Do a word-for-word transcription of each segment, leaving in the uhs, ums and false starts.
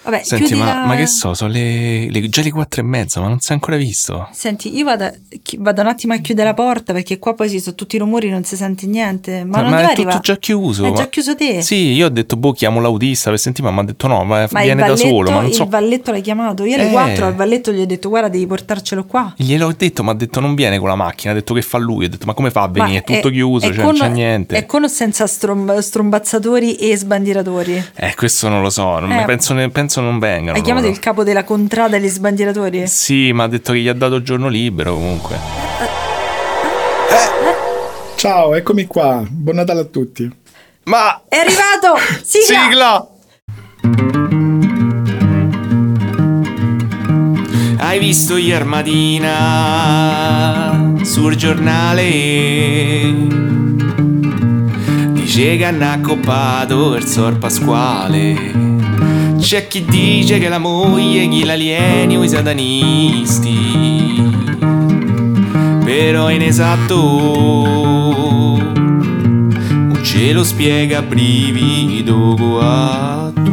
Vabbè, Senti, ma, la... ma che so, sono le, le, già le quattro e mezza, ma non si è ancora visto? Senti, io vado, vado un attimo a chiudere la porta perché qua poi ci sono tutti i rumori, non si sente niente. Ma, ma non ma deve è tutto arrivare. già chiuso. È ma... già chiuso te? Sì, io ho detto, boh, chiamo l'autista per sentire, ma mi ha detto no, ma, ma viene valletto, da solo. Ma non so... Il valletto l'hai chiamato? Io alle eh. quattro al valletto gli ho detto, guarda, devi portarcelo qua. Gliel'ho detto, ma ha detto non viene con la macchina, ha detto che fa lui. Ho detto, ma come fa a venire? È tutto è, chiuso, è cioè con, non c'è niente. È con o senza strom, strombazzatori e sbandieratori? Eh, questo non lo so, non eh. penso, ne, penso non vengano. Hai chiamato loro. il capo della contrada e gli sbandieratori? Sì, ma ha detto che gli ha dato il giorno libero comunque. Eh. Ciao, eccomi qua. Buon Natale a tutti. Ma è arrivato! Sigla! Sigla! Hai visto ieri mattina sul giornale? Dice che hanno accoppato il Sor Pasquale. C'è chi dice che la moglie gli l'alieni o i satanisti, però è inesatto, non ce lo spiega brivido guatto.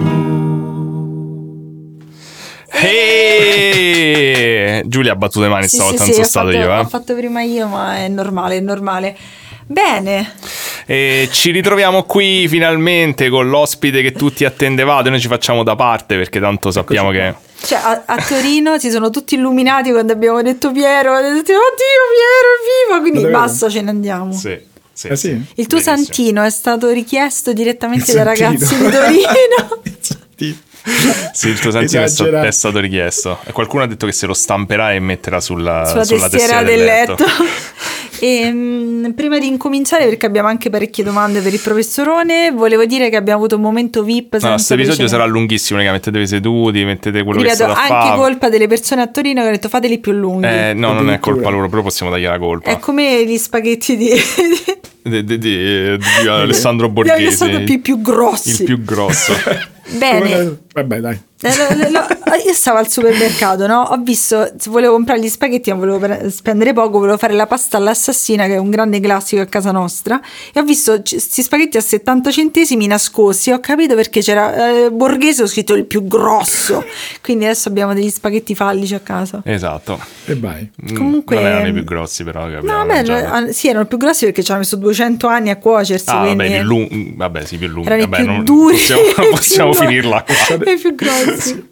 Hey! Giulia ha battuto le mani sì, stavolta, sì, non sì, sono stato fatto, io eh. Ho fatto prima io, ma è normale, è normale. Bene. E ci ritroviamo qui finalmente con l'ospite che tutti attendevate. Noi ci facciamo da parte perché tanto sappiamo che... Cioè a, a Torino si sono tutti illuminati quando abbiamo detto Piero. Hanno detto, oddio Piero è vivo. Quindi Davvero? basta, ce ne andiamo. Sì, sì, eh sì. Il tuo Benissimo. Santino è stato richiesto direttamente Il dai Santino. ragazzi di Torino. Il Santino. Sì, il tuo Santino è stato, Esagerato. è stato richiesto. E qualcuno ha detto che se lo stamperà e metterà sulla, Sulla, sulla testiera, testiera del letto, letto. E, mh, prima di incominciare, perché abbiamo anche parecchie domande per il professorone, volevo dire che abbiamo avuto un momento V I P. No, questo episodio sarà lunghissimo, raga. Mettetevi seduti, mettete quello Ripeto, che state a anche fare. colpa delle persone a Torino che hanno detto fateli più lunghi. Eh, no, non è colpa loro, però possiamo dargli la colpa. È come gli spaghetti di, di, di, di, di Alessandro di Borghese. Alessandro più, più grossi. Il più grosso. Bene. Vabbè, dai. Io stavo al supermercato, no? Ho visto, volevo comprare gli spaghetti, ma volevo spendere poco, volevo fare la pasta all'assassina, che è un grande classico a casa nostra, e ho visto questi spaghetti a settanta centesimi nascosti. Ho capito perché c'era eh, Borghese, ho scritto il più grosso, quindi adesso abbiamo degli spaghetti fallici a casa. Esatto. E vai. Comunque, non erano i più grossi, però. Che no, beh, sì, erano più grossi perché ci hanno messo duecento anni a cuocersi. Ah, quindi... vabbè, più lunghi. Vabbè, sì, più lunghi. Erano Vabbè, i più non duri. Possiamo, possiamo più finirla qua. I più grossi.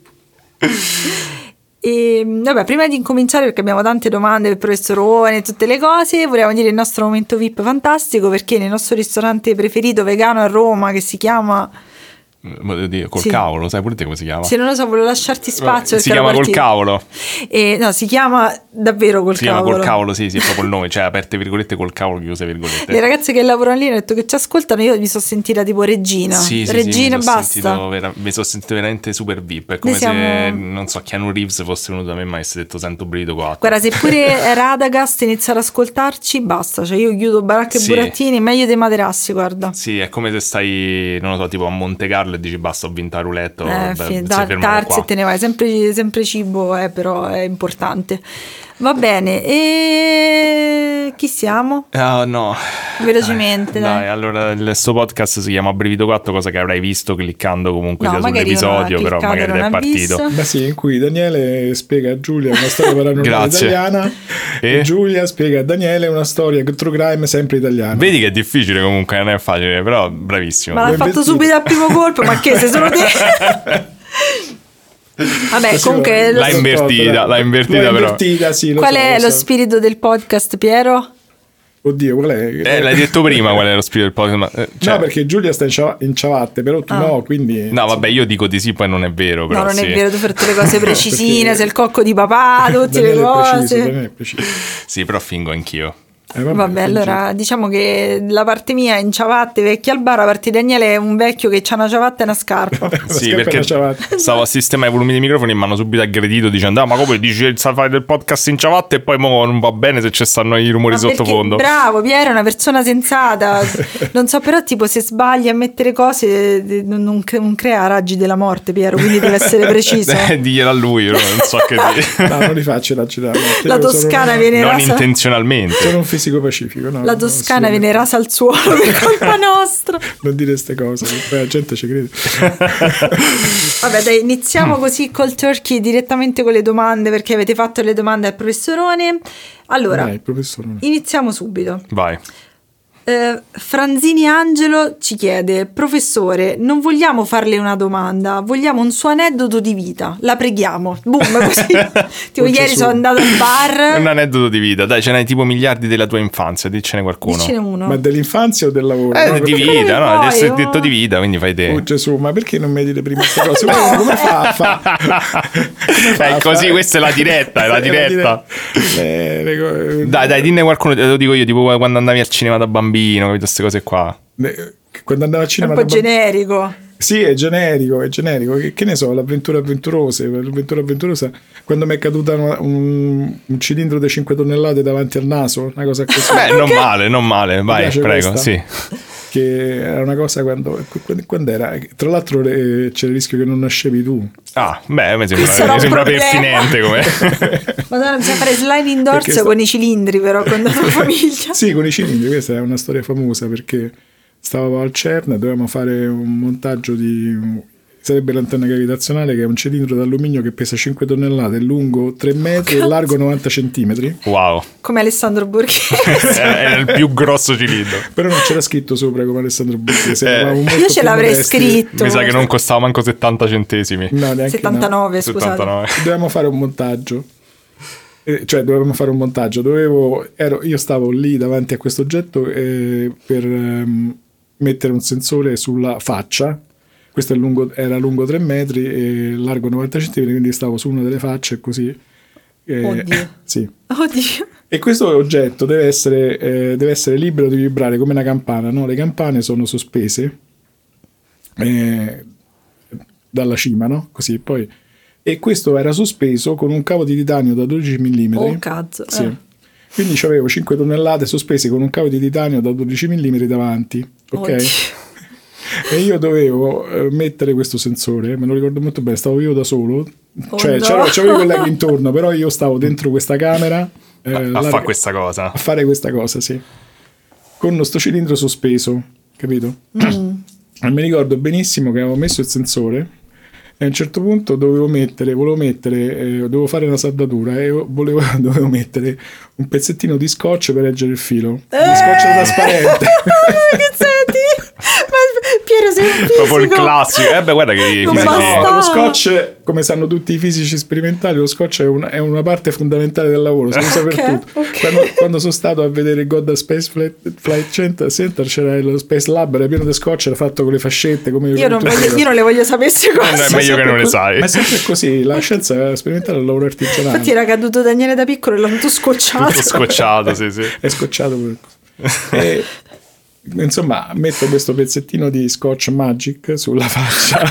E, vabbè, prima di incominciare, perché abbiamo tante domande per il professorone e tutte le cose, volevamo dire il nostro momento V I P fantastico, perché nel nostro ristorante preferito vegano a Roma, che si chiama Dire, col sì. cavolo, sai pure te come si chiama? Se non lo so, volevo lasciarti spazio. Si chiama col cavolo. E, no, si chiama davvero col si cavolo. Si chiama col cavolo, sì, sì, è proprio il nome, cioè aperte virgolette col cavolo, chiuse virgolette. Le ragazze che lavorano lì hanno detto che ci ascoltano, io mi sono sentita tipo regina. Sì, sì, regina, sì, mi basta. Sentito vera- mi sono sentito veramente super V I P. È come siamo... se, non so, Keanu Reeves fosse venuto da me e mi avesse detto sento brivido qua. Guarda, se pure Radagast iniziare ad ascoltarci, basta. Cioè io chiudo baracche sì. e burattini, meglio dei materassi, guarda. Sì, è come se stai, non lo so, tipo a Monte Carlo e dici basta, ho vinto a roulette. Eh, beh, sì, da tarsi e te ne vai. Sempre, sempre cibo, eh, però è importante. Va bene, e chi siamo? Oh, no. Velocemente, dai. dai. dai. Allora, il sto podcast si chiama Brivido quattro, cosa che avrai visto cliccando comunque no, sia sull'episodio, però magari ti è partito. Visto. Beh sì, in cui Daniele spiega a Giulia una storia paranormale italiana e? e Giulia spiega a Daniele una storia true crime sempre italiana. Vedi che è difficile comunque, non è facile, però bravissimo. Ma l'ha fatto vestito. subito al primo colpo, ma che se sono te? Vabbè, sì, comunque l'ha lo... invertita, l'ha invertita, l'ha però. Invertita, sì, lo qual so, è lo, lo so. spirito del podcast, Piero? Oddio, qual è? Eh, l'hai detto prima qual è lo spirito del podcast. Ma, eh, cioè... No, perché Giulia sta in, ciava- in ciabatte, però tu ah. no, quindi... No, vabbè, io dico di sì, poi non è vero. Però no, non sì. è vero, tu fai tutte le cose precisine, perché... sei il cocco di papà, tutte Daniele le cose. È preciso, Daniele è preciso. Sì, però fingo anch'io. Eh, vabbè, vabbè, allora diciamo che la parte mia è in ciabatte, vecchia al bar, la parte di Daniele è un vecchio che ha una ciabatta e una scarpa. Sì, perché stavo a sistemare i volumi dei microfoni e mi hanno subito aggredito dicendo ah, ma come dici il fare del podcast in ciabatte e poi mo non va bene se ci stanno i rumori ma sottofondo. Bravo, Piero è una persona sensata. Non so, però tipo se sbagli a mettere cose non, non crea raggi della morte, Piero, quindi deve essere preciso. Eh, diglielo a lui, non so che dire. No, non li faccio raggi della morte. La Toscana sono... viene non rasa... intenzionalmente. Sono un Messico Pacifico, no? La Toscana viene rasa al suolo per colpa nostra. Non dire queste cose, poi la gente ci crede. Vabbè, dai, iniziamo così col turkey direttamente con le domande, perché avete fatto le domande al professorone. Allora, Dai, professorone. iniziamo subito. Vai. Uh, Franzini Angelo ci chiede: professore, non vogliamo farle una domanda, vogliamo un suo aneddoto di vita, la preghiamo. Boom, così. Tipo ieri sono andato al bar. Un aneddoto di vita, dai, ce n'hai tipo miliardi della tua infanzia, dicene qualcuno. Dicene uno. Ma dell'infanzia o del lavoro? Eh, no, di perché... vita, no, vuoi, adesso oh. hai detto di vita, quindi fai te. Oh Gesù, ma perché non mi dite prima queste cose? Ma come fa? fa? Come fa È così, fa? questa è la diretta, è la diretta. Eh, le co- Dai, dai, dinne qualcuno, te lo dico io, tipo quando andavi al cinema da bambino, capito, queste cose qua. Quando andavo al È cinema un po' da bamb- generico. Sì, è generico, è generico. Che, che ne so, l'avventura avventurosa, l'avventura avventurosa. Quando mi è caduta una- un, un cilindro di cinque tonnellate davanti al naso, una cosa così. Beh, non male, non male, vai, piace prego, questa? sì. Che era una cosa quando, quando, quando era. Tra l'altro eh, c'era il rischio che non nascevi tu. Ah, beh, mi Sarà sembra, un mi sembra problema. pertinente come. Madonna, bisogna fare sliding doors Perché sta- con i cilindri, però, con la tua famiglia. Sì, con i cilindri, questa è una storia famosa perché stavamo al CERN e dovevamo fare un montaggio di. Sarebbe l'antenna gravitazionale, che è un cilindro d'alluminio che pesa cinque tonnellate, è lungo tre metri e largo novanta centimetri. Wow, Come Alessandro Borghese. era il più grosso cilindro. Però non c'era scritto sopra come Alessandro Borghese. Eh, eravamo molto Io ce più l'avrei modesti. scritto. Mi sa che non costava manco settanta centesimi. No, neanche settantanove, scusate. settantanove. no. Dovevamo fare un montaggio. Eh, cioè, dovevamo fare un montaggio. Dovevo, ero, io stavo lì davanti a questo oggetto eh, per ehm, mettere un sensore sulla faccia. Questo è lungo, era lungo tre metri e largo novanta centimetri, quindi stavo su una delle facce così. Eh, Oddio. Sì. Oddio. E questo oggetto deve essere, eh, deve essere libero di vibrare come una campana, no? Le campane sono sospese eh, dalla cima, no? Così, poi. E questo era sospeso con un cavo di titanio da dodici millimetri. Oh, cazzo. Sì. Eh. Quindi avevo cinque tonnellate sospese con un cavo di titanio da dodici millimetri davanti, ok? Oddio. E io dovevo eh, mettere questo sensore, me lo ricordo molto bene, stavo io da solo, Oh cioè no. c'avevo, c'avevo i colleghi intorno, però io stavo dentro questa camera eh, A larga- fare questa cosa. a fare questa cosa, sì, con sto cilindro sospeso, capito? Mm. E mi ricordo benissimo che avevo messo il sensore e a un certo punto dovevo mettere, volevo mettere, eh, dovevo fare una saldatura e volevo, dovevo mettere un pezzettino di scotch per reggere il filo, Eh! uno scotch trasparente. Che senti? Ma Piero, sei un fisico. Proprio il classico. Eh beh, guarda che i Non fisici- basta. No, lo scotch, come sanno tutti i fisici sperimentali, lo scotch è, un- è una parte fondamentale del lavoro, si usa per Ok, tutto. ok. Quando, quando sono stato a vedere il Goddard Space Flight, Flight Center, Center, c'era lo Space Lab, era pieno di scotch, era fatto con le fascette. Come Io non, tutte voglio, le io non le voglio sapere queste Eh, no, cose. è meglio che sempre non le così- sai. Ma è sempre così, la scienza sperimentale è un lavoro artigianale. Infatti era caduto Daniele da piccolo e l'ho tutto scocciato. Tutto scocciato, sì, sì. È scocciato per e, insomma, metto questo pezzettino di scotch magic sulla faccia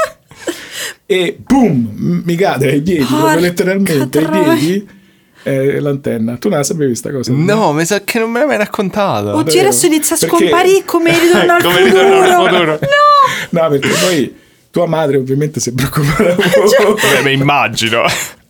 e boom, mi cade ai piedi, Porca proprio letteralmente ai troia. piedi eh, l'antenna. Tu non la sapevi questa cosa? No, mi sa che non me l'hai mai raccontata. Oddio, adesso inizia a Perché- scomparire come ritorno al Come futuro. ritorno al futuro. No! No, perché poi tua madre ovviamente si è preoccupata Cioè, molto. Beh, mi immagino.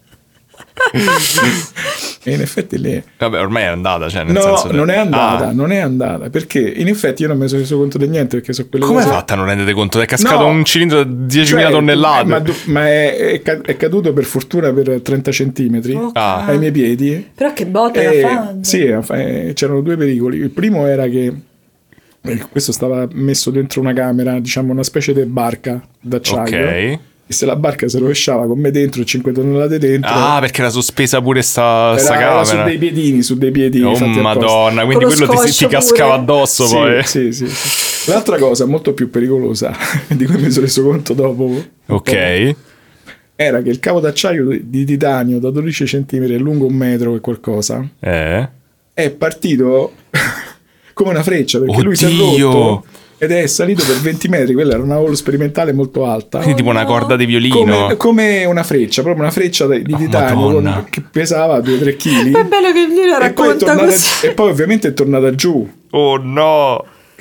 E in effetti lì Vabbè, ormai è andata, cioè, nel no, senso non è andata, Ah, non è andata, perché in effetti io non mi sono reso conto di niente, perché so quelle come hai cose- fatto a non rendere conto? È cascato No. un cilindro da diecimila Cioè, tonnellate. Ma, du- ma è, è ca- è caduto per fortuna per trenta centimetri Ok. Ah. ai miei piedi. Però che botta E- che ha fatto. sì, eh, c'erano due pericoli. Il primo era che eh, questo stava messo dentro una camera, diciamo una specie di barca d'acciaio. Ok. E se la barca si rovesciava con me dentro e cinque tonnellate dentro, Ah, perché era sospesa pure sta, sta era, era su camera. dei piedini, su dei piedi. Oh fatti apposta. madonna, quindi Con lo quello ti, ti scotch cascava pure. addosso Sì, poi. sì, sì, sì. L'altra cosa molto più pericolosa, di cui mi sono reso conto dopo, Ok. era che il cavo d'acciaio di titanio da dodici centimetri, lungo un metro e qualcosa, Eh. è partito come una freccia, perché lui si è Oddio. rotto ed è salito per venti metri. Quella era una hall sperimentale molto alta, Quindi tipo una corda di violino. come, come una freccia, proprio una freccia di di Oh, titanio Madonna. con- che pesava due tre chili. È bello che lui la E poi, è racconta tornata, così. e poi ovviamente è tornata giù, Oh no.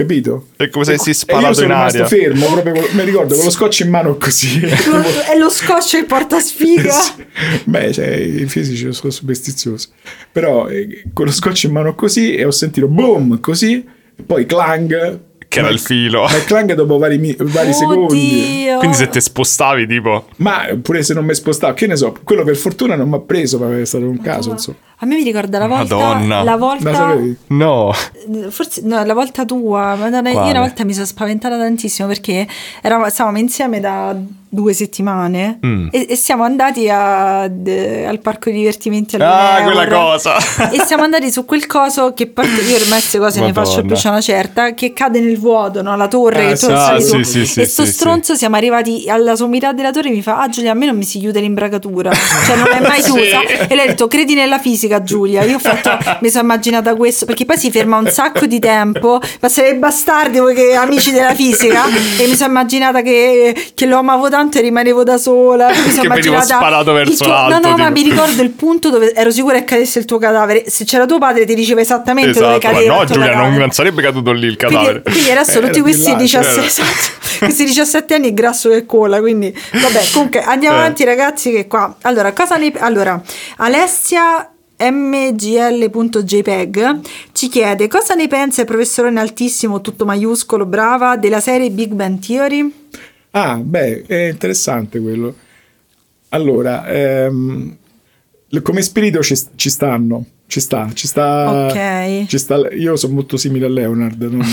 capito? È come se E- si e sparato io sono in rimasto aria. fermo, proprio con- mi ricordo con lo scotch in mano così. È lo scotch il portasfiga. Beh, cioè, i fisici sono superstiziosi. Però eh, con lo scotch in mano così e ho sentito boom così, e poi clang. Che era Ma- il filo. Ma il clang dopo vari, mi- vari secondi. Oddio. Quindi se te spostavi tipo... Ma pure se non mi spostavo, che ne so, quello per fortuna non mi ha preso, ma è stato un caso, insomma. A me mi ricorda la volta Madonna. la La volta sapevi? No. forse no, la volta tua, Madonna, io Quale? una volta mi sono spaventata tantissimo perché eravamo, stavamo insieme da due settimane Mm. e, e siamo andati a- de- al parco di divertimenti Ah, all'Euro. quella cosa. E siamo andati su quel coso che parte, io ormai queste cose ne faccio Madonna. più c'è una certa, che cade nel vuoto, no? La torre Ah, che tu sì, sali sì, su. sì, sì, e sto sì, stronzo siamo arrivati alla sommità della torre e mi fa: ah Giulia, a me non mi si chiude l'imbragatura, cioè non è mai chiusa. E lei ha detto: credi nella fisica, Giulia. Io ho fatto, mi sono immaginata questo, perché poi si ferma un sacco di tempo, ma siete bastardi voi che amici della fisica, e mi sono immaginata che, che lo amavo tanto e rimanevo da sola. Mi sono Che venivo immaginata sparato il verso tuo- l'alto, no no ma tipo. mi ricordo il punto dove ero sicura che cadesse il tuo cadavere. Se c'era tuo padre ti diceva esattamente dove Esatto, ma cadeva no il tuo Giulia, non, cadavere. non sarebbe caduto lì il cadavere. Quindi, quindi adesso Era tutti più questi là, diciassette, certo. esatto, questi diciassette anni è grasso che cola, quindi vabbè, comunque andiamo Eh. avanti ragazzi, che qua allora cosa ne allora Alessia m g l punto j p e g ci chiede: cosa ne pensa il professorone altissimo, tutto maiuscolo, brava, della serie Big Bang Theory? Ah, beh, è interessante quello. Allora, ehm, le- come spirito ci, ci stanno, ci sta, ci sta, Ok. ci sta. Io sono molto simile a Leonard. non-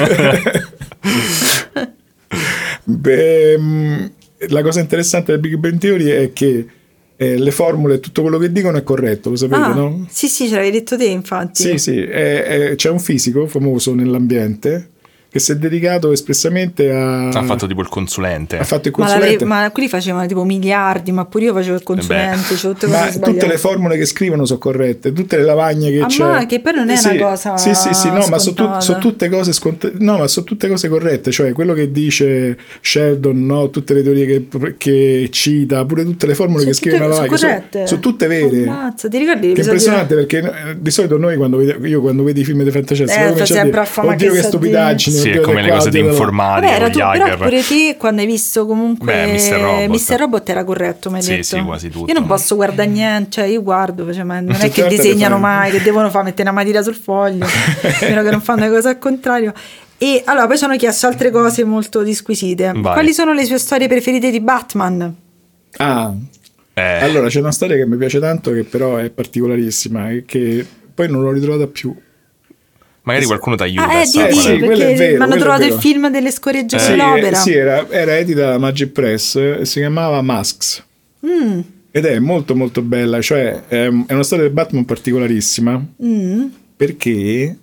Beh, mm, la cosa interessante del Big Bang Theory è che eh, le formule e tutto quello che dicono è corretto, lo sapete, Ah, no? sì sì, ce l'avevi detto te infatti. Sì, sì, è- è- c'è un fisico famoso nell'ambiente che si è dedicato espressamente a... Ha fatto tipo il consulente. ha fatto il Ma, l'avrei- consulente. ma quelli facevano tipo miliardi, ma pure io facevo il consulente, cioè tutte cose Ma sbagliate. tutte le formule che scrivono sono corrette, tutte le lavagne che Ah, c'è. ma che poi non è Sì, una cosa Sì, sì, sì, no, ma sono scontata. so tutte cose scont- no, ma sono tutte cose corrette, cioè quello che dice Sheldon, no, tutte le teorie che, che cita, pure tutte le formule Sono che scrive tutte- Navai, sono sono, corrette? sono tutte vere. Ammazza, ti ricordi Che è l'episodio- impressionante perché eh, di solito noi quando vedi, io quando vedi i film di fantascienza Eh, poi cominci fai a sempre dire, a fama oddio che che sa stupidaggine, Sì, è oddio come da le qua, cose di oddio da là. informatica. Vabbè, era con tu, gli però hacker. pure te quando hai visto comunque Beh, mister Robot. mister Robot era corretto, mi hai Sì, detto. sì, quasi tutto. Io non posso guardare niente, cioè io guardo, cioè, ma non è Tutte che le volte disegnano le fai. mai, che devono fare, mettere una matita sul foglio, spero che non fanno le cose al contrario. E allora poi ci hanno chiesto altre cose molto disquisite. Vai. Quali sono le sue storie preferite di Batman? Ah, Eh, allora c'è una storia che mi piace tanto che però è particolarissima e che poi non l'ho ritrovata più. magari qualcuno ti aiuta. Ah, a eh, di, sapere. di, sì, quello perché è vero, mi hanno quello è trovato il vero. film delle scoregge Eh. dell'opera. Sì, era, era edita da Magic Press e si chiamava Masks. Mm, Ed è molto molto bella, cioè è, è una storia del Batman particolarissima mm. perché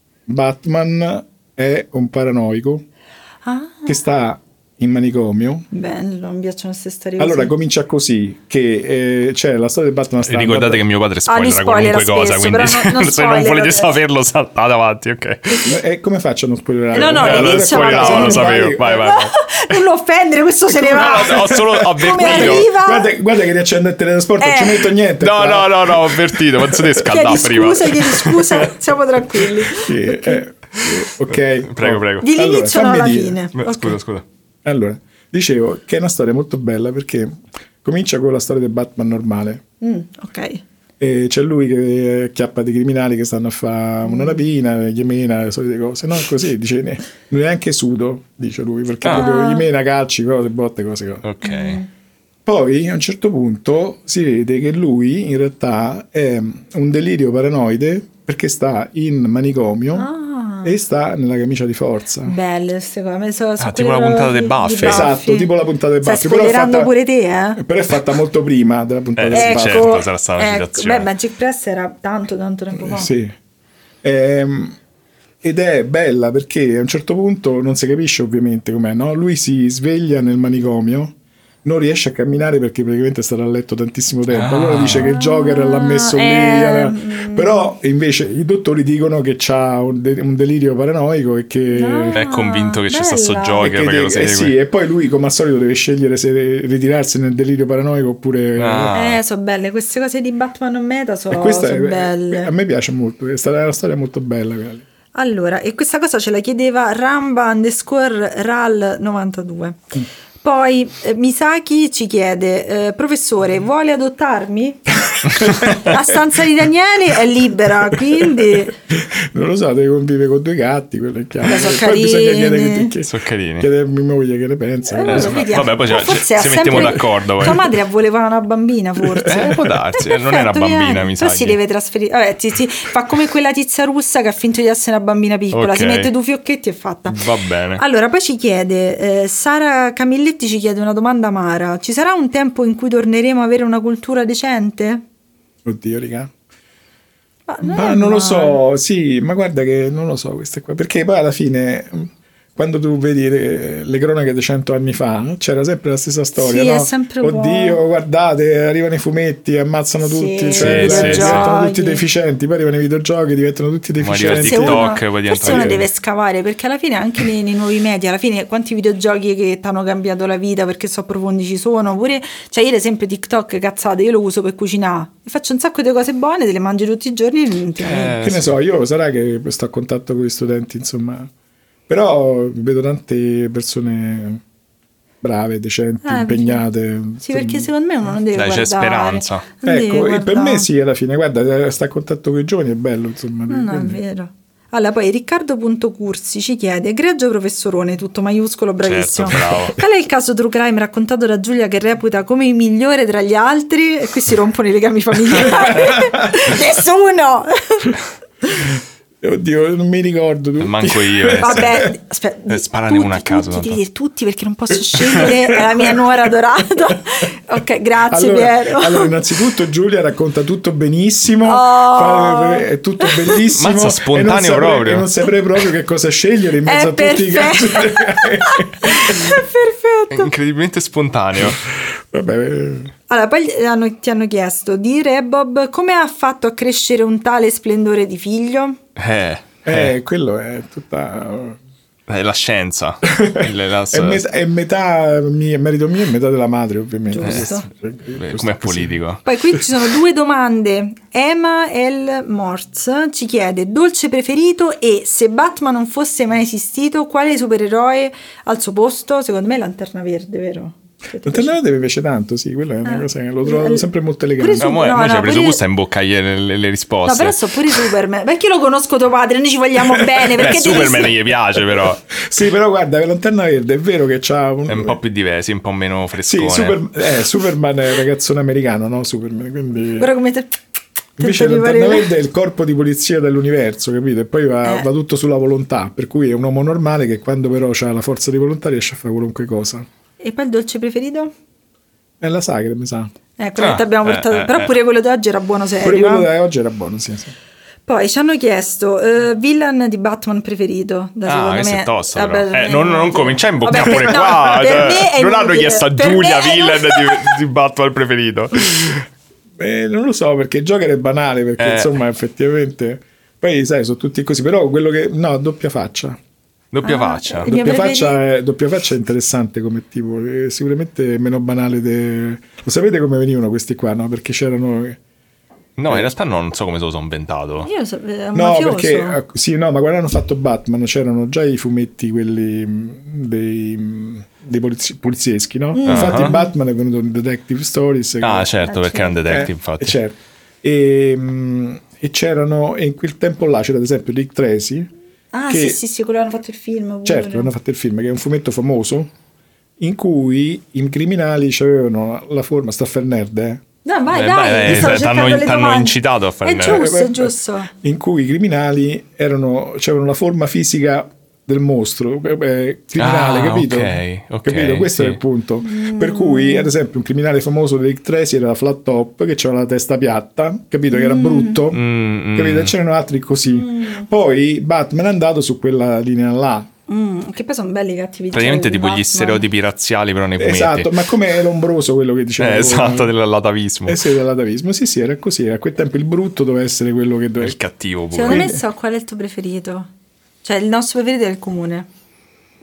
Batman è un paranoico Ah, che sta in manicomio. bello, mi piacciono queste storie Allora così. comincia così che eh, c'è la storia del Batman sta Ricordate andando- che mio padre Ah, li spoilera spoilera qualunque cosa, spesso, quindi però non- non se non spoilera. volete saperlo saltate avanti, ok? E come faccio a non spoilerare? No, no, Eh, allora, inizia, spoilerare, ma- no, lo non sapevo, vai- vai, vai. Non lo offendere, questo se ne va. No, ho solo Come avvertito. arriva? Guarda, guarda che riaccendo il teletrasporto, Eh. non ci metto niente. No, qua. no, no, no, ho avvertito, penso di scaldare Chiedi prima. scusa, chiedi scusa, siamo tranquilli. Sì, eh, ok. Prego, prego. Di Allora, l'inizio non fammi alla dire. fine. Beh, Ok. Scusa, scusa. Allora, dicevo che è una storia molto bella perché comincia con la storia del Batman normale. Mm, ok. E c'è lui che acchiappa dei criminali che stanno a fare una rapina, gli mena le solite cose. No, così dice ne- non è neanche sudo, dice lui, perché Ah. proprio gli mena calci, cose, botte, cose, cose. Ok. Poi a un certo punto si vede che lui in realtà è un delirio paranoide perché sta in manicomio Ah. e sta nella camicia di forza. Belle queste cose. Ma so- so Ah, tipo quelle la puntata di- dei Buffy. di Esatto, tipo la puntata dei Stai Buffy, però è spoilerando fatta- pure te, eh? Però è fatta molto prima della puntata Eh, del sì, Buffy. certo, sarà stata una ecco, citazione. beh, Magic Press era tanto, tanto tempo fa. Sì. Ehm, ed è bella perché a un certo punto non si capisce ovviamente com'è, no? Lui si sveglia nel manicomio, non riesce a camminare perché praticamente è stato a letto tantissimo tempo. Ah. Allora dice che il Joker l'ha messo lì, eh, eh. Però invece i dottori dicono che c'ha un, de- un delirio paranoico e che... Ah. È convinto che ci sta sto bella. e Joker che che de- lo eh segue. sì, e poi lui come al solito deve scegliere se ritirarsi nel delirio paranoico oppure... Ah. Eh, sono belle. Queste cose di Batman meta sono E questa è- belle. a me piace molto, è stata una storia molto bella quella lì. Allora, e questa cosa ce la chiedeva Ramba underscore ral novantadue. Mm. Poi eh, Misaki ci chiede, eh, professore, vuole adottarmi? La stanza di Daniele è libera, quindi... Non lo so, deve convivere con due gatti, quello è chiaro. Beh, sono Poi carini. bisogna chiedere che, che, Sono carini. chiedere a mia moglie che ne pensa. Eh, Eh, so, vediamo. Vabbè, poi Ma ci- forse ci ha mettiamo sempre- d'accordo, poi. Tua madre voleva una bambina, forse. Eh, può darsi, Eh, non è una perfetto, bambina, vieni. mi Però sa si che- deve trasferire. Vabbè, ti, ti- fa come quella tizia russa che ha finto di essere una bambina piccola, Ok. si mette due fiocchetti e è fatta. Va bene. Allora, poi ci chiede, eh, Sara Camilletti ci chiede una domanda amara. Ci sarà un tempo in cui torneremo a avere una cultura decente? Oddio, raga. Ma non, Ma è non lo male. so, sì, ma guarda che non lo so queste qua, perché poi alla fine quando tu vedi le, le cronache di cento anni fa c'era sempre la stessa storia, Sì, no? è sempre un po'. Oddio, guardate, arrivano i fumetti, ammazzano tutti, Sì, cioè, sì, eh, sì. diventano tutti Videogiochi. deficienti, poi arrivano i videogiochi, diventano tutti Ma arriva deficienti. Forse uno, TikTok, poi diventa forse uno vero. deve scavare, perché alla fine anche nei, nei nuovi media, alla fine quanti videogiochi che ti hanno cambiato la vita perché so profondi ci sono, pure cioè io ad esempio TikTok, cazzate, io lo uso per cucinare e faccio un sacco di cose buone, te le mangio tutti i giorni e non ti Eh, Che ne so, io sarà che sto a contatto con gli studenti, insomma, però vedo tante persone brave, decenti, Eh, impegnate. Sì, insomma. perché secondo me uno non deve Dai, c'è guardare. speranza. Non deve Ecco, e per guardare. me sì, alla fine, guarda, sta a contatto con i giovani è bello, insomma. No, no, è quindi- vero. Allora, poi Riccardo.Cursi ci chiede: egregio professorone, tutto maiuscolo, bravissimo. Certo, bravo. Qual è il caso true crime raccontato da Giulia che reputa come il migliore tra gli altri? E qui si rompono i legami familiari. Nessuno! Oddio, non mi ricordo tutti. Manco io. eh, Vabbè, aspetta, Eh, sparane tutti, una a caso, tutti, tanto. devi dire tutti perché non posso scegliere la mia nuora adorata. Ok, grazie Allora, Piero. allora, innanzitutto Giulia racconta tutto benissimo, Oh. fa- è tutto bellissimo. Mazza, spontaneo e non saprei- proprio. E non saprei proprio che cosa scegliere in mezzo È a tutti i casi. perfetto. È perfetto. Incredibilmente spontaneo. Vabbè, Allora, poi hanno- ti hanno chiesto di Rebob come ha fatto a crescere un tale splendore di figlio? Eh, eh, eh, quello è tutta... è la scienza. Il- la- È, met- è metà mia, merito mio e metà della madre, ovviamente. Giusto. Eh, Beh, giusto come è così. politico. Poi qui ci sono due domande. Emma L. Morz ci chiede dolce preferito e se Batman non fosse mai esistito, quale supereroe al suo posto? Secondo me Lanterna Verde, vero? Lanterna Verde mi piace tanto, sì, quello è una Ah. cosa che lo trovo sempre molto elegante. Pure No, mo, no, mo ci no, hai preso pure- gusto a imboccargli le, le- le risposte. No, però so pure Superman. Perché io lo conosco tuo padre, noi ci vogliamo bene. Beh, Perché devi- Superman gli piace, però. Sì, però guarda, Lanterna Verde è vero che c'ha un... È un po' più diverso, un po' meno Sì, frescone. Super- eh, Superman è un ragazzone americano, no? Superman, quindi... Però come te... Invece tenta di Lanterna fare- Verde è il corpo di polizia dell'universo, capito? E poi va, Eh. va tutto sulla volontà, per cui è un uomo normale che quando però ha la forza di volontà riesce a fare qualunque cosa. E poi il dolce preferito? È la sagra, mi sa. Eh, quello Ah, che ti abbiamo eh, portato. eh, Però eh. pure quello di oggi era buono serio. Pure quello eh. di oggi era buono, sì, sì. Poi ci hanno chiesto eh, villain di Batman preferito. Da Ah, secondo questa me. è tosta, però. Vabbè, Eh, non, non comincia a imboccare Vabbè, pure per- no, qua. per cioè, me è non hanno inutile. chiesto a Per Giulia me è villain inutile. di, di Batman preferito. Eh, non lo so, perché Joker è banale, perché Eh. insomma effettivamente... Poi sai, sono tutti così, però quello che... No, doppia faccia. Doppia Ah, faccia. il mio Doppia preferito- faccia, è, doppia faccia è interessante come tipo, è sicuramente meno banale. De... Lo sapete come venivano questi qua, no? Perché c'erano... No, in realtà non so come se lo sono inventato. Io lo so, è un No, mafioso. perché eh, sì, no, ma quando hanno fatto Batman c'erano già i fumetti quelli mh, dei, mh, dei polizi- polizieschi, no? Infatti Ah. Batman è venuto in Detective Stories. Ah, che- certo, Eh, perché era un certo. detective, eh, infatti. eh, certo. E, mh, e c'erano, e in quel tempo là c'era ad esempio Dick Tracy. Ah, che- sì, sì, sì, quello hanno fatto il film. pure. Certo, hanno fatto il film, che è un fumetto famoso in cui i criminali avevano la forma, sta a fare nerd, eh? No, vai, Eh, dai, beh, io stavo eh, cercando t'hanno- le t'hanno domande. incitato a fare È il- giusto, Eh, è giusto. In cui i criminali erano, avevano la forma fisica del mostro, eh, criminale, Ah, capito? ok, ok, capito? Questo sì. è il punto. Per cui, ad esempio, un criminale famoso di Dick Tracy era Flat Top, che aveva la testa piatta, capito? Che era brutto, Mm, mm. capito? E c'erano altri così. Poi Batman è andato su quella linea là. Mm, che poi sono belli i cattivi. Praticamente giochi tipo di gli Batman. stereotipi razziali, però nei fumetti. Esatto, ma come è l'ombroso quello che diceva? Eh, voi, esatto, no? dell'atavismo. Eh sì, dell'atavismo. Sì, sì, era così. A quel tempo il brutto doveva essere quello che doveva... Il cattivo pure. Secondo me Quindi- so qual è il tuo preferito. Cioè, il nostro preferito è il comune.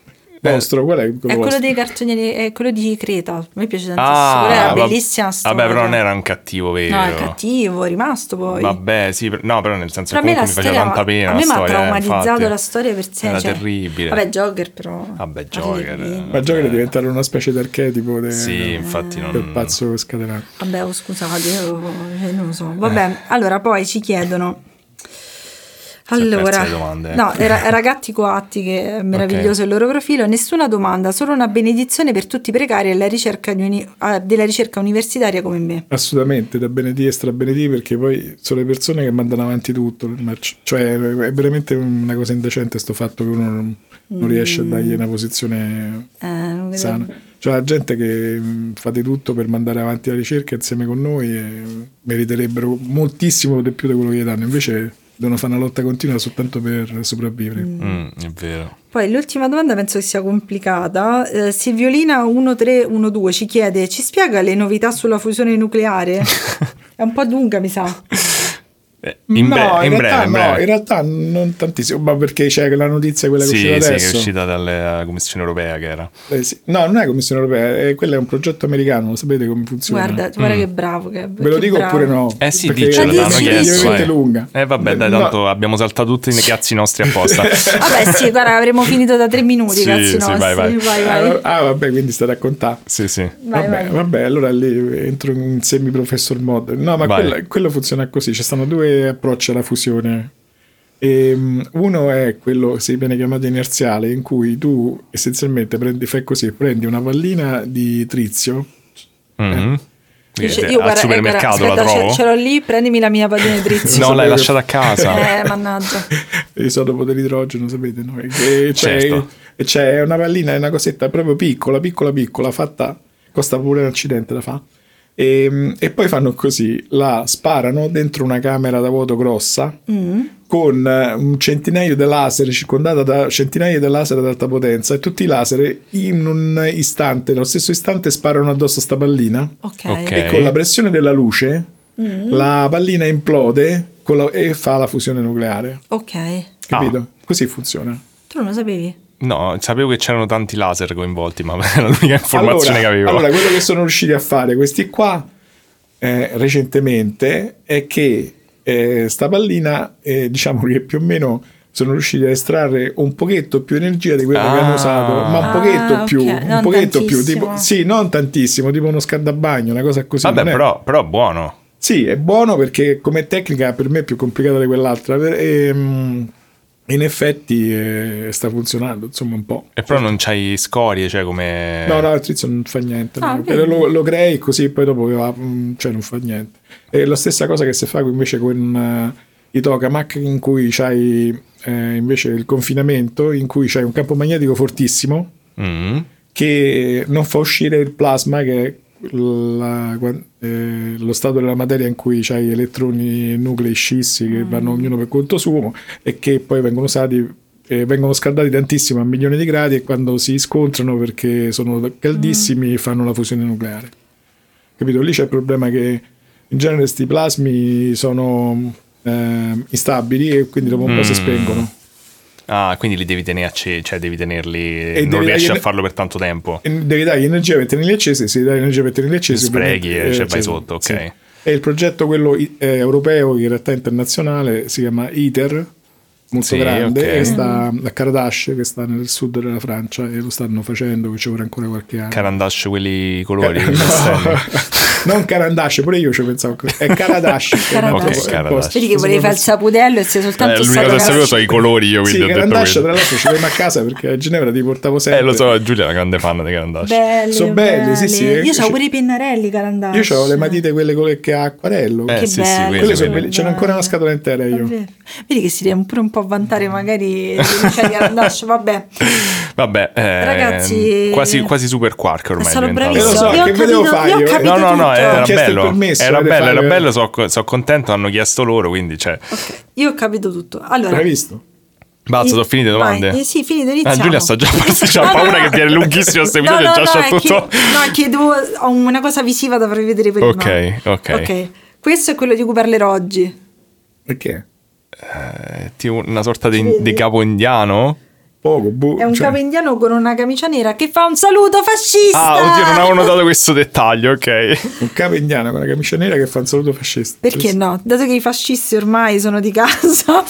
Mostro, qual è quello È quello vostro? dei cartoni, è quello di Creta. A me piace tantissimo. Ah, Quella è una va- bellissima storia. Vabbè, però non era un cattivo vero. No, è cattivo, è rimasto poi. Vabbè, sì, per- no, però nel senso Però che a me comunque la mi faceva storia, tanta pena a la me mi ha storia, eh, traumatizzato infatti. la storia per sé. Era cioè, terribile. Vabbè, Joker però. Vabbè, Joker. Vabbè, Ma Joker è diventato una specie di archetipo de- Sì, infatti non... del pazzo scatenato. Vabbè, oh, scusate, io eh, non lo so. Vabbè, allora poi ci chiedono. Si è persa Allora, le domande. no, era, era Gatti Coatti, che è meraviglioso Ok. il loro profilo. Nessuna domanda, solo una benedizione per tutti i precari alla ricerca di uni- ah, della ricerca universitaria come me. Assolutamente, da benedì e strabenedì, perché poi sono le persone che mandano avanti tutto. ma c- Cioè, è veramente una cosa indecente sto fatto che uno non, non riesce a dargli una posizione Eh, non vedo- sana. Cioè, la gente che mh, fa di tutto per mandare avanti la ricerca insieme con noi e meriterebbero moltissimo di più di quello che gli danno. Invece devono fare una lotta continua soltanto per sopravvivere. Mm, è vero. Poi l'ultima domanda penso che sia complicata. Eh, Silviolina uno tre uno due ci chiede: ci spiega le novità sulla fusione nucleare? È un po' lunga, mi sa. Eh, In, bre- no, in, in realtà, breve, in no, breve. in realtà non tantissimo, ma perché c'è la notizia quella che Sì, è uscita sì, che adesso. è uscita dalla Commissione Europea che era. Eh, sì. No, non è Commissione Europea, è, quello è un progetto americano, lo sapete come funziona? Guarda, guarda che bravo. Che, Ve lo che dico bravo. oppure no? Eh sì, Perché diccelo, te l'hanno dici, chiesto. veramente eh. lunga. Eh vabbè, dai, No. tanto abbiamo saltato tutti i cazzi nostri apposta. Vabbè, sì, guarda, avremo finito da tre minuti, Sì, cazzi sì, nostri. vai, vai. vai, vai. Ah, vabbè, quindi stai a raccontare. Sì, sì. Vai, vabbè, vai. vabbè, allora lì entro in semi-professor mode. No, ma Vai. quello, quello funziona così. Ci stanno due approcci alla fusione. E, uno è quello, si viene chiamato inerziale, in cui tu essenzialmente prendi, fai così, prendi una pallina di trizio. Mhm. Dice, Eh, io, al guarda, eh, supermercato guarda, la aspetta, trovo? ce, ce l'ho lì, prendimi la mia pallina di trizio. No, l'hai sapevo. lasciata a casa. Eh, mannaggia. Isotopo dell'idrogeno, sapete, no? E c'è, Certo. e c'è una pallina, è una cosetta proprio piccola, piccola, piccola, fatta, costa pure un accidente da fa. E, e poi fanno così, la sparano dentro una camera da vuoto grossa Mm. con eh, un centinaio di laser, circondata da centinaia di laser ad alta potenza, e tutti i laser in un istante, nello stesso istante, sparano addosso a sta pallina. Ok. Ok. E con la pressione della luce Mm. la pallina implode con la- e fa la fusione nucleare. Ok. Capito? Così funziona. Tu non lo sapevi? No, sapevo che c'erano tanti laser coinvolti, ma era l'unica informazione allora, che avevo. allora, quello che sono riusciti a fare questi qua eh, recentemente è che eh, sta pallina, eh, diciamo che più o meno sono riusciti a estrarre un pochetto più energia di quella che Ah. hanno usato, ma un Ah, pochetto ok, più, un non pochetto più, tantissimo. tipo, sì, non tantissimo, tipo uno scaldabagno, una cosa così. Vabbè, non è- però, però buono. Sì, è buono perché come tecnica per me è più complicata di quell'altra. per- E, mm, in effetti eh, sta funzionando, insomma, un po'. E però non c'hai scorie, cioè come... No, no, il trizio non fa niente. Ah, no. vedi. lo, lo crei così poi dopo va, mm, cioè non fa niente. E la stessa cosa che si fa invece con eh, i tokamak, in cui c'hai eh, invece il confinamento, in cui c'hai un campo magnetico fortissimo Mm. che non fa uscire il plasma, che è la- eh, lo stato della materia in cui c'hai elettroni e nuclei scissi che vanno ognuno per conto suo e che poi vengono usati, eh, vengono scaldati tantissimo a milioni di gradi, e quando si scontrano perché sono caldissimi fanno la fusione nucleare. Capito? Lì c'è il problema che in genere questi plasmi sono eh, instabili e quindi dopo un po' si Mm. spengono. Ah, quindi li devi tenere accesi, cioè devi tenerli... E non devi riesci dargli- a farlo per tanto tempo. E devi dargli energia per tenerli accesi, se gli dai energia per tenerli accesi Sprechi ovviamente, e cioè eh, vai sì, sotto, ok. sì. E il progetto quello eh, europeo, che in realtà è internazionale, si chiama ITER, molto Sì, grande, ok. e sta a Karadash, che sta nel sud della Francia, e lo stanno facendo, che ci vorrà ancora qualche anno. Carandash, quelli colori. Eh, no, non Carandash, pure io ci pensavo così. È Karadash. che è un altro Ok, po- Karadash. posto. Vedi che volevi fare il sapudello e sei soltanto Eh, l'unica stato cosa che sapevo Carandash. sono i colori, io quindi Sì, ho detto Carandash, quello. tra l'altro ci vengo a casa perché a Ginevra ti portavo sempre. Eh, lo so, Giulia è una grande fan di Carandash. Belli, Sono belli, sì, sì. Io C'è- ho pure i pennarelli Carandash. Io ho le matite quelle con le che ha acquarello. Eh, Che sì, bello. sì, Quelle quelli sono quelli. belli. Ce n'ho ancora una scatola intera È io. vero. Vedi che si deve pure un po' vantare magari di Carandash, vabbè. Vabbè, eh, Ragazzi, quasi, quasi super quark ormai. sono è diventato. Eh, lo so, bravissimo. Io ho che vedevo capito- fare io ho io? capito No, no, no, tutto. era Ho chiesto il bello. permesso, Era avete bello, era fare- bello, sono so contento, hanno chiesto loro, quindi cioè... Ok, io ho capito tutto. Allora, L'hai visto? Basta, sono finite le domande? Vai, eh, sì, finito, iniziamo. Ah, Giulia sta già c'ha No, no, paura no. che viene lunghissimo questo No, episodio no, e già no, c'ha è tutto. che, no, è che devo, ho una cosa visiva da farvi vedere prima. Ok, ok. Ok, questo è quello di cui parlerò oggi. Perché? Eh, tipo una sorta di, Vedi? di capo indiano? poco. Boh, È un cioè... capo indiano con una camicia nera che fa un saluto fascista. Ah, oddio, non avevo notato questo dettaglio, ok. Un capo indiano con una camicia nera che fa un saluto fascista. Perché sì, no? Dato che i fascisti ormai sono di casa.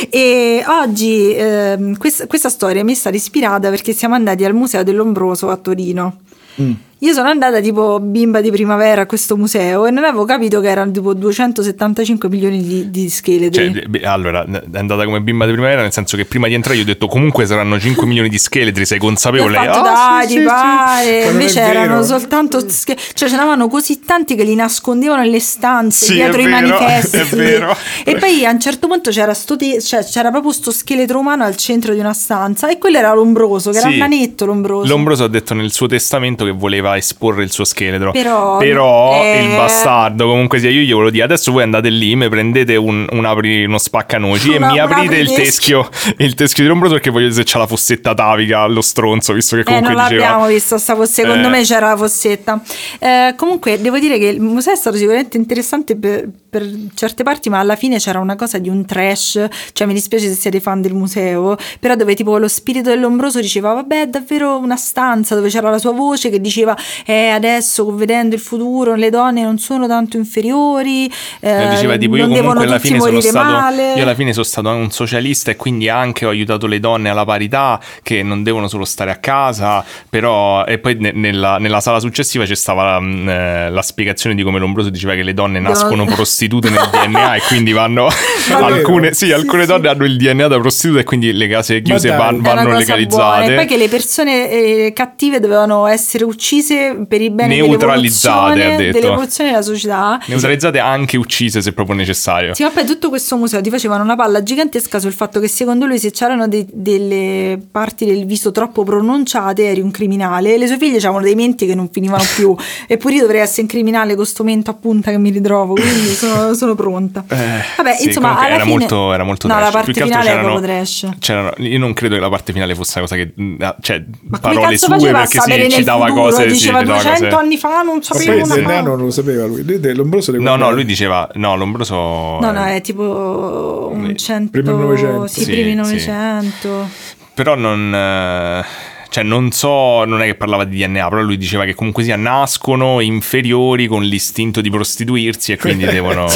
E oggi ehm, questa, questa storia mi è stata ispirata perché siamo andati al Museo dell'Ombroso a Torino. Mm. Io sono andata tipo bimba di primavera a questo museo e non avevo capito che erano tipo duecentosettantacinque milioni di, di scheletri. Cioè, beh, allora, è andata come bimba di primavera, nel senso che prima di entrare io ho detto comunque saranno cinque milioni di scheletri, sei consapevole? Ho fatto, oh, dai, sì, ti sì, pare. sì. Invece erano soltanto sch- cioè ce n'erano così tanti che li nascondevano nelle stanze, sì, dietro i vero, manifesti. È vero. E poi a un certo punto c'era sto te- cioè, c'era proprio sto scheletro umano al centro di una stanza e quello era l'Ombroso, che sì. era un nanetto l'Ombroso. L'Ombroso ha detto nel suo testamento che voleva esporre il suo scheletro, però, però eh... il bastardo, comunque sia, io gli volevo dire adesso voi andate lì, mi prendete un, un apri, uno spaccanoci una, e mi aprite il teschio il teschio di Lombroso, perché voglio vedere se c'è la fossetta atavica allo stronzo, visto che comunque eh, non diceva l'abbiamo visto sta fossetta, secondo eh... me c'era la fossetta. Eh, comunque devo dire che il museo è stato sicuramente interessante per, per certe parti, ma alla fine c'era una cosa di un trash, cioè mi dispiace se siete fan del museo, però dove tipo lo spirito dell'Ombroso diceva vabbè è davvero una stanza, dove c'era la sua voce che diceva eh adesso vedendo il futuro le donne non sono tanto inferiori, eh, diceva tipo io non comunque alla fine sono stato male. io alla fine sono stato un socialista e quindi anche ho aiutato le donne alla parità, che non devono solo stare a casa, però e poi ne, nella, nella sala successiva c'è stata la, la spiegazione di come Lombroso diceva che le donne nascono no. prostitute nel D N A e quindi vanno alcune, sì, alcune sì, donne sì. hanno il D N A da prostitute e quindi le case chiuse van, vanno legalizzate buona. E poi che le persone eh, cattive dovevano essere uccise per i beni neutralizzate, ha detto, dell'evoluzione della società, neutralizzate anche uccise se proprio necessario. Sì, ma poi tutto questo museo ti facevano una palla gigantesca sul fatto che secondo lui se c'erano de- delle parti del viso troppo pronunciate eri un criminale, e le sue figlie avevano dei menti che non finivano più eppure io dovrei essere un criminale con sto mento a punta che mi ritrovo, quindi sono, sono pronta. Eh, Vabbè, sì, insomma, alla era fine molto, era molto no, trash. la parte Più che finale altro è proprio trash. C'erano, io non credo che la parte finale fosse una cosa che, cioè, ma parole sue, perché si citava futuro, cose, diceva sì, duecento cose. anni fa non sapevo una cosa. Non lo sapeva lui, lui dell'Ombroso no no lui diceva no l'Ombroso no no è tipo un cento primi novecento sì, sì, primi sì. novecento però non eh... cioè non so, non è che parlava di D N A, però lui diceva che comunque sia nascono inferiori con l'istinto di prostituirsi e quindi devono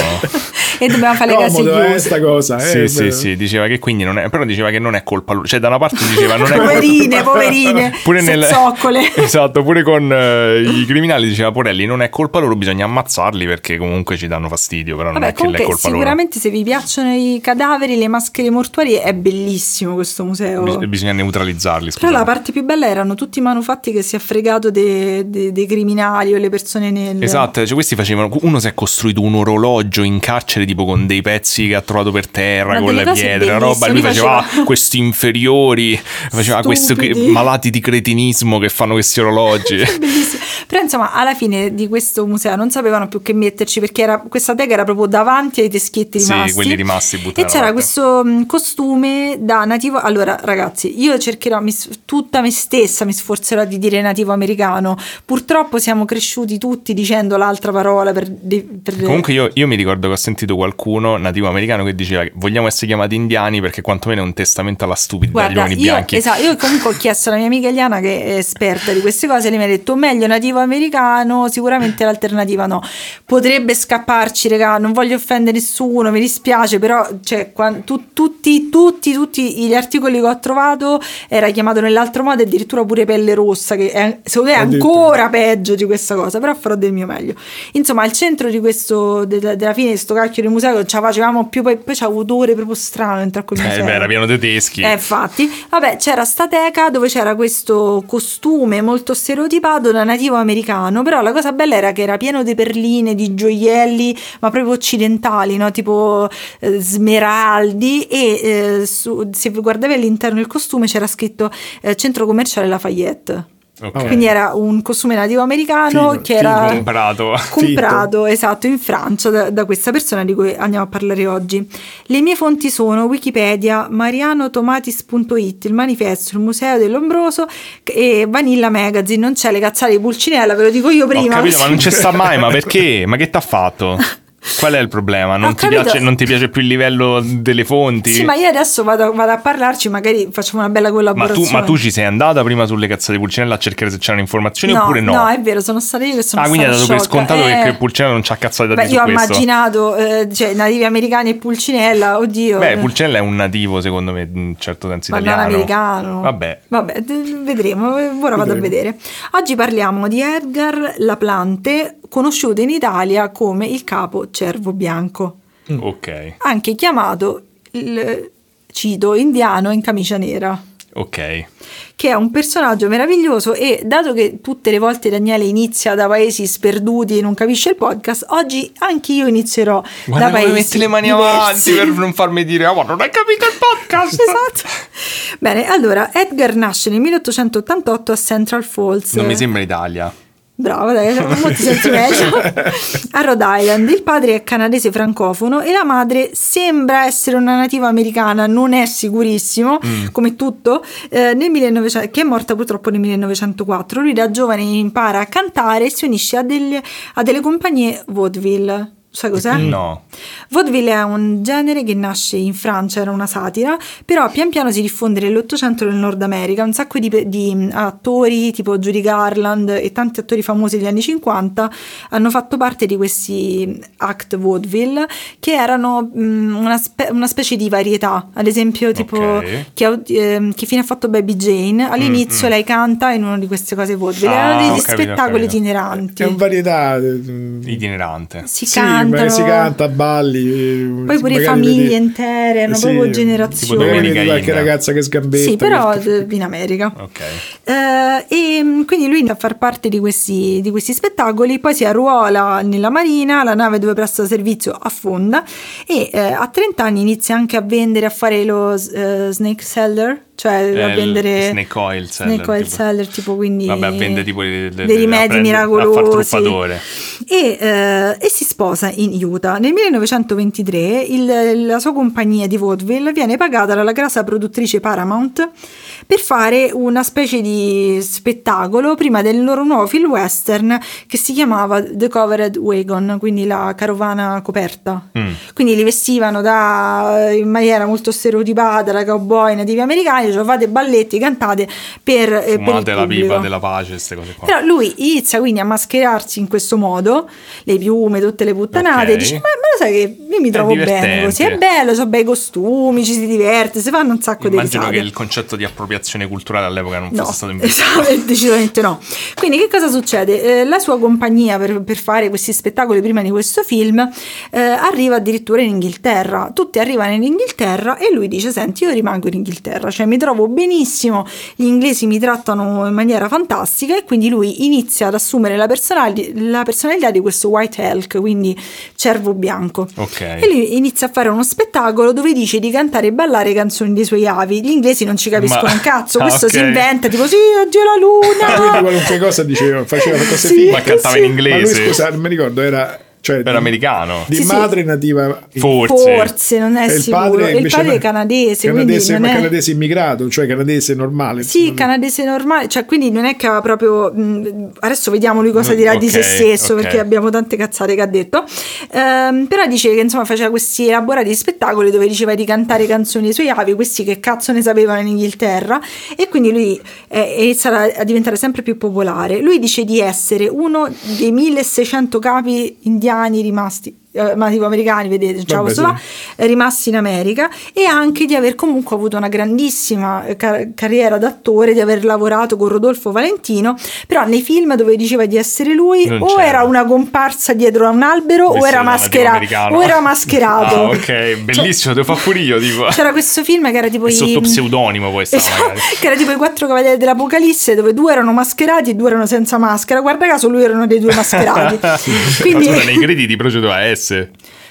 e dobbiamo fare le case chiuse. Sta cosa, eh, sì, sì, sì, diceva che quindi non è, però diceva che non è colpa loro, cioè da una parte diceva non è poverine, poverine, pure nel zoccole. Esatto, pure con uh, i criminali diceva Porelli non è colpa loro, bisogna ammazzarli perché comunque ci danno fastidio, però non Vabbè, è che è colpa sicuramente loro. Se vi piacciono i cadaveri, le maschere mortuarie è bellissimo questo museo. Bis- bisogna neutralizzarli, però la parte più bella erano tutti i manufatti che si è fregato dei de, de criminali o le persone nel... Esatto, cioè questi facevano, uno si è costruito un orologio in carcere tipo con dei pezzi che ha trovato per terra, ma con le pietre, la roba, e lui faceva, faceva questi inferiori, faceva questi malati di cretinismo che fanno questi orologi. Bellissimo. Però insomma alla fine di questo museo non sapevano più che metterci, perché era, questa teca era proprio davanti ai teschietti rimasti, sì, quelli rimasti buttati, e c'era questo um, costume da nativo. Allora ragazzi, io cercherò mi, tutta me stessa mi sforzerò di dire nativo americano, purtroppo siamo cresciuti tutti dicendo l'altra parola per, per... Comunque io, io mi ricordo che ho sentito qualcuno nativo americano che diceva che vogliamo essere chiamati indiani perché quantomeno è un testamento alla stupidità degli uomini bianchi. Esatto, io comunque ho chiesto alla mia amica Eliana che è esperta di queste cose e lei mi ha detto meglio nativo americano, sicuramente l'alternativa no, potrebbe scapparci, raga, non voglio offendere nessuno, mi dispiace, però cioè, quando, tu, tutti, tutti, tutti gli articoli che ho trovato era chiamato nell'altro modo, addirittura pure pelle rossa, che è, secondo me è ancora peggio di questa cosa, però farò del mio meglio. Insomma, al centro di questo de, della fine di sto cacchio di museo non ce la facevamo più, poi, poi c'ha un odore proprio strano entra a quel museo. Eh beh, era pieno tedeschi. Eh, infatti, vabbè, c'era sta teca dove c'era questo costume molto stereotipato da nativo americano, però la cosa bella era che era pieno di perline, di gioielli, ma proprio occidentali, no? Tipo eh, smeraldi, e eh, su, se guardavi all'interno del costume c'era scritto eh, centro commerciale Lafayette. Okay. Quindi era un costume nativo americano figo, che era figo. comprato, comprato esatto, in Francia da, da questa persona di cui andiamo a parlare oggi. Le mie fonti sono Wikipedia, marianotomatis punto it, il manifesto, il museo dell'Ombroso e Vanilla Magazine. Non c'è le cazzate di Pulcinella, ve lo dico io prima. Ho capito, ma non ci sta mai, ma perché? Ma che t'ha fatto? Qual è il problema? Non Ho ti, capito. piace, non ti piace più il livello delle fonti? Sì, ma io adesso vado, vado a parlarci, magari facciamo una bella ma, collaborazione. tu, ma tu ci sei andata prima sulle cazzate di Pulcinella a cercare se c'erano informazioni no, oppure no? No, è vero, sono stata io che sono Ah, stata quindi hai dato per sciocca. scontato eh, che Pulcinella non c'ha cazzate da beh, dire su io ho questo. immaginato, eh, cioè, nativi americani e Pulcinella, oddio. Beh, eh. Pulcinella è un nativo secondo me in un certo senso Ma non italiano. americano. Vabbè. Vabbè, d- vedremo, ora vado a Vedremo. vedere. Oggi parliamo di Edgar Laplante, conosciuto in Italia come il capo Cervo Bianco, Ok, anche chiamato il, cito, indiano in camicia nera, ok. che è un personaggio meraviglioso. E dato che tutte le volte Daniele inizia da paesi sperduti e non capisce il podcast, oggi anche io inizierò Guarda da come paesi metti le mani diversi. avanti per non farmi dire oh, ma non hai capito il podcast. Esatto. Bene, allora Edgar nasce nel milleottocentottantotto a Central Falls. Non mi sembra Italia. Bravo, dai, molti sensi meglio. A Rhode Island. Il padre è canadese francofono e la madre sembra essere una nativa americana, non è sicurissimo, Mm. come tutto, eh, nel millenovecento, che è morta purtroppo nel millenovecentoquattro. Lui da giovane impara a cantare e si unisce a delle, a delle compagnie vaudeville. Sai cos'è? No. Vaudeville è un genere che nasce in Francia, era una satira, però pian piano si diffonde nell'Ottocento nel Nord America. Un sacco di, di attori tipo Judy Garland e tanti attori famosi degli anni cinquanta hanno fatto parte di questi act vaudeville, che erano mh, una, spe- una specie di varietà. Ad esempio, tipo Ok. chi, ha- ehm, Chi fine ha fatto Baby Jane, all'inizio Mm, mm. lei canta in una di queste cose vaudeville. Ah, Erano degli ho capito, ho spettacoli capito. itineranti. È un varietà. eh, Itinerante. Si sì, cantano. ma si canta, balli. eh, Poi pure magari famiglie vedi- intere, erano sì, proprio tipo generazioni. magari vedi Domenica qualche in- ragazza che sgambetta. Sì, però che- d- in America. Ok. Eh, e mh, quindi lui inizia a far parte di questi, di questi spettacoli, poi si arruola nella marina, la nave dove presta servizio affonda e eh, a trenta anni inizia anche a vendere, a fare lo eh, snake seller, cioè È a il vendere snake oil seller, snake oil tipo. seller, tipo, quindi Vabbè, a vendere tipo le- le- dei le- rimedi a prendere- a far miracolosi. truffatore. E, eh, e si sposa in Utah. Nel millenovecentoventitré il- la sua compagnia di vaudeville viene pagata dalla grassa produttrice Paramount per fare una specie di spettacolo prima del loro nuovo film western che si chiamava The Covered Wagon, quindi la carovana coperta. Mm. Quindi li vestivano da, in maniera molto stereotipata da cowboy nativi americani, cioè fate balletti, cantate per, eh, per il Fumate la pubblico. pipa della pace, queste cose qua. Però lui inizia quindi a mascherarsi in questo modo, le piume, tutte le puttanate, Ok. dice ma, ma lo sai che io mi trovo bene divertente. così, è bello, sono bei costumi, ci si diverte, si fanno un sacco di Immagino risate. che il concetto di appropriazione culturale all'epoca non No, fosse stato investito. esatto, decisamente no. Quindi che cosa succede? Eh, la sua compagnia per, per fare questi spettacoli prima di questo film eh, arriva addirittura in Inghilterra. Tutti arrivano in Inghilterra e lui dice senti, io rimango in Inghilterra, cioè mi trovo benissimo, gli inglesi mi trattano in maniera fantastica, e quindi lui inizia ad assumere la, personali- la personalità di questo White Elk, quindi cervo bianco. Ok. E lui inizia a fare uno spettacolo dove dice di cantare e ballare canzoni dei suoi avi. Gli inglesi non ci capiscono Ma- un cazzo, Ah, questo ok. si inventa tipo sì, oddio la Ah, quindi luna. qualunque cosa diceva, faceva cose Sì. fighe. Ma cantava sì. in Ma lui, inglese. scusa, non mi ricordo, era cioè, Era americano. di Sì, sì. madre nativa. Forse. Forse non è E il sicuro. padre E il invece padre no- è canadese, canadese, quindi ma non è... canadese immigrato, cioè canadese normale. Sì, insomma. canadese normale, cioè quindi non è che aveva proprio mh, adesso vediamo lui cosa Mm, dirà di ok, se stesso, ok. perché abbiamo tante cazzate che ha detto. Ehm, però dice che insomma faceva questi elaborati spettacoli dove diceva di cantare canzoni dei suoi avi, questi che cazzo ne sapevano in Inghilterra, e quindi lui eh, inizia a diventare sempre più popolare. Lui dice di essere uno dei milleseicento capi indiani rimasti eh, nativo americani, vedete, ciao, Vabbè, questo là, eh, rimasti in America, e anche di aver comunque avuto una grandissima eh, car- carriera d'attore, di aver lavorato con Rodolfo Valentino, però nei film dove diceva di essere lui Non o c'era. era una comparsa dietro a un albero o Questo era, era nativo maschera- americano. o era mascherato. Ah, ok, bellissimo, devo fare pure io, tipo. C'era questo film che era tipo È i- sotto pseudonimo poi stava, Esatto, magari. che era tipo i quattro cavalieri dell'Apocalisse, dove due erano mascherati e due erano senza maschera. Guarda caso lui erano dei due mascherati. Ma Quindi scusa, nei crediti però ci doveva essere.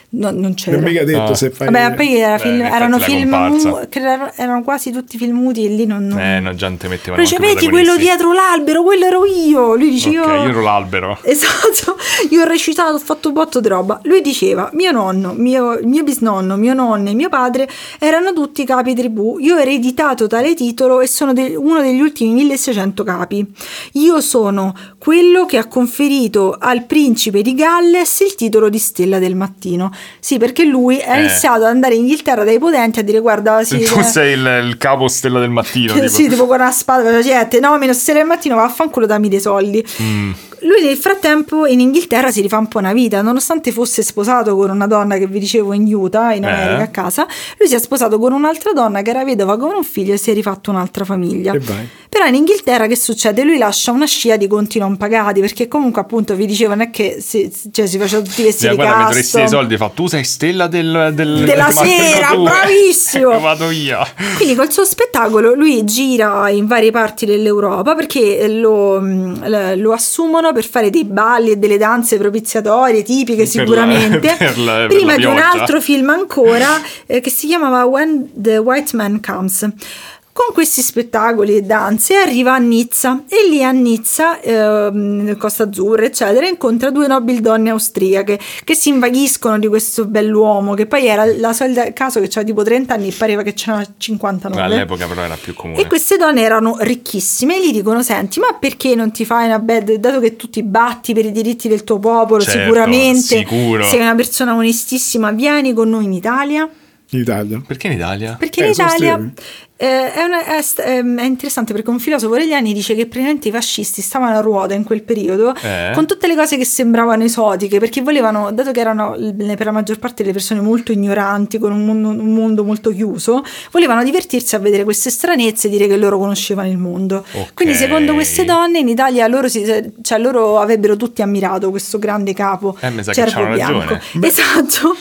no, non c'era. Non mica detto Ah. se fai... Vabbè, poi era Beh, film- in effetti erano la film comparsa. mu- che erano, erano quasi tutti film muti e lì non... non... Eh, no, già non te mettevano Però dice, anche i vedi quello protagonisti. dietro l'albero, quello ero io. Lui diceva, Ok, io ero l'albero. esatto, io ho recitato, ho fatto un botto di roba. Lui diceva, mio nonno, mio, mio bisnonno, mio nonno e mio padre erano tutti capi tribù. Io ho ereditato tale titolo e sono de- uno degli ultimi milleseicento capi. Io sono quello che ha conferito al principe di Galles il titolo di Stella del Mattino. Sì, perché lui ha Eh. iniziato ad andare in Inghilterra dai potenti a dire, guarda, sì, Tu eh, sei il, il capo Stella del Mattino. tipo. sì, tipo con una spada, faceva, cioè, te nomino Stella del Mattino, vaffanculo, dammi dei soldi. Mm. Lui nel frattempo in Inghilterra si rifà un po' una vita, nonostante fosse sposato con una donna che vi dicevo in Utah, in America, Eh. a casa, lui si è sposato con un'altra donna che era vedova con un figlio e si è rifatto un'altra famiglia. E vai. Però in Inghilterra che succede? Lui lascia una scia di conti non pagati, perché comunque appunto vi dicevo non è che si, cioè, si faceva tutti i vestiti Cioè, di guarda, mi dovresti custom. dei soldi. Fa, tu sei Stella del, del, Della del sera, mattino tu. bravissimo! Ecco, vado via. Quindi col suo spettacolo lui gira in varie parti dell'Europa perché lo, lo assumono per fare dei balli e delle danze propiziatorie tipiche Per sicuramente. la- per la- per Prima la di un pioggia. altro film ancora eh, che si chiamava When the White Man Comes. Con questi spettacoli e danze arriva a Nizza e lì a Nizza, ehm, Costa Azzurra eccetera, incontra due nobili donne austriache che si invaghiscono di questo bell'uomo che poi era la solita caso che aveva tipo trenta anni e pareva che ce n'aveva cinquantanove. All'epoca però era più comune. E queste donne erano ricchissime e gli dicono, senti, ma perché non ti fai una bad, dato che tu ti batti per i diritti del tuo popolo, Certo, sicuramente sicuro. sei una persona onestissima, vieni con noi in Italia. In Italia. Perché in Italia? Perché Eh, in sono Italia estremi. eh, è, una- è st- ehm, è interessante perché un filosofo Aureliani dice che praticamente i fascisti stavano a ruota in quel periodo Eh. con tutte le cose che sembravano esotiche, perché volevano, dato che erano l- per la maggior parte delle persone molto ignoranti, con un mondo, un mondo molto chiuso, volevano divertirsi a vedere queste stranezze e dire che loro conoscevano il mondo. Ok. Quindi secondo queste donne in Italia loro, si, cioè, loro avrebbero tutti ammirato questo grande capo Eh, mi sa che Cervo c'hanno Bianco. ragione. Esatto.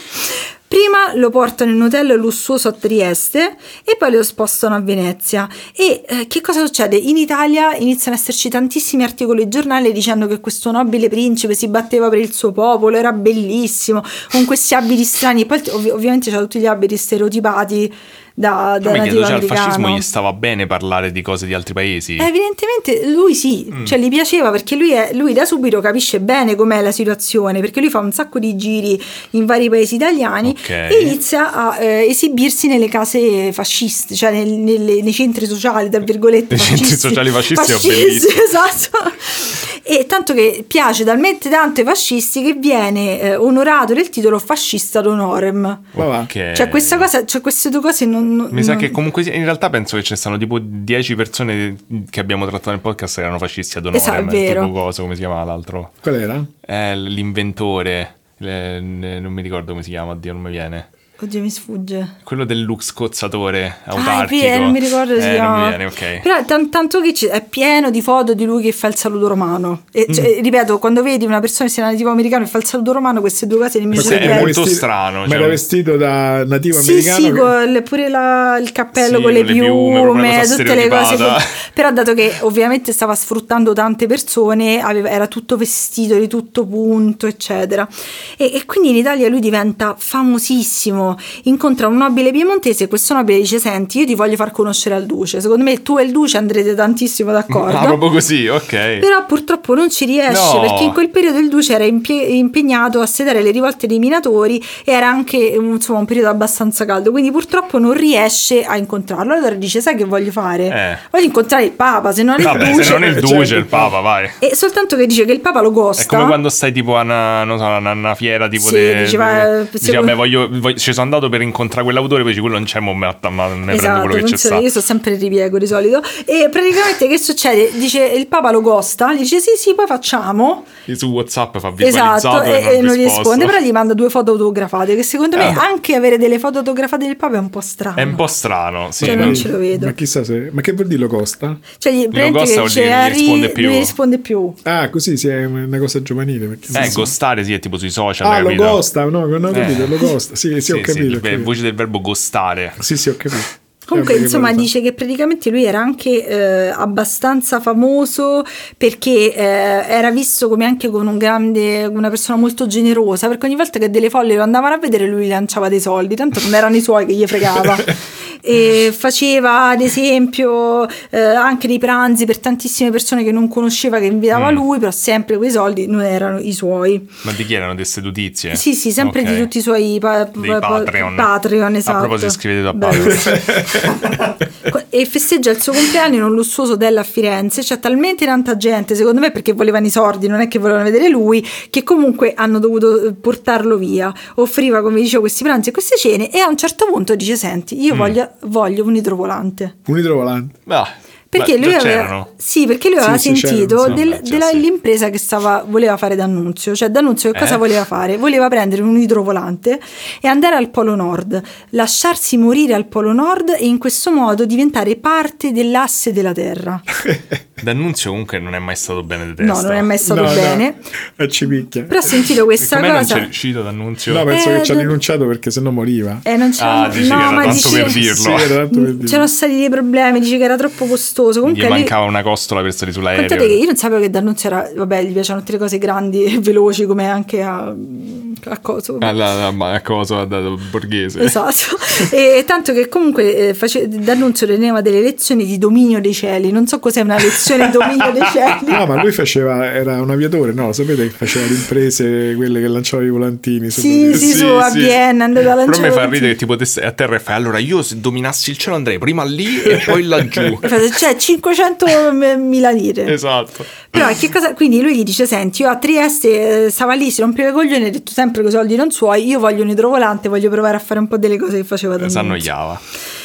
Prima lo portano in un hotel lussuoso a Trieste e poi lo spostano a Venezia. E eh, che cosa succede? In Italia iniziano ad esserci tantissimi articoli di giornale dicendo che questo nobile principe si batteva per il suo popolo, era bellissimo, con questi abiti strani. E poi ov- ovviamente c'ha tutti gli abiti stereotipati da, da Ma mi chiedo, nativo cioè, al fascismo americano. gli stava bene parlare di cose di altri paesi? Eh, Evidentemente lui sì, Mm. cioè gli piaceva perché lui, è, lui da subito capisce bene com'è la situazione, perché lui fa un sacco di giri in vari paesi italiani Ok. e inizia a eh, esibirsi nelle case fasciste, cioè nel- nelle- nei centri sociali, tra virgolette. Nei centri sociali fascisti è fascisti, bellissimo. esatto. E tanto che piace talmente tanto ai fascisti che viene eh, onorato del titolo fascista d'onorem. Ma va. Ok. Cioè questa cosa, cioè queste due cose non... non- Mi sa non- che comunque sia- in realtà penso che ci stanno tipo dieci persone che abbiamo trattato nel podcast che erano fascisti ad onore. Esatto, è ma vero. Tipo cosa, come si chiama l'altro? Qual era? Eh, l'inventore. Le- ne- non mi ricordo come si chiama, oddio, non mi viene. Oddio, mi sfugge. Quello del Lux scozzatore Ah, è autarchico. vero, non mi ricordo se si eh, chiama. non mi viene, ok. Però tan- tanto che c- è pieno di foto di lui che fa il saluto romano. E, cioè, Mm. ripeto, quando vedi una persona che sia nativo americano e fa il saluto romano, queste due cose nemmeno Ma si sì, è vedono. molto vestito- strano, Ma cioè- era vestito da nativo Sì, americano? sì, che- con pure la- il cappello Sì, con le con le piume, proprio una piume, cosa tutte le cose. stereotipata. Però dato che ovviamente stava sfruttando tante persone, aveva- era tutto vestito di tutto punto, eccetera. E, e quindi in Italia lui diventa famosissimo. Incontra un nobile piemontese e questo nobile dice: senti, io ti voglio far conoscere al duce. Secondo me tu e il duce andrete tantissimo d'accordo. Ah, proprio così, ok. Però purtroppo non ci riesce No. perché in quel periodo il duce era impie- impegnato a sedare le rivolte dei minatori e era anche un- insomma un periodo abbastanza caldo, quindi purtroppo non riesce a incontrarlo. Allora dice: sai che voglio fare? Eh. Voglio incontrare il Papa, se non il Vabbè, duce. se non il eh, duce, certo. il papa, vai. E soltanto che dice che il Papa lo È costa. come quando stai tipo a una, non so, una, una fiera tipo Sì, de- dici, va, dici, se- vabbè, voglio, voglio- ci sono andato per incontrare quell'autore, poi dici, quello non c'è, ma, me, ma me prendo Esatto, quello che c'è funziona. sta. Io sto sempre in ripiego di solito. E praticamente che succede? Dice il Papa lo costa, gli dice sì sì poi facciamo. E su WhatsApp fa visualizzato Esatto, e, e, e non gli risposto. risponde, però gli manda due foto autografate, che secondo me Eh. anche avere delle foto autografate del Papa è un po' strano. È un po' strano, sì. Cioè, ma- non ce lo vedo. Ma chissà se... Ma che vuol dire lo costa? Cioè, gli praticamente costa che vuol dire dice, non gli Harry, risponde più. non gli risponde più. Ah, così sì, è una cosa giovanile. Perché non Eh, so. ghostare sì, è tipo sui social, Ah, lo capito? costa, no, non ho capito, Eh. lo costa. Sì, sì, ho capito. ho beh, capito. voce del verbo gostare. Sì, sì, ho capito. Comunque Sempre che insomma vuole dice che praticamente lui era anche eh, abbastanza famoso perché eh, era visto come anche con un grande, una persona molto generosa, perché ogni volta che delle folle lo andavano a vedere lui gli lanciava dei soldi, tanto non erano i suoi che gli fregava. E faceva ad esempio eh, anche dei pranzi per tantissime persone che non conosceva, che invitava Mm. lui, però sempre quei soldi non erano i suoi. Ma di chi erano? Di sedutizie? Sì, sì, sempre Ok. di tutti i suoi pa- Dei pa- Patreon. Patreon, esatto. A proposito, iscrivetevi a Bravissimo. E festeggia il suo compleanno in un lussuoso hotel a Firenze. C'è talmente tanta gente, secondo me perché volevano i soldi, non è che volevano vedere lui, che comunque hanno dovuto portarlo via. Offriva, come dicevo, questi pranzi e queste cene, e a un certo punto dice: senti, io Mm. voglio, voglio un idrovolante. Un idrovolante. Ah, Perché ma lui già aveva, c'erano? sì, perché lui Sì, aveva sì, sentito c'erano, del- insomma, già della- sì. dell'impresa che stava, voleva fare D'Annunzio. Cioè D'Annunzio che cosa Eh? voleva fare? Voleva prendere un idrovolante e andare al Polo Nord, lasciarsi morire al Polo Nord e in questo modo diventare parte dell'asse della Terra. D'Annunzio comunque non è mai stato bene di testa. No, non è mai stato No, no, bene. e ci picchia. Però ho sentito questa Com'è non cosa. c'è riuscito D'Annunzio? No, penso Eh, che ci ha do- rinunciato perché sennò moriva. Eh, non c'era, Ah, dici no, che era ma tanto dice- per dirlo. Sì, era tanto per dire. c'erano stati dei problemi, dice che era troppo costoso. Gli Comunque lui- mancava una costola per stare sull'aereo. Contate che io non sapevo che D'Annunzio era, vabbè, gli piacciono tutte le cose grandi e veloci come anche a, a coso. Alla, a cosa da borghese. Esatto. E tanto che comunque eh, face- D'Annunzio teneva delle lezioni di dominio dei cieli. Non so cos'è una lezione di dominio dei cieli. No, ma lui faceva, era un aviatore, no? Sapete che faceva le imprese, quelle che lanciava i volantini. Sì, sì, su a Vienna, andava a Però lanciare mi fa volantini. ridere che tipo te stai a terra e fai: allora io se dominassi il cielo andrei prima lì e poi laggiù. E fate, cioè cinquecentomila lire. Esatto. Però che cosa? Quindi lui gli dice: senti, io a Trieste eh, stava lì, si rompeva i coglioni, ha detto sempre che i soldi non suoi, io voglio un idrovolante, voglio provare a fare un po' delle cose che faceva da Si annoiava.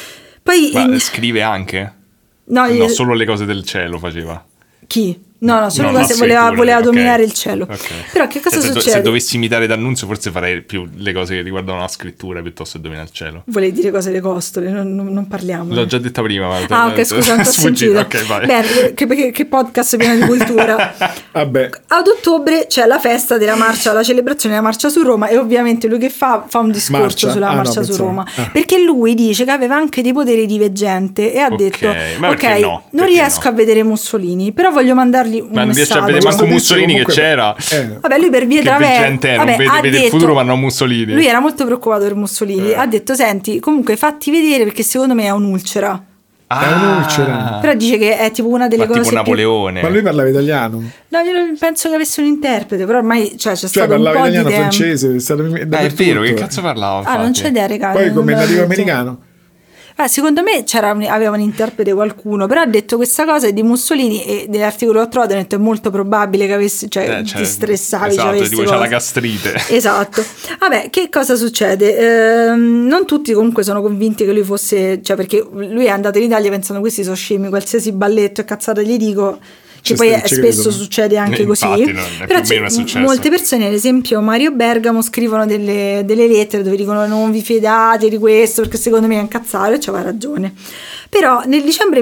Poi Ma in- scrive anche? no, No, io- solo le cose del cielo faceva. chi? No, no, solo No, cose no, voleva, scritture, voleva ok. dominare il cielo. Ok. Però che cosa Cioè, se, do- succede? se dovessi imitare D'Annunzio forse farei più le cose che riguardano la scrittura piuttosto che dominare il cielo. Volevi dire cose le costole, non, non, non parliamo. L'ho già detta prima. Ma Ah, ok, scusa, non ti ho sentito. Ok, vai. Beh, che, che, che podcast pieno di cultura. Vabbè, Ad ottobre c'è la festa della marcia, la celebrazione della marcia su Roma, e ovviamente lui che fa? Fa un discorso Marcia? sulla Ah, no, marcia su pensavo. Roma, Ah. perché lui dice che aveva anche dei poteri di veggente e ha Ok, detto: ma ok, perché no? non Perché riesco no? a vedere Mussolini, però voglio mandargli un Ma non riesce a messaggio. vedere manco Questo Mussolini che comunque- c'era. eh, Vabbè, lui per via Che traverse, veggente è, non vabbè, vede- ha vede il detto- futuro, ma non Mussolini. Lui era molto preoccupato per Mussolini. Eh. Ha detto: senti, comunque fatti vedere perché secondo me è un'ulcera. È un'ulcera. Però dice che è tipo una delle Ma cose tipo più... Napoleone. ma lui parlava italiano. No, io non penso che avesse un interprete, però ormai cioè, c'è Cioè, stato un parlava po' di italiano, tempo. francese, è stato Ah, è vero, che cazzo parlava? Ah, non infatti? c'è idea, raga. Poi non come me l'ha nativo detto. americano. Ah, secondo me c'era un- aveva un interprete qualcuno, però ha detto questa cosa di Mussolini e dell'articolo che ho trovato, ha detto è molto probabile che avessi, cioè Eh, cioè, ti stressavi, esatto, cioè, tipo c'ha la gastrite. Esatto. Vabbè, che cosa succede? Ehm, non tutti comunque sono convinti che lui fosse, cioè perché lui è andato in Italia pensando questi sono scemi, qualsiasi balletto e cazzata gli dico, che Ci poi sta- è- ci spesso credo. succede anche Eh, così. infatti, non- più Però o c'è- meno è successo. molte persone, ad esempio Mario Bergamo, scrivono delle, delle lettere dove dicono non vi fidate di questo perché secondo me è incazzato, e c'aveva ragione. Però nel dicembre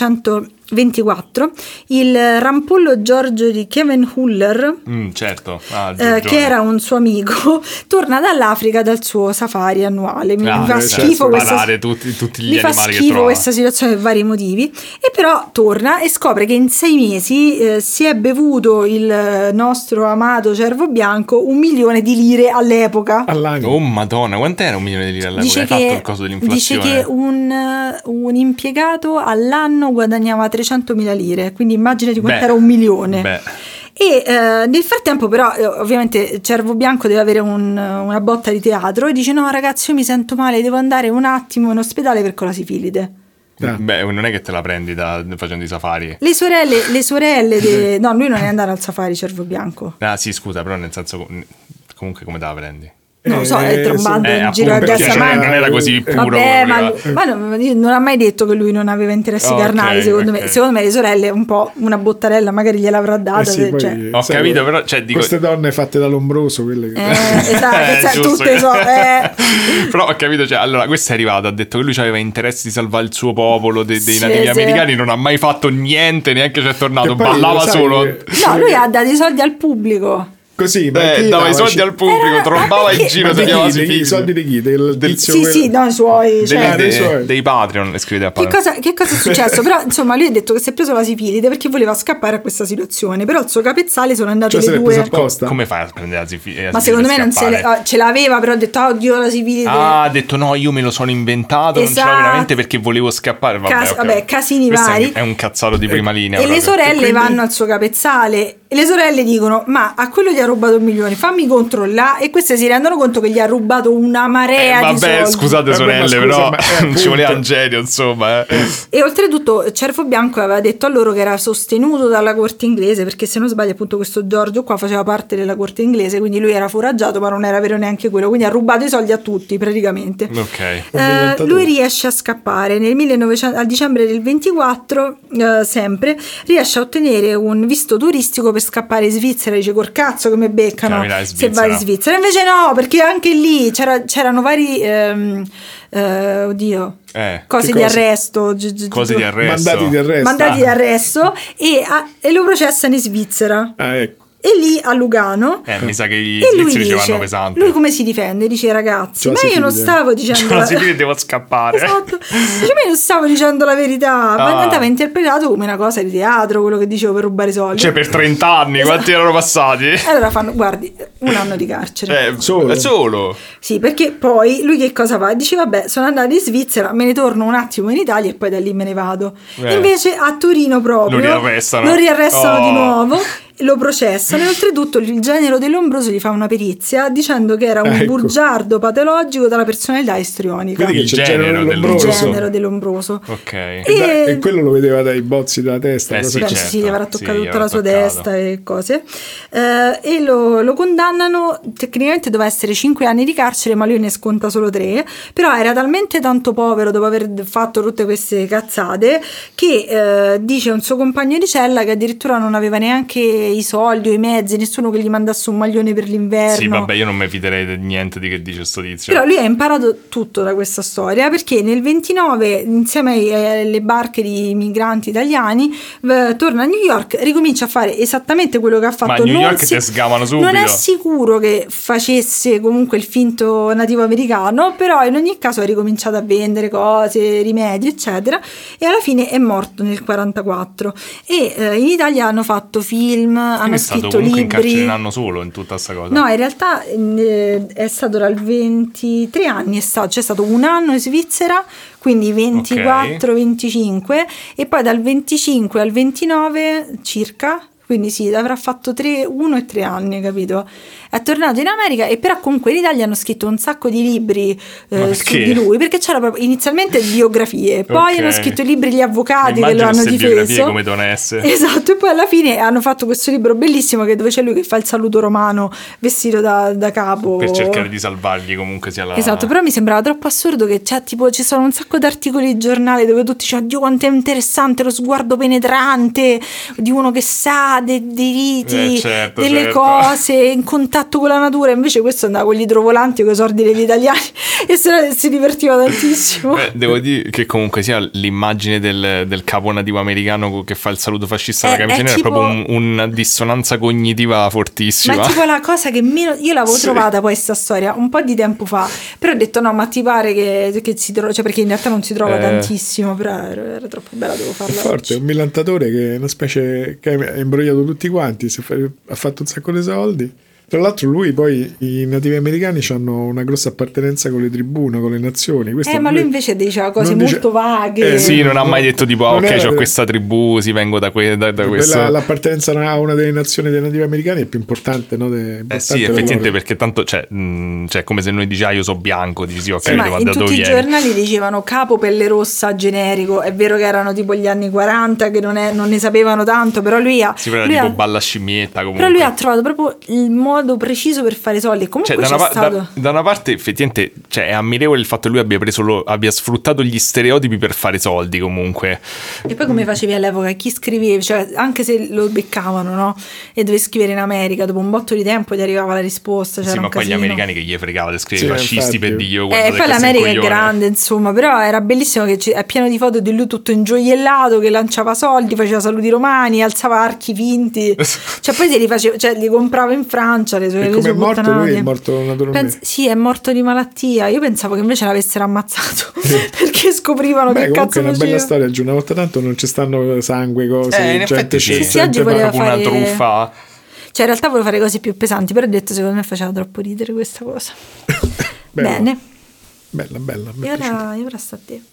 millenovecentoventiquattro il rampollo Giorgio di Kievenhuller, Mm, certo. Ah, eh, Giorgione. che era un suo amico, torna dall'Africa dal suo safari annuale. Mi, Ah, mi fa eh, schifo certo, questa, parare tutti, tutti gli mi fa animali che schifo trova. questa situazione per vari motivi, e però torna e scopre che in sei mesi eh, si è bevuto il nostro amato cervo bianco un milione di lire all'epoca. All'anno. Oh madonna, quant'era un milione di lire all'epoca? Dice Hai fatto che, il coso dice dell'inflazione? che un, eh, un impiegato all'anno guadagnava trecentomila lire, quindi immaginati quanto Beh, era un milione. beh. E eh, nel frattempo però eh, ovviamente Cervo Bianco deve avere un- una botta di teatro e dice no ragazzi io mi sento male, devo andare un attimo in ospedale per la sifilide. Ah. Beh, non è che te la prendi da, facendo i safari. Le sorelle, le sorelle de... no, lui non è andato al safari Cervo Bianco. Ah sì, scusa, però nel senso comunque come te la prendi? Non lo so, è Eh, trombando Eh, in appunto, giro a perché destra cioè, mano. non era così puro. Vabbè, ma, proprio. ma non, io non ha mai detto che lui non aveva interessi Ok, carnali, secondo ok. me. Secondo me le sorelle un po' una bottarella magari gliel'avrà data. Eh sì, poi, cioè. Ho sai, capito, però, cioè, dico- queste donne fatte da Lombroso, quelle che... Eh, esatto, Eh, cioè, giusto tutte che- so, eh. Però ho capito, cioè, allora, questo è arrivato, ha detto che lui aveva interesse di salvare il suo popolo de- dei Sì, nativi sì. americani, non ha mai fatto niente, neanche c'è tornato, Che poi ballava lo sai solo. che- No, lui ha dato i soldi al pubblico. Così, ma Eh, chi dava i dava soldi ci- al pubblico, Era- trombava ma in perché- giro, Ma si di chiamava chi? Di chi? I soldi di chi? Del Del- tizio Sì, quello- sì, no, i suoi. cioè- dei, dei dei, suoi. dei Patreon, scrivete a Che Patreon. cosa, che cosa è successo? Però insomma lui ha detto che si è preso la sifilide perché voleva scappare a questa situazione, però il suo capezzale sono andate Cioè se le l'è presa due. apposta? Come fai a prendere la sifilide? Ma secondo me non se le- ah, ce l'aveva, però ha detto "Ah, oddio la sifilide". Ah, ha detto no, io me lo sono inventato, non ce Esatto. l'avevo veramente perché volevo scappare. Vabbè, Cas- ok. vabbè, casini Questo è un- vari. È un cazzato di prima linea. E le proprio. sorelle E quindi- vanno al suo capezzale e le sorelle dicono "Ma a quello gli ha rubato un milione, fammi controllare". E queste si rendono conto che gli ha rubato una marea Eh, di vabbè, soldi. scusate Vabbè, sorelle, ma scusa, però ma, eh, non ci appunto. voleva un genio, insomma. Eh. E oltretutto Cerfo Bianco aveva detto a loro che era sostenuto dalla corte inglese, perché se non sbaglio appunto questo Giorgio qua faceva parte della corte inglese, quindi lui era foraggiato ma non era vero neanche quello, quindi ha rubato i soldi a tutti praticamente. Ok. Eh, millantatore. lui riesce a scappare nel millenovecento, a dicembre del ventiquattro, eh, sempre riesce a ottenere un visto turistico per scappare in Svizzera. Dice col cazzo che mi beccano Capirà in se Svizzera. vai in Svizzera. Invece no, perché anche lì c'era- c'erano vari ehm, eh, oddio Eh, cose che di cose? arresto gi- gi- Cose di arresto. Mandati di arresto. mandati di Ah. arresto e, a- e lo processano in Svizzera Ah, ecco. e lì a Lugano. Eh, mi sa che gli E lui svizzeri ci vanno dice, pesante. lui come si difende? Dice ragazzi, C'ho la ma io non sifilide. stavo dicendo Cioè, la- si vede, devo scappare. Esatto. Dice, ma io non stavo dicendo la verità, ma Ah. andava interpretato come una cosa di teatro, quello che dicevo per rubare i soldi. Cioè, per trenta anni, quanti erano passati? E allora fanno, guardi, un anno di carcere. Eh, Solo. è solo. Sì, perché poi lui che cosa fa? Dice vabbè, sono andato in Svizzera, me ne torno un attimo in Italia e poi da lì me ne vado. Eh. Invece a Torino proprio Lo riarrestano. lo riarrestano Oh. di nuovo, lo processano e oltretutto il genero dell'Ombroso gli fa una perizia dicendo che era un Ecco. bugiardo patologico dalla personalità istrionica. Vedi che Il c'è il genero genere Il dell'ombroso. genero dell'Ombroso. Ok. E- E, da- e quello lo vedeva dai bozzi della testa. Eh, cosa sì, che- Penso certo. sì, gli avrà Sì, toccato gli tutta avrà la sua toccato. testa e cose. Eh, e lo, lo condannano, tecnicamente doveva essere cinque anni di carcere, ma lui ne sconta solo tre. Però era talmente tanto povero dopo aver fatto tutte queste cazzate che eh, dice un suo compagno di cella che addirittura non aveva neanche i soldi o i mezzi, nessuno che gli mandasse un maglione per l'inverno. Sì, vabbè, io non mi fiderei di niente di che dice sto tizio. Però lui ha imparato tutto da questa storia perché nel ventinove, insieme ai- alle barche di migranti italiani, v- torna a New York, ricomincia a fare esattamente quello che ha fatto. Ma a New Non York si- te sgamano subito. Non è sicuro che facesse comunque il finto nativo americano, però in ogni caso ha ricominciato a vendere cose, rimedi, eccetera, e alla fine è morto nel quarantaquattro. E eh, in Italia hanno fatto film, Quindi hanno è stato scritto comunque in carcere libri. un anno solo in tutta sta cosa. No, in realtà eh, è stato dal ventitré anni, è stato, c'è stato un anno in Svizzera, quindi ventiquattro venticinque, e poi dal venticinque al ventinove circa, quindi sì, avrà fatto tre, uno e tre anni, capito? È tornato in America e però comunque in Italia hanno scritto un sacco di libri Ma eh, su perché? di lui, perché c'era proprio inizialmente biografie, poi Ok. hanno scritto i libri gli avvocati che lo Immagino hanno queste biografie difeso. come devono essere. Esatto, e poi alla fine hanno fatto questo libro bellissimo che dove c'è lui che fa il saluto romano vestito da, da capo. Per cercare di salvargli comunque sia la... Esatto, però mi sembrava troppo assurdo che c'è tipo ci sono un sacco di articoli di giornale dove tutti dicono Dio quanto è interessante lo sguardo penetrante di uno che sa dei diritti, Eh, certo, delle certo. cose, in contatto con la natura. Invece questo andava con gli idrovolanti con i sordi degli italiani e se- si divertiva tantissimo. Beh, devo dire che comunque sia l'immagine del, del capo nativo americano che fa il saluto fascista alla È- camicia è nera è tipo- proprio un- una dissonanza cognitiva fortissima. Ma è tipo la cosa che meno io l'avevo Sì. trovata poi sta storia un po' di tempo fa, però ho detto no, ma ti pare che, che si trova, cioè perché in realtà non si trova Eh. tantissimo, però era, era troppo bella, devo È farla forte, è un oggi. millantatore che è una specie che ha imbrogliato tutti quanti, si è fa- ha fatto un sacco di soldi. Tra l'altro lui poi, i nativi americani hanno una grossa appartenenza con le tribù, no, con le nazioni. Questo Eh, ma lui invece diceva cose non dice- molto vaghe. Eh, Sì, non ha mai detto tipo, ah, Non ok, era- c'ho questa tribù, si vengo da, que- da, da questo. Quella- l'appartenenza a una delle nazioni dei nativi americani è più importante, no? De- Eh importante sì, per effettivamente loro. perché tanto, cioè, mh, cioè, come se noi dici, ah, io so bianco, dici sì, ok, Sì, ma devo in da dove tutti i vieni. giornali dicevano capo pelle rossa generico. È vero che erano tipo gli anni quaranta, che non, è- non ne sapevano tanto, però lui ha, Si parla lui tipo ha- balla scimmietta comunque. però lui ha trovato proprio il modo preciso per fare soldi. Comunque Cioè, da c'è una, pa- stato da- da una parte effettivamente, cioè, è ammirevole il fatto che lui abbia preso lo- abbia sfruttato gli stereotipi per fare soldi comunque. E poi come facevi all'epoca? Chi scrivevi? Cioè, anche se lo beccavano, no? E dovevi scrivere in America, dopo un botto di tempo ti arrivava la risposta. C'era Sì, un ma poi gli casino. americani che gli fregava di scrivere Sì, fascisti infatti. per Dio. Eh, guardate e poi questo l'America è coglione. grande, insomma, però era bellissimo che ci- è pieno di foto di lui tutto ingioiellato, che lanciava soldi, faceva saluti romani, alzava archi finti. Cioè, poi se li faceva, cioè, li comprava in Francia c'ha le sue, E le come sue è morto puttanate. lui? È morto naturalmente. Pens- sì, è morto di malattia. Io pensavo che invece l'avessero ammazzato perché scoprivano Beh, che comunque cazzo è una bella faceva. storia giù. Una volta tanto non ci stanno sangue, cose, Eh, in gente, effetti sì. gente Sì, oggi fa- voleva Proprio una fare- truffa. Cioè, in realtà volevo fare cose più pesanti, però ho detto secondo me faceva troppo ridere questa cosa. Bella. Bene, Bella, bella. mi e è piaciuta. ora, e ora sta a te.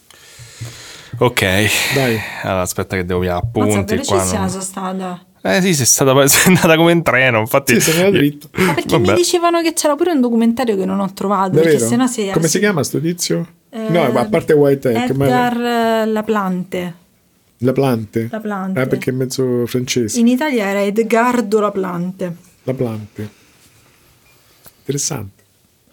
Ok. Dai. Allora, aspetta che devo via Mazza, appunti qua. velocissima non- sono stata. Eh sì, sei stata sei andata come in treno, infatti. Sì, se ne va dritto. Ma perché Vabbè. mi dicevano che c'era pure un documentario che non ho trovato, perché Davvero? sennò si Come si chiama sto tizio? Eh, no, ma a parte White Egg, ma Edgar eh, Laplante. la Plante. La Plante. Ah, perché è mezzo francese. In Italia era Edgardo Laplante. La Plante. Interessante.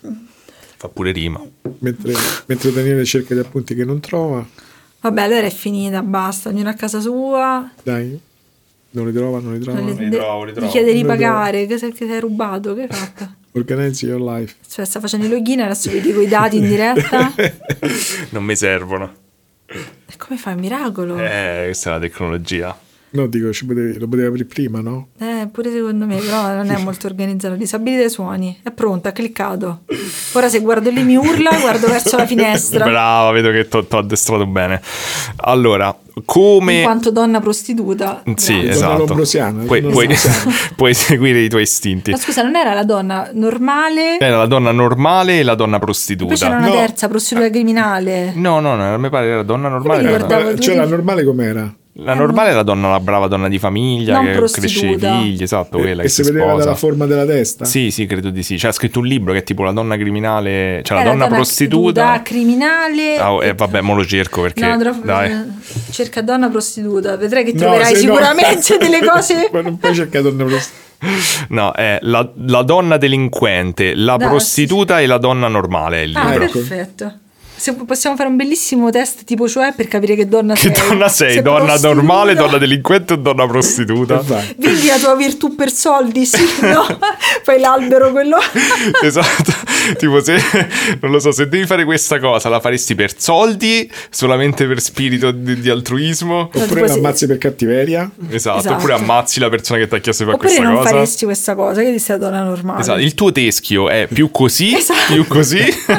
Fa pure rima. Mentre, mentre Daniele cerca gli appunti che non trova, Vabbè, allora è finita, basta, ognuno a casa sua. dai, non li trova, non li trova. Non le- ritrovo, de- ritrovo. Gli chiede di Non li pagare, che sei, che sei rubato, che hai fatto? Organizzi your life. Cioè, sta facendo i login, adesso vi dico i dati in diretta. Non mi servono. E come fai? Un miracolo? Eh, questa è la tecnologia. No, dico, ci potevi, lo potevi aprire prima, no? Eh, pure secondo me, però non è molto organizzato. Disabilita i suoni. È pronto, ha cliccato. Ora se guardo lì mi urla, guardo verso la finestra. Brava, vedo che ti ho addestrato bene. Allora, come... In quanto donna prostituta. Sì, Bravo. esatto. Lombrosiana, Puoi, non puoi, Lombrosiana. puoi seguire i tuoi istinti. Ma scusa, non era la donna normale? Era la donna normale e la donna Poi c'era prostituta. una No. terza, prostituta criminale. No, no, no, mi pare era donna normale. mi era- ricordavo- Eh, cioè, la normale com'era? La normale è la donna, la brava donna di famiglia Non che cresce i prostituta. figli, esatto, quella E che si si vedeva sposa. dalla forma della testa? Sì, sì, credo di sì. C'è scritto un libro che è tipo la donna criminale, cioè la Era donna prostituta. criminale. Ah, e vabbè, mo lo cerco perché No, troppo- dai. cerca donna prostituta, vedrai che No, troverai se no- sicuramente delle cose. Ma non puoi cercare donna prostituta. No, è la, la donna delinquente, la No, prostituta e la donna normale è il Ah, libro. ecco. perfetto. Se possiamo fare un bellissimo test tipo cioè per capire che donna Che sei. donna sei? Se Donna prostituta- normale, donna delinquente o donna prostituta? E vai. Vendi la tua virtù per soldi, sì, no? Fai l'albero quello. Esatto, tipo se non lo so, se devi fare questa cosa la faresti per soldi, solamente per spirito di, di altruismo. No, Oppure tipo se- l'ammazzi per cattiveria? Esatto, Esatto. oppure ammazzi la persona che ti ha chiesto di fare Oppure questa non cosa. faresti questa cosa, che ti sei donna normale. Esatto, il tuo teschio è più così, Esatto. più così.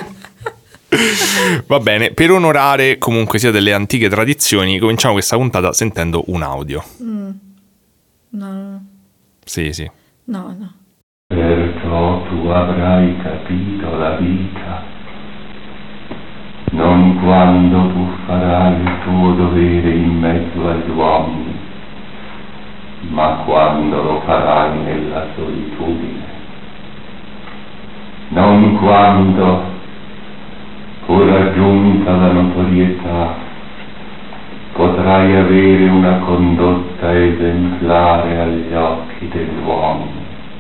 Va bene, per onorare comunque sia delle antiche tradizioni, cominciamo questa puntata sentendo un audio. No, Sì, sì. no, no. Perciò tu avrai capito la vita, non quando tu farai il tuo dovere in mezzo agli uomini, ma quando lo farai nella solitudine. Non quando, pur raggiunta la notorietà, potrai avere una condotta esemplare agli occhi degli uomini,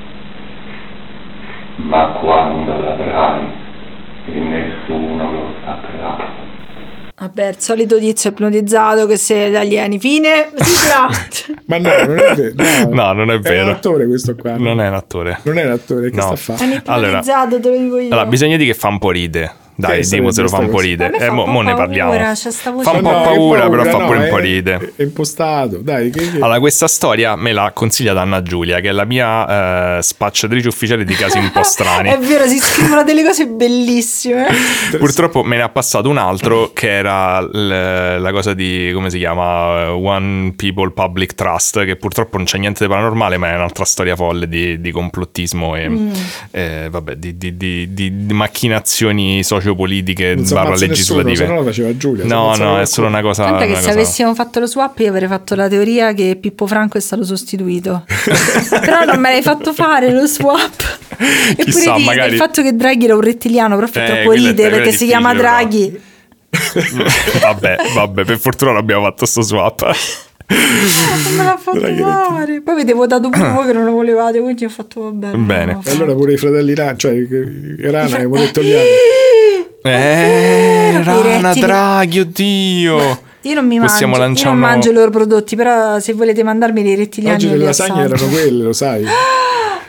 ma quando l'avrai e nessuno lo saprà. Vabbè, il solito tizio ipnotizzato che sei gli alieni. Fine, sigla. Ma no, non è vero. No, No, non è vero. È un attore questo qua. Non è un attore. Non è un attore, che No. sta a È fare? un ipnotizzato, te lo dico io. Allora, bisogna dire che fa un po' ride. Dai, Che dimo se lo fa un po' sarebbe ride. A me fa Eh, un mo, po' mo ne paura, parliamo. c'è sta voce- Fa un po' No, che paura, però fa no, pure un po' è- ride. È impostato, dai. Che, che... Allora, questa storia me l'ha consigliata Anna Giulia, che è la mia eh, spacciatrice ufficiale di casi un po' strani. È vero, si scrivono delle cose bellissime. Purtroppo me ne ha passato un altro che era l- la cosa di, come si chiama, uh, One People Public Trust, che purtroppo non c'è niente di paranormale, ma è un'altra storia folle di, di complottismo e Mm. eh, vabbè, di, di- di- di- di macchinazioni sociopolitiche non si barra ammazza nessuno, legislative. se no lo faceva Giulia. si No, ammazzava no, è qualcuno. solo una cosa. Conta che una se cosa- avessimo fatto lo swap io avrei fatto la teoria che Pippo Franco è stato sostituito. Però non me l'hai fatto fare lo swap. Eppure Chissà, di- magari- del fatto che Draghi era un rettiliano, però fa Eh, troppo quello è- ridere quello è perché si chiama difficile, però. Draghi. vabbè, vabbè, per fortuna non abbiamo fatto sto swap. Non me l'ha fatto Draghi fare. Poi avete votato pure voi che non lo volevate, quindi ho fatto va bene. Bene. non lo E allora pure i fratelli Rana, cioè i Rana, abbiamo detto gli altri. Eh, I Rana, rettili- Draghi, oddio. Io non mi Possiamo mangio, io lanciare non un- mangio i loro prodotti, però se volete mandarmi dei rettiliani Oggi io le li lasagne assaggio. erano quelle, lo sai.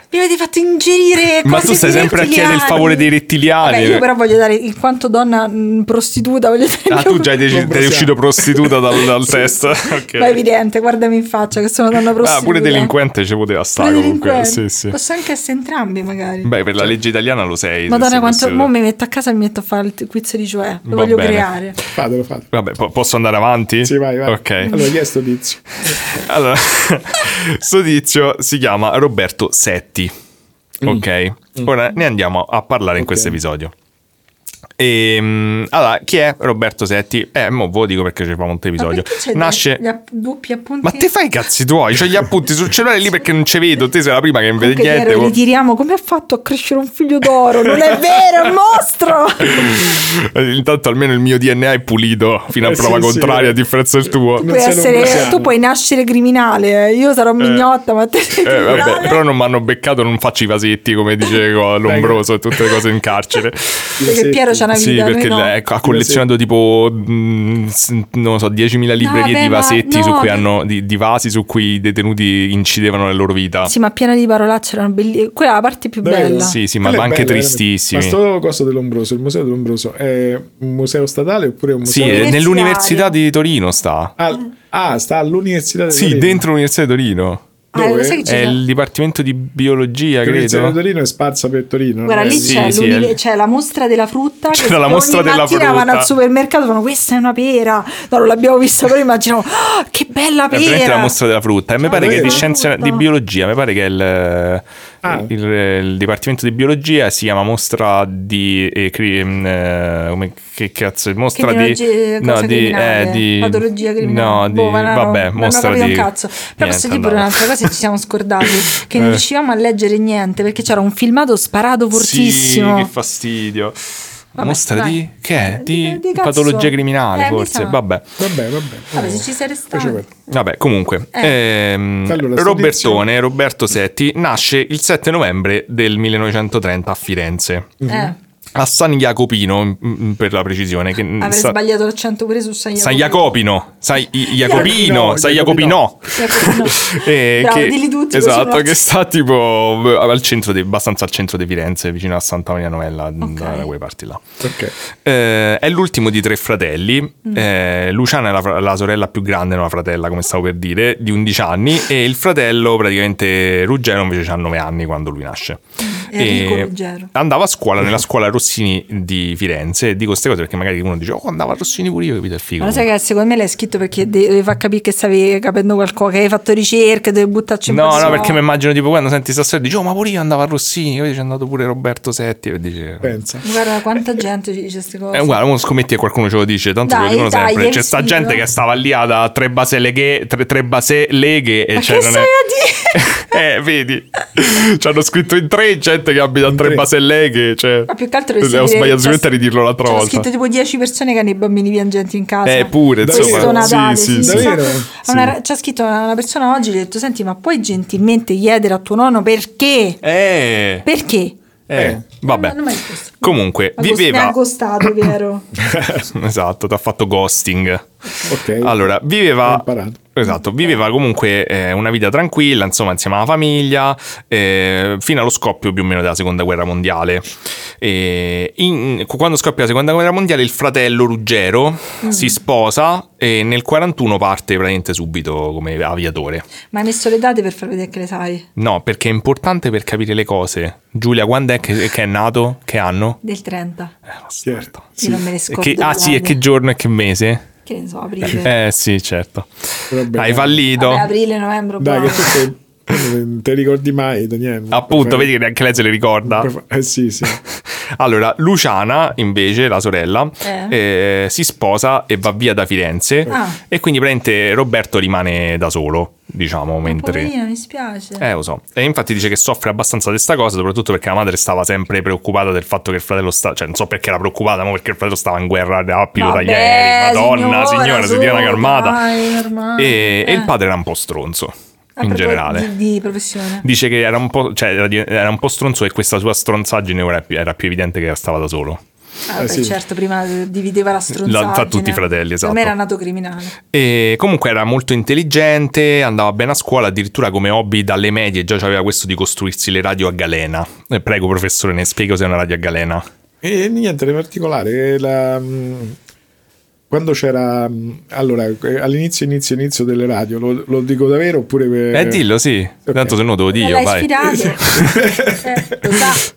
mi avete fatto ingerire cose Ma tu stai di sempre a chiedere il rettiliani. favore dei rettiliani. Vabbè, io però voglio dare, in quanto donna mh, prostituta, voglio dare. Ah, tu già hai sei uscito prostituta dal, dal Sì, test. sì. Okay. Ma è evidente, guardami in faccia che sono donna prostituta. Ah, pure delinquente ci poteva stare Pure comunque. delinquente. Sì, sì. Posso anche essere entrambi magari. Beh, per la legge italiana lo sei. se Madonna, sei quanto prostituta. mo mi metto a casa e mi metto a fare il quiz di cioè. Lo Va voglio bene. creare. Fatelo, fatelo. Vabbè, po- posso andare avanti? Sì, vai, vai. Ok. Allora, chi è sto tizio? Allora, sto tizio si chiama Roberto Setti. Ok, ora ne andiamo a parlare in questo episodio. E, allora, chi è Roberto Setti? Eh, mo ve lo dico perché ci fa un episodio. Ma perché c'è Nasce. gli app- doppi appunti? Ma te fai i cazzi tuoi? C'ho gli appunti sul cellulare lì perché non ci vedo. Te sei la prima che non vede Comunque, niente. Piero, ritiriamo. Come ha fatto a crescere un figlio d'oro? Non è vero, è un mostro! Intanto almeno il mio D N A è pulito fino a Eh, prova sì, contraria, sì. a differenza del tuo. Non Puoi sei essere, lombrosiano. tu puoi nascere criminale. eh. Io sarò mignotta, ma te sei Eh, criminale. vabbè, però non mi hanno beccato, non faccio i vasetti come dice Lombroso e tutte le cose in carcere. Perché Piero c'ha una vita. Sì, noi perché no. ecco, ha collezionato tipo mh, s- non lo so, diecimila librerie vabbè, di ma vasetti no, su cui che- hanno di, di vasi su cui i detenuti incidevano la loro vita. Sì, ma piena di parolacce, erano bellissime. Quella è la parte più Davvero? bella. Sì, sì, ma Quello è anche bello, tristissimi. veramente. Ma sto coso dell'Ombroso, il museo dell'Ombroso è un museo statale oppure un Sì, museo? eh, Universitario. nell'università di Torino sta. Ah, ah, sta all'università di Sì, Torino. dentro l'università di Torino. Ah, Dove? lo sai che c'è? È il dipartimento di biologia, L'università di credo. Torino è sparsa per Torino. Guarda, non è- lì Sì, c'è, sì, l'uni- è- c'è la mostra della frutta. C'è che la ogni mostra della mattina frutta. vanno al supermercato e fanno questa è una pera. No, non l'abbiamo vista, però immaginiamo "Ah, che bella È veramente pera. la mostra della frutta. E mi pare che davvero? di scienze Frutta. di biologia, mi pare che il, Ah. il, il dipartimento di biologia si chiama mostra di eh, cri- eh, come che cazzo? Mostra di Criminologia, cosa criminale, patologia criminale. no, di Boh, ma no, vabbè, non ho mostra capito di un cazzo. Però posso dire pure andava. un'altra cosa, ci siamo scordati che non Eh. riuscivamo a leggere niente perché c'era un filmato sparato fortissimo. Sì, che fastidio. Vabbè, mostra dai. di che è? Di, Di- di cazzo. patologia criminale, Eh, mi forse. sa. Vabbè. Vabbè, vabbè. Vabbè, se ci sei Faccio restato. quello. Vabbè, comunque, Eh. ehm, Allora, sto Robertone, Roberto Setti, nasce il sette novembre del millenovecentotrenta a Firenze. Eh, A San Jacopino, m- m- per la precisione. Che avrei sa- sbagliato l'accento pure su San San Jacopino. Jacopino, San I- Jacopino, Jacopino, San Jacopino. Jacopino. Jacopino. Eh, Bravo, che- dilli tutti, così esatto, non- che sta tipo eh, al centro di, abbastanza al centro di Firenze, vicino a Santa Maria Novella, da, da quelle parti là. Ok. Eh, è l'ultimo di tre fratelli. Mm. Eh, Luciana è la, fra- la sorella più grande, non la fratella, come stavo per dire, di undici anni. E il fratello, praticamente Ruggero, invece ha nove anni quando lui nasce. Enrico E Ruggero. andava a scuola nella scuola Rossini di Firenze. E dico queste cose perché magari uno dice: oh, andava a Rossini pure io, capito? È figo. Ma lo sai che secondo me l'hai scritto perché devi far capire che stavi capendo qualcosa, che hai fatto ricerche, devi buttarci in No, passione. no, perché mi immagino tipo quando senti sta storia dici: oh, ma pure io andavo a Rossini, poi c'è andato pure Roberto Setti. E dice: Pensa. Guarda quanta gente ci dice queste cose. Eh, guarda, uno scommetti che qualcuno ce lo dice, tanto Dai, ce lo dicono dai, sempre. hai C'è sta visto? gente che stava lì a da tre base leghe, tre, tre base leghe e Ma cioè che non stai è... a dire? Eh, vedi? Ci hanno scritto in tre gente che abita a tre tre. base leghe, cioè... Ma più che altro Ho dovresti dire- sbagliato c'è- sicuramente a ridirlo l'altra c'è volta. scritto tipo dieci persone che hanno i bambini piangenti in casa. Eh, pure, Davvero? insomma. Questo Natale, sì, sì, sì, sì. Davvero? sì. Una- c'ha scritto una, una persona oggi, gli ha detto: senti, ma puoi gentilmente chiedere a tuo nonno perché? Eh, Perché? eh, vabbè. Non- non mi hai risposto. Comunque, Agost- Mi ha viveva... accostato, Piero. Esatto, ti ha fatto ghosting. Ok. Allora, Ho viveva... imparato. Esatto, viveva comunque eh, una vita tranquilla, insomma, insieme alla famiglia, eh, fino allo scoppio più o meno della seconda guerra mondiale. E in- quando scoppia la seconda guerra mondiale, il fratello Ruggero Mm. si sposa e nel quarantuno parte praticamente subito come aviatore. Ma hai messo le date per far vedere che le sai? No, perché è importante per capire le cose. Giulia, quando è che, che è nato? Che anno? Del trenta. Eh, bastardo. Io non me le E scordo. che- ah le sì, e date. che giorno e che mese? Che ne so, aprile. Eh sì, certo. Vabbè, Hai dai. fallito. Vabbè, aprile, novembre, Dai, buono. che tu sei- non ti ricordi mai, Daniele. Appunto, Per vedi che neanche lei se le ricorda. fare- per fa- Eh sì, sì. Allora, Luciana, invece, la sorella, Eh. eh, si sposa e va via da Firenze. Ah. E quindi, praticamente, Roberto rimane da solo, diciamo, mentre... Poverina, mi spiace. Eh, lo so. E infatti dice che soffre abbastanza di questa cosa, soprattutto perché la madre stava sempre preoccupata del fatto che il fratello sta... Cioè, non so perché era preoccupata, ma perché il fratello stava in guerra a pilota gli Vabbè, aerei. Madonna, signora, signora, si su, tiene una calmata. dai, ormai. E, e Eh. il padre era un po' stronzo, Ah, in proprio generale. Di, di professione. Dice che era un po', cioè, era, di- era un po' stronzo e questa sua stronzaggine ora è più- era più evidente che stava da solo. Ah, Eh, beh, sì. certo, prima divideva la stronzaggine. La- tra tutti i fratelli, esatto. Per me era nato criminale. E comunque era molto intelligente, andava bene a scuola, addirittura come hobby dalle medie già aveva questo di costruirsi le radio a galena. Eh, prego professore, ne spiego cos'è una radio a galena. E niente di particolare. La, mh, quando c'era mh, allora eh, all'inizio inizio inizio delle radio, lo, lo dico davvero oppure per... Eh dillo sì, Ok. tanto se no te lo dico, L'hai vai. sfidato. eh, lo sa.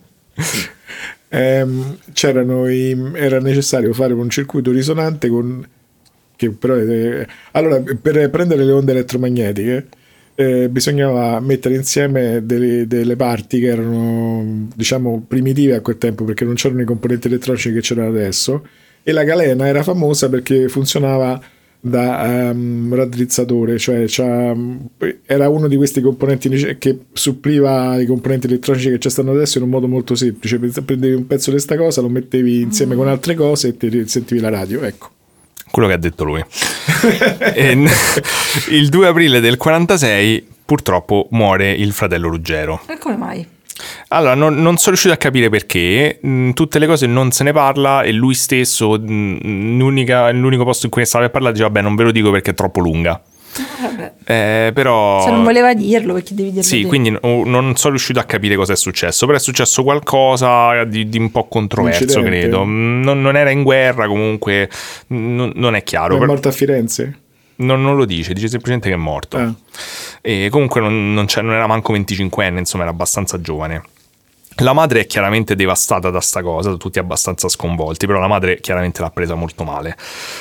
Ehm, c'erano i, era necessario fare un circuito risonante con che però eh, allora per prendere le onde elettromagnetiche eh, bisognava mettere insieme delle, delle parti che erano diciamo primitive a quel tempo, perché non c'erano i componenti elettronici che c'erano adesso, e la galena era famosa perché funzionava da um, raddrizzatore, cioè c'ha, era uno di questi componenti che suppliva i componenti elettronici che ci stanno adesso in un modo molto semplice. Prendevi un pezzo di sta cosa, lo mettevi insieme mm. con altre cose e ti sentivi la radio, ecco. Quello che ha detto lui. E il due aprile del quarantasei purtroppo muore il fratello Ruggero. E come mai? Allora, non, non sono riuscito a capire perché, mh, tutte le cose non se ne parla e lui stesso, mh, l'unica, l'unico posto in cui ne stava a parlare, diceva vabbè non ve lo dico perché è troppo lunga. Vabbè. Eh, però... Se non voleva dirlo, perché devi dirlo? Sì, te? quindi no, non sono riuscito a capire cosa è successo, però è successo qualcosa di, di un po' controverso, Incidente. credo. Non, non era in guerra, comunque non, non è chiaro. È Per- morto a Firenze? Non, non lo dice, dice semplicemente che è morto. Ah. E comunque non, non, c'è, non era manco venticinquenne, insomma era abbastanza giovane. La madre è chiaramente devastata da sta cosa, tutti abbastanza sconvolti, però la madre chiaramente l'ha presa molto male.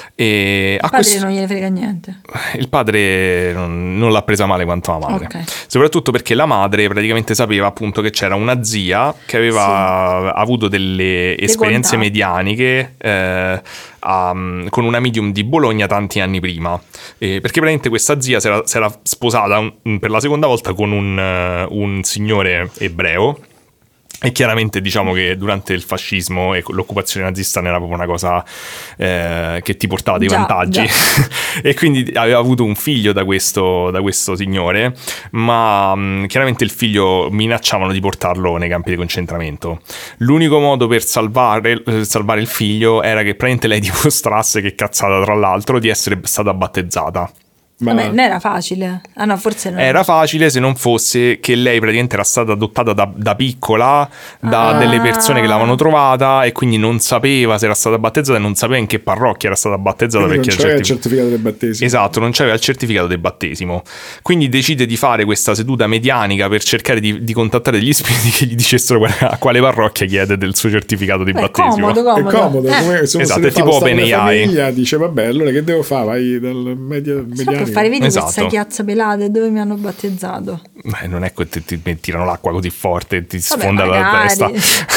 E Il a padre questo... non gliene frega niente. Il padre non, non l'ha presa male quanto la madre. Ok. Soprattutto perché la madre praticamente sapeva appunto che c'era una zia che aveva avuto delle esperienze contatti. medianiche eh, a- con una medium di Bologna tanti anni prima. Eh, perché praticamente questa zia si era, si era sposata un- per la seconda volta con un, eh, un signore ebreo. E chiaramente diciamo che durante il fascismo e l'occupazione nazista non era proprio una cosa eh, che ti portava dei Già, vantaggi. E quindi aveva avuto un figlio da questo, da questo signore, ma mh, chiaramente il figlio minacciavano di portarlo nei campi di concentramento. L'unico modo per salvare, eh, salvare il figlio era che praticamente lei dimostrasse, che cazzata tra l'altro, di essere stata battezzata. Ma Vabbè, non era facile. Ah no, forse no. Era facile se non fosse che lei praticamente era stata adottata da, da piccola da Ah. delle persone che l'avevano trovata e quindi non sapeva se era stata battezzata e non sapeva in che parrocchia era stata battezzata, quindi non perché c'era il certi- certificato del battesimo. Esatto, non c'aveva il certificato del battesimo. Quindi decide di fare questa seduta medianica per cercare di, di contattare degli spiriti che gli dicessero a quale parrocchia chiede del suo certificato di Beh, battesimo. comodo, È comodo. comodo, Eh, come se uno Esatto, se ne è fa tipo lo stato della OpenAI. famiglia, dice vabbè, allora che devo fare? Vai dal media, so per medianico. fare, vedi Esatto. questa chiazza pelata dove mi hanno battezzato. Eh, non è che ti, ti tirano l'acqua così forte e ti Vabbè, sfonda la magari. testa.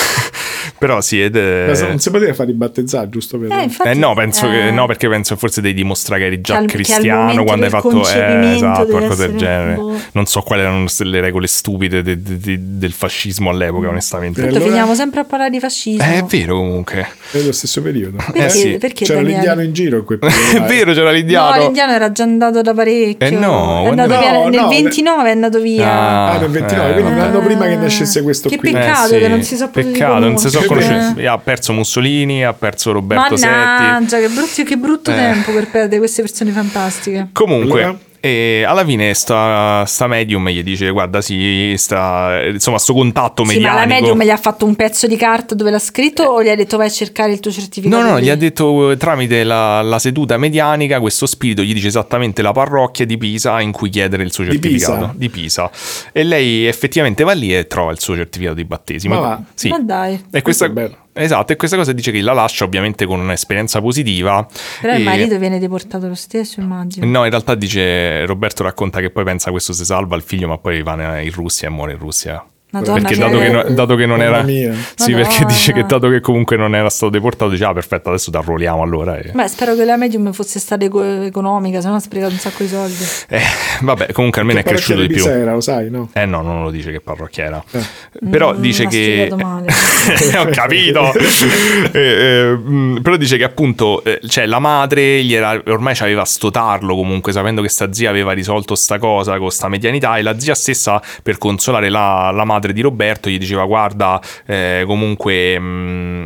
Però sì, ed è... Ma se- non si poteva fare i battezzati, giusto per... Eh, infatti, Eh no, penso eh, che no, perché penso che forse devi dimostrare che eri già Che al- che al cristiano momento quando hai del fatto eh, concepimento esatto, deve qualcosa del essere- genere. boh. Non so quali erano le regole stupide de- de- de- del fascismo all'epoca, onestamente. Eh, Tanto allora- finiamo sempre a parlare di fascismo. Eh, è vero comunque. È lo stesso periodo. Perché, eh sì. perché C'era Daniele? l'indiano in giro in quel periodo. È vero, c'era No, l'indiano. l'indiano era già andato da parecchio. Eh no, è andato quando- via no, nel no, ventinove, è andato via. Ah, Ah, nel ventinove, eh. quindi un anno Ah. prima che nascesse questo Che qui. peccato Eh, che non si sono potuti Peccato, non si sono conoscere. conosciuti. Ha perso Mussolini, ha perso Roberto Setti. Mannaggia, che brutto, che brutto Eh. tempo per perdere queste persone fantastiche. Comunque, Allora? e alla fine sta, sta medium gli dice guarda sì, sta, insomma sto contatto Sì, ma medianico. la medium gli ha fatto un pezzo di carta dove l'ha scritto o gli ha detto vai a cercare il tuo certificato? No, no, di- gli ha detto eh, tramite la, la seduta medianica questo spirito gli dice esattamente la parrocchia di Pisa in cui chiedere il suo Di certificato Pisa? di Pisa. E lei effettivamente va lì e trova il suo certificato di battesimo. Ma va. Sì. Ma dai. E questa, Questo è bello. esatto, e questa cosa dice che la lascia ovviamente con un'esperienza positiva. Però il e- marito viene deportato lo stesso, immagino. No, in realtà dice, Roberto racconta che poi pensa questo si salva il figlio, ma poi va in Russia e muore in Russia. Madonna, Perché che- dato che, no- dato che non Mamma era mia. sì, Madonna. perché dice che dato che comunque non era stato deportato, dice ah perfetto, adesso ti arruoliamo allora e... Beh, spero che la medium fosse stata eco- economica, se no ha sprecato un sacco di soldi. Eh, vabbè, comunque almeno è Che cresciuto di parrocchia più. Pisa era, lo sai, no? Eh no, non lo dice che parrocchia era. Però Mm, dice ha che spiegato male. ho capito. Eh, eh, mh, però dice che appunto eh, cioè la madre gli era, ormai c'aveva sto tarlo comunque, sapendo che sta zia aveva risolto sta cosa con sta medianità, e la zia stessa per consolare la, la madre di Roberto gli diceva guarda eh, comunque mh,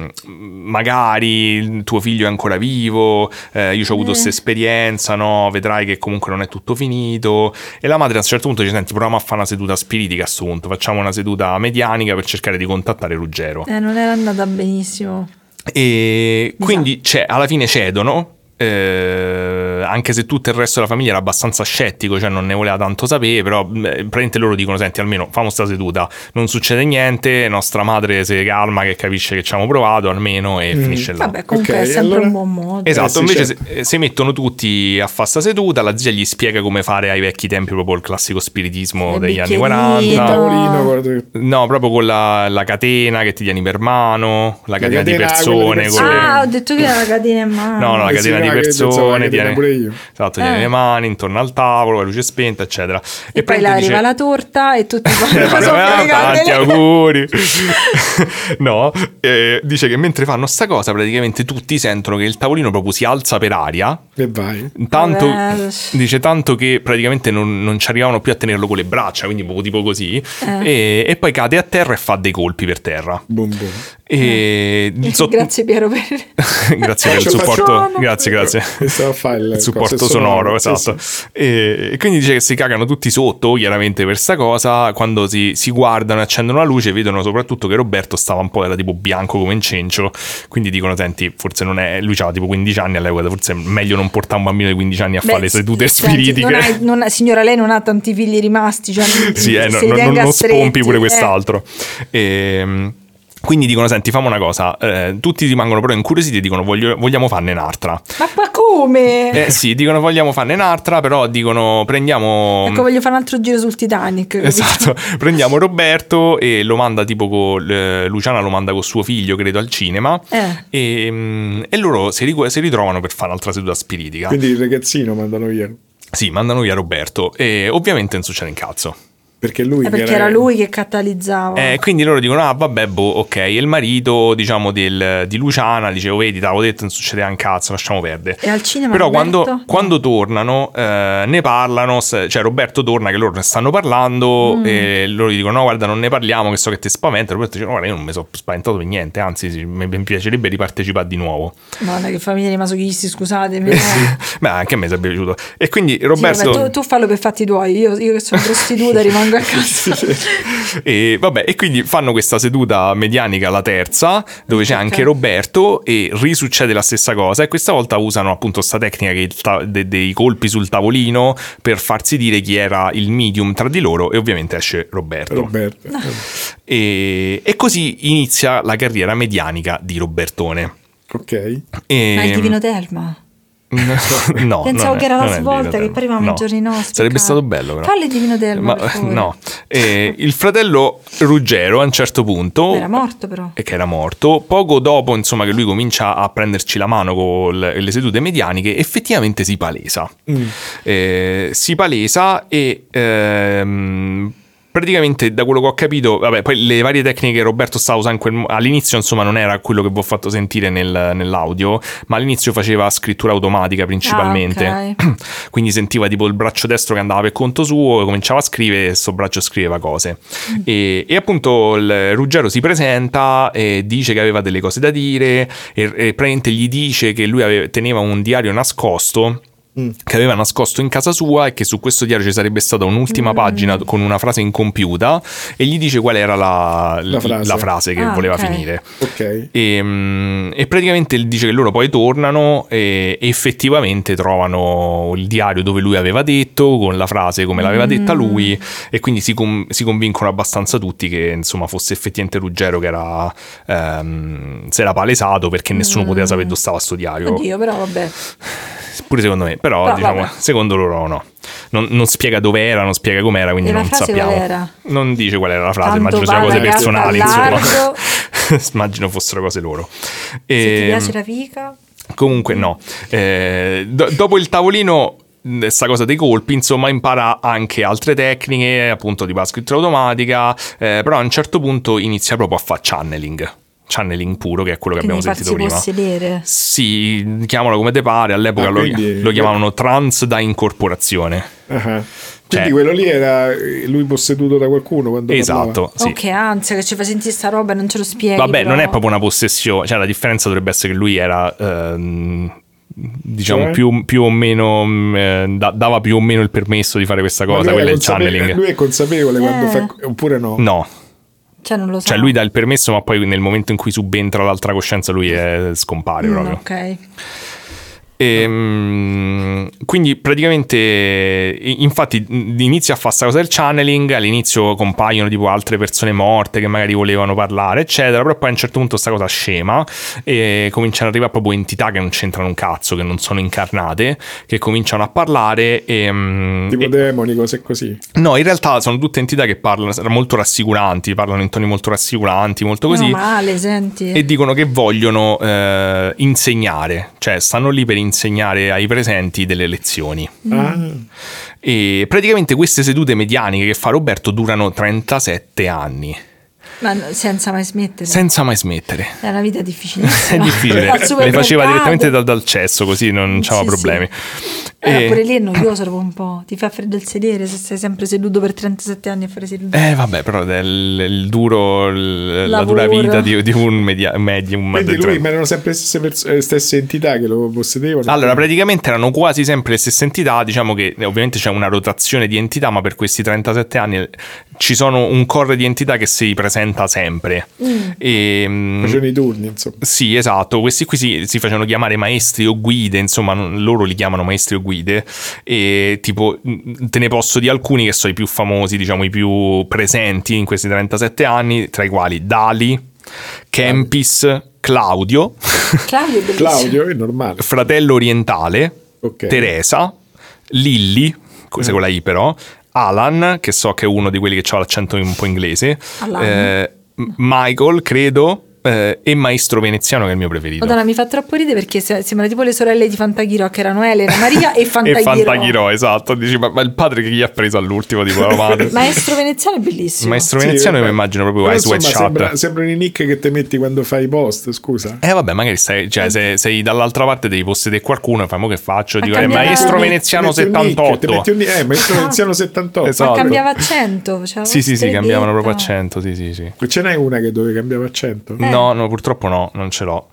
magari il tuo figlio è ancora vivo, eh, io ho avuto questa esperienza, no, vedrai che comunque non è tutto finito. E la madre a un certo punto dice: senti, proviamo a fare una seduta spiritica, a questo punto facciamo una seduta medianica per cercare di contattare Ruggero. Eh, non era andata benissimo. E quindi cioè, alla fine cedono. Eh, anche se tutto il resto della famiglia era abbastanza scettico, cioè non ne voleva tanto sapere, però eh, praticamente loro dicono: senti, almeno famo sta seduta, non succede niente, nostra madre si calma, che capisce che ci abbiamo provato almeno, e mm. finisce là. Vabbè, comunque okay, è sempre allora... un buon modo. Esatto, eh, invece sì, si, si mettono tutti a fare sta seduta, la zia gli spiega come fare ai vecchi tempi, proprio il classico spiritismo Le degli anni bicchierino. quaranta. Tavolino, guarda. No, proprio con la, la catena che ti tieni per mano, la, la catena, catena di persone, di con le... Ah, ho detto che era la catena in mano. No, no, la Eh, catena sì, di no, che persone, pensavo che tiene... pure io. Esatto, tiene Eh. le mani intorno al tavolo, la luce spenta, eccetera. E, e poi là arriva dice... la torta e tutti Eh, fanno ah, tanti auguri. No, eh, dice che mentre fanno sta cosa praticamente tutti sentono che il tavolino proprio si alza per aria. E vai. Tanto, Vabbè. dice tanto che praticamente non, non ci arrivavano più a tenerlo con le braccia, quindi proprio tipo così. Eh. E, e poi cade a terra e fa dei colpi per terra. Boom, boom. E Eh. sotto... Grazie Piero per... grazie per il Ce la supporto. facciamo. Grazie, grazie. Stava a fare il, Il supporto cose sonoro, sonore, esatto. sì, sì. E, e quindi dice che si cagano tutti sotto, chiaramente, per sta cosa. Quando si, si guardano e accendono la luce, vedono soprattutto che Roberto stava un po', era tipo bianco come un cencio. Quindi dicono: senti, forse non è. Lui aveva tipo quindici anni all'epoca, forse è meglio non portare un bambino di quindici anni a Beh, fare le sedute senti, spiritiche. non hai- non ha- signora, lei non ha tanti figli rimasti, cioè, Sì, eh, no, se li no, tenga non stretti, spompi pure eh. quest'altro. E, quindi dicono: senti, famo una cosa. Eh, tutti rimangono però incuriositi e dicono: voglio, vogliamo farne un'altra. Ma, ma come? Eh sì, dicono: vogliamo farne un'altra, però dicono: prendiamo... Ecco, voglio fare un altro giro sul Titanic. capito? Esatto, prendiamo Roberto e lo manda tipo con eh, Luciana lo manda con suo figlio, credo, al cinema. Eh. E, mm, e loro si, rigu- si ritrovano per fare un'altra seduta spiritica. Quindi il ragazzino mandano via. Sì, mandano via Roberto e ovviamente non succede un cazzo. Perché lui Eh, perché che era lui che catalizzava. Eh, quindi loro dicono: ah vabbè, boh, ok. E il marito, diciamo, del, di Luciana dice: oh, vedi, t'avevo detto, non succede un cazzo, lasciamo perdere. E al cinema Però Roberto? quando, quando tornano eh, ne parlano, s- cioè Roberto torna che loro ne stanno parlando Mm. e loro gli dicono: no, guarda, non ne parliamo, che so che ti spaventa. Roberto dice: no, guarda, io non mi sono spaventato per niente, anzi sì, mi, mi piacerebbe ripartecipare di nuovo. Madonna, che famiglia di masochisti, scusatemi. Eh sì. Beh, anche a me sarebbe piaciuto. E quindi Roberto... Sì, vabbè, tu, tu fallo per fatti tuoi, io, io che sono prostituta rimango a casa. E vabbè, e quindi fanno questa seduta medianica, la terza, dove c'è Ok. anche Roberto, e risuccede la stessa cosa, e questa volta usano appunto sta tecnica che il ta- de- dei colpi sul tavolino per farsi dire chi era il medium tra di loro, e ovviamente esce Roberto. Roberto. E, e così inizia la carriera medianica di Robertone. Ok. E... Ma il divino Telma? No, Pensavo non è- che era la non è il svolta, Divino che poi arrivavamo Telma. i giorni nostri. Sarebbe cara. stato bello, però. Fallo il divino Telma, Ma, per favore. no. Eh, il fratello Ruggero a un certo punto Era morto però. e che era morto, poco dopo, insomma, che lui comincia a prenderci la mano con le le sedute medianiche, effettivamente si palesa. Mm. Eh, si palesa e ehm, praticamente, da quello che ho capito, vabbè, poi le varie tecniche che Roberto stava usando in quel mo- all'inizio, insomma, non era quello che vi ho fatto sentire nel- nell'audio, ma all'inizio faceva scrittura automatica principalmente. Ah, ok. Quindi sentiva tipo il braccio destro che andava per conto suo, cominciava a scrivere e sto braccio scriveva cose. Mm. E, e appunto il Ruggero si presenta e dice che aveva delle cose da dire, e, e praticamente gli dice che lui aveva- teneva un diario nascosto che aveva nascosto in casa sua, e che su questo diario ci sarebbe stata un'ultima Mm. pagina con una frase incompiuta, e gli dice qual era la, La frase. la frase che Ah, voleva ok. finire. Ok. E, mm, e praticamente dice che loro poi tornano e effettivamente trovano il diario dove lui aveva detto, con la frase come l'aveva detta lui, e quindi si, com- si convincono abbastanza tutti che insomma fosse effettivamente Ruggero che era ehm, si era palesato, perché nessuno poteva sapere dove stava sto diario. Oddio, però vabbè. Pure secondo me, però, Però diciamo, vabbè. secondo loro no. Non, non spiega dove era, non spiega com'era, quindi E la non frase sappiamo. qual era? Non dice qual era la frase, Tanto immagino siano vale cose gatta personali, al insomma. lardo. Immagino fossero cose loro. Se ti E, piace la fica. comunque no. Eh, do- dopo il tavolino, questa cosa dei colpi, insomma, impara anche altre tecniche, appunto tipo la scrittura automatica, eh, però a un certo punto inizia proprio a fare channeling. Channeling puro, che è quello che Quindi abbiamo sentito farsi prima. possedere. Sì, chiamalo come te pare, all'epoca Ah, lo, quindi- lo chiamavano trance da incorporazione. Ah, Quindi Cioè- quello lì era lui posseduto da qualcuno quando Esatto, sì. Oh, che ansia che ci fa sentire sta roba e non ce lo spieghi. Vabbè, però. non è proprio una possessione, cioè la differenza dovrebbe essere che lui era ehm, diciamo Cioè? più, più o meno mh, eh, da- dava più o meno il permesso di fare questa parlava. cosa, Ma lui quello è il era consape- channeling. Lui è consapevole quando Eh. fa, oppure no? No, Cioè non lo so. cioè lui dà il permesso, ma poi nel momento in cui subentra l'altra coscienza lui è, scompare Mm, proprio. ok. Ehm, quindi praticamente i- infatti inizia a fare questa cosa del channeling, all'inizio compaiono tipo altre persone morte che magari volevano parlare eccetera, però poi a un certo punto sta cosa scema e cominciano ad arrivare proprio entità che non c'entrano un cazzo, che non sono incarnate, che cominciano a parlare e, mm, Tipo e- demoni, cose così. no, in realtà sono tutte entità che parlano molto rassicuranti, parlano in toni molto rassicuranti, molto così, Meno male, senti. e dicono che vogliono eh, insegnare, cioè stanno lì per insegnare ai presenti delle lezioni. Ah, E praticamente queste sedute medianiche che fa Roberto durano trentasette anni, Ma no, senza mai smettere. senza mai smettere. È una vita difficilissima. È difficile, Al le supermercato. faceva direttamente dal, dal cesso, così non c'aveva Sì, problemi. Eh, E- pure lì è noioso dopo un po'. Ti fa freddo il sedere se sei sempre seduto per trentasette anni a fare seduto. Eh vabbè, però è il, il duro, il- la dura Lavoro. vita di, di un media, medium. quindi del lui, tre- ma erano sempre le stesse, pers- le stesse entità che lo possedevano. Allora, praticamente erano quasi sempre le stesse entità, diciamo che eh, ovviamente c'è una rotazione di entità, ma per questi trentasette anni eh, ci sono un core di entità che si presenta sempre. E, mm, Facevano i turni, insomma. sì, esatto, questi qui si, si facevano chiamare maestri o guide, insomma, non- loro li chiamano maestri o guide, e tipo mh, te ne posso di alcuni che sono i più famosi, diciamo i più presenti in questi trentasette anni, tra i quali Dali, Kempis, Claudio, Claudio è bellissimo. Claudio è normale. Fratello Orientale, Ok. Teresa, Lilly, questa con la I però, Alan, che so che è uno di quelli che ha l'accento un po' inglese, Alan. eh, M- Michael, credo, eh, e Maestro Veneziano, che è il mio preferito. Madonna, mi fa troppo ridere perché se- sembrano tipo le sorelle di Fantaghiro, che erano Elena, Maria e E Fantaghiro. Fantaghiro, esatto. Dici, ma, ma il padre che gli ha preso all'ultimo, tipo la madre. Maestro Veneziano è bellissimo. Maestro Sì, Veneziano, io vabbè. mi immagino proprio Però, Ice White insomma, Shut. sembra, sembrano i nick che te metti quando fai i post, scusa. Eh vabbè, magari sei, cioè, se, sei dall'altra parte devi possedere qualcuno e fai, mo che faccio? Ma Dico, eh, cambiava- Maestro Ti Veneziano Ti metti un nick, settantotto. ti metti un nick, eh, Maestro Veneziano settantotto. Esatto. Ma cambiava accento. Cioè, Sì, sì, sì, stridetta. cambiavano proprio accento, sì, sì, sì. Ce n'hai una che dove cambiava accento? No, no, purtroppo no, non ce l'ho.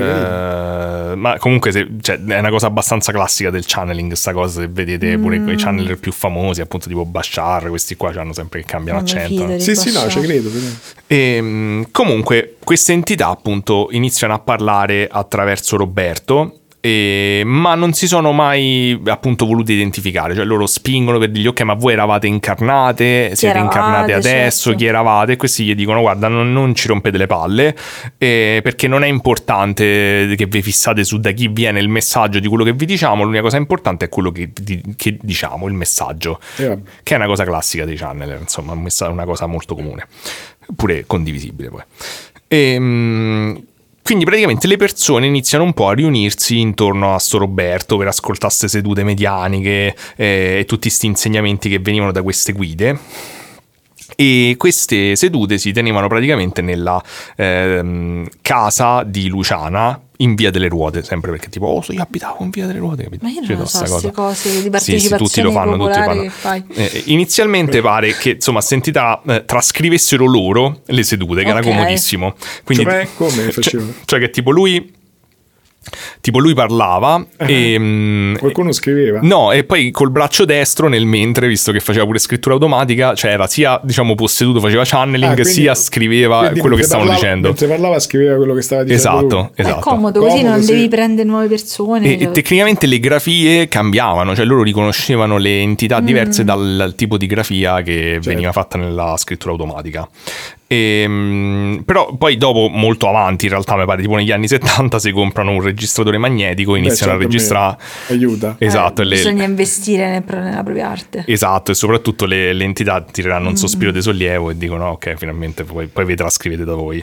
Era Eh, ma comunque se- cioè, è una cosa abbastanza classica del channeling, sta cosa, se vedete pure Mm. i channeler più famosi, appunto tipo Bashar, questi qua hanno sempre che cambiano Non mi accento. fido di Sì, sì, no, Bashar. ci credo. però. E, mh, comunque queste entità appunto iniziano a parlare attraverso Roberto, e- ma non si sono mai appunto volute identificare, cioè loro spingono per dirgli ok, ma voi eravate incarnate, siete eravate, incarnate adesso, certo. chi eravate? E questi gli dicono guarda, non, non ci rompete le palle, eh, perché non è importante che vi fissate su da chi viene il messaggio di quello che vi diciamo, l'unica cosa importante è quello che, di- che diciamo, il messaggio, E vabbè. che è una cosa classica dei channeler, insomma, un messa- una cosa molto comune, pure condivisibile poi. E, quindi praticamente le persone iniziano un po' a riunirsi intorno a sto Roberto per ascoltare queste sedute medianiche eh, e tutti questi insegnamenti che venivano da queste guide. E queste sedute si tenevano praticamente nella ehm, casa di Luciana in Via delle Ruote, sempre perché tipo, oh, io abitavo in Via delle Ruote, capito? Ma io non Cioè, lo so, sta queste cosa. cose di Sì, sì, partecipazione tutti lo fanno, tutti lo popolare fanno. che fai. Eh, inizialmente pare che insomma sentità eh, trascrivessero loro le sedute, che Ok. era comodissimo. Quindi, Cioè, come cioè, facevano? cioè che tipo lui tipo lui parlava e mm, Qualcuno scriveva? no, e poi col braccio destro nel mentre, visto che faceva pure scrittura automatica, cioè era sia diciamo posseduto, faceva channeling, Ah, quindi- sia scriveva quindi quello che mentre stavano parlava- dicendo. Mentre parlava scriveva quello che stava dicendo Esatto, lui. esatto. È comodo, così Comodo, non sì. devi prendere nuove persone. E, e cioè- tecnicamente le grafie cambiavano, cioè loro riconoscevano le entità diverse dal, dal tipo di grafia che Certo. veniva fatta nella scrittura automatica. E, però poi dopo, molto avanti in realtà, mi pare tipo negli anni settanta, si comprano un registratore magnetico, Beh, iniziano certo, a registrare. aiuta. Esatto, Eh, e le- bisogna investire nel- nella propria arte. Esatto, e soprattutto le, le entità tireranno un sospiro di sollievo e dicono ok, finalmente poi, poi vi trascrivete da voi.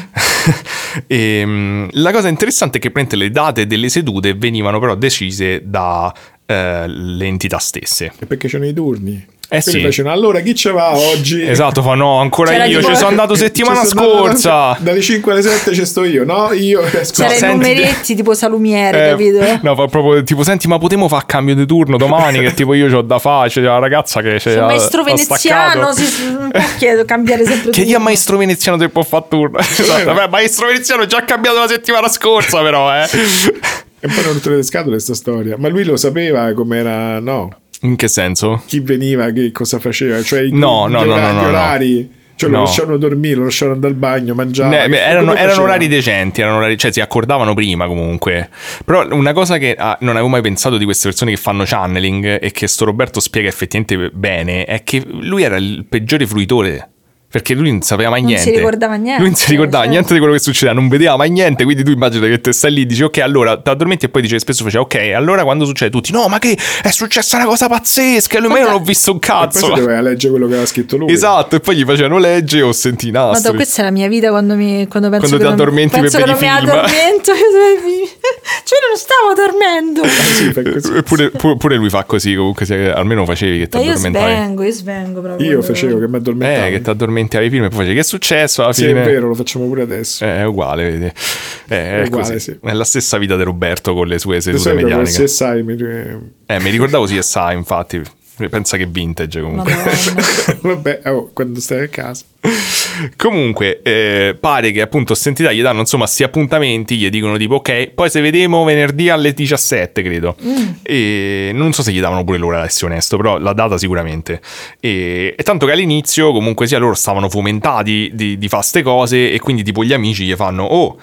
E, mh, la cosa interessante è che praticamente le date delle sedute venivano però decise da eh, le entità stesse. E perché c'erano i turni? Eh Quindi sì. facevano, allora chi ce va oggi? Esatto, fa no, ancora C'era io, tipo- ci sono andato settimana Ci sono andato scorsa. dalle cinque alle sette ci sto io, no? Io C'era scusa. i senti- numeretti tipo salumiere, Eh, capito? no, fa proprio tipo, senti, ma potremmo fare cambio di turno domani? Che tipo io c'ho da fare, c'è la ragazza che c'è. Un maestro ha veneziano staccato. si non può chiedere- cambiare sempre Che dia turno. maestro veneziano se può fare turno? Esatto, vabbè, maestro veneziano già cambiato la settimana scorsa, però, eh. E poi non tutte le scatole sta storia. Ma lui lo sapeva com'era, no? In che senso? Chi veniva, che cosa faceva? Cioè i, No, gli no, no, orari, no, no, gli no. orari. Cioè lo No. lasciavano dormire, lo lasciavano andare al bagno, mangiare. Ne- beh, Che erano, cosa erano faceva? orari decenti, erano orari, cioè si accordavano prima comunque. Però una cosa che ah, non avevo mai pensato di queste persone che fanno channeling e che sto Roberto spiega effettivamente bene è che lui era il peggiore fruitore. Perché lui non sapeva mai Non si niente. ricordava niente, Lui non si ricordava certo. niente di quello che succedeva, non vedeva mai niente. Quindi tu immagina che te stai lì e dici, ok, allora ti addormenti e poi dice, spesso faceva, ok, allora quando succede tutti, no, ma che è successa una cosa pazzesca. E lui, ma io non ho visto un E poi cazzo. si doveva leggere quello che aveva scritto lui. Esatto, e poi gli facevano legge o senti i Ma nastri. questa è la mia vita quando, mi, quando penso Quando che ti non, addormenti penso per che non vedi mi film. addormento. Cioè non stavo dormendo. Sì, fai così. Pure, pure- pure lui fa così, comunque se- almeno lo facevi che ti Ma io addormentavi. svengo, io svengo proprio. Io facevo che mi addormentavo. Eh, che ti addormentavi ai film e poi facevi che è successo alla Sì, fine? è vero, lo facciamo pure adesso. Eh, è uguale, vedi. Eh, è, È uguale, così. sì. È la stessa vita di Roberto con le sue Di sedute solito con medianiche. C S I mi... Eh, mi ricordavo sì, sa, infatti. Pensa che vintage comunque. Madonna. Vabbè, oh, quando stai a casa. Comunque, eh, pare che appunto Sentità gli danno insomma sti appuntamenti, gli dicono tipo ok, poi se vediamo venerdì alle diciassette credo. Mm. E non so se gli davano pure l'ora, essere onesto, però la data sicuramente. E, e tanto che all'inizio comunque sia loro stavano fomentati di, di fare ste cose e quindi tipo gli amici gli fanno oh,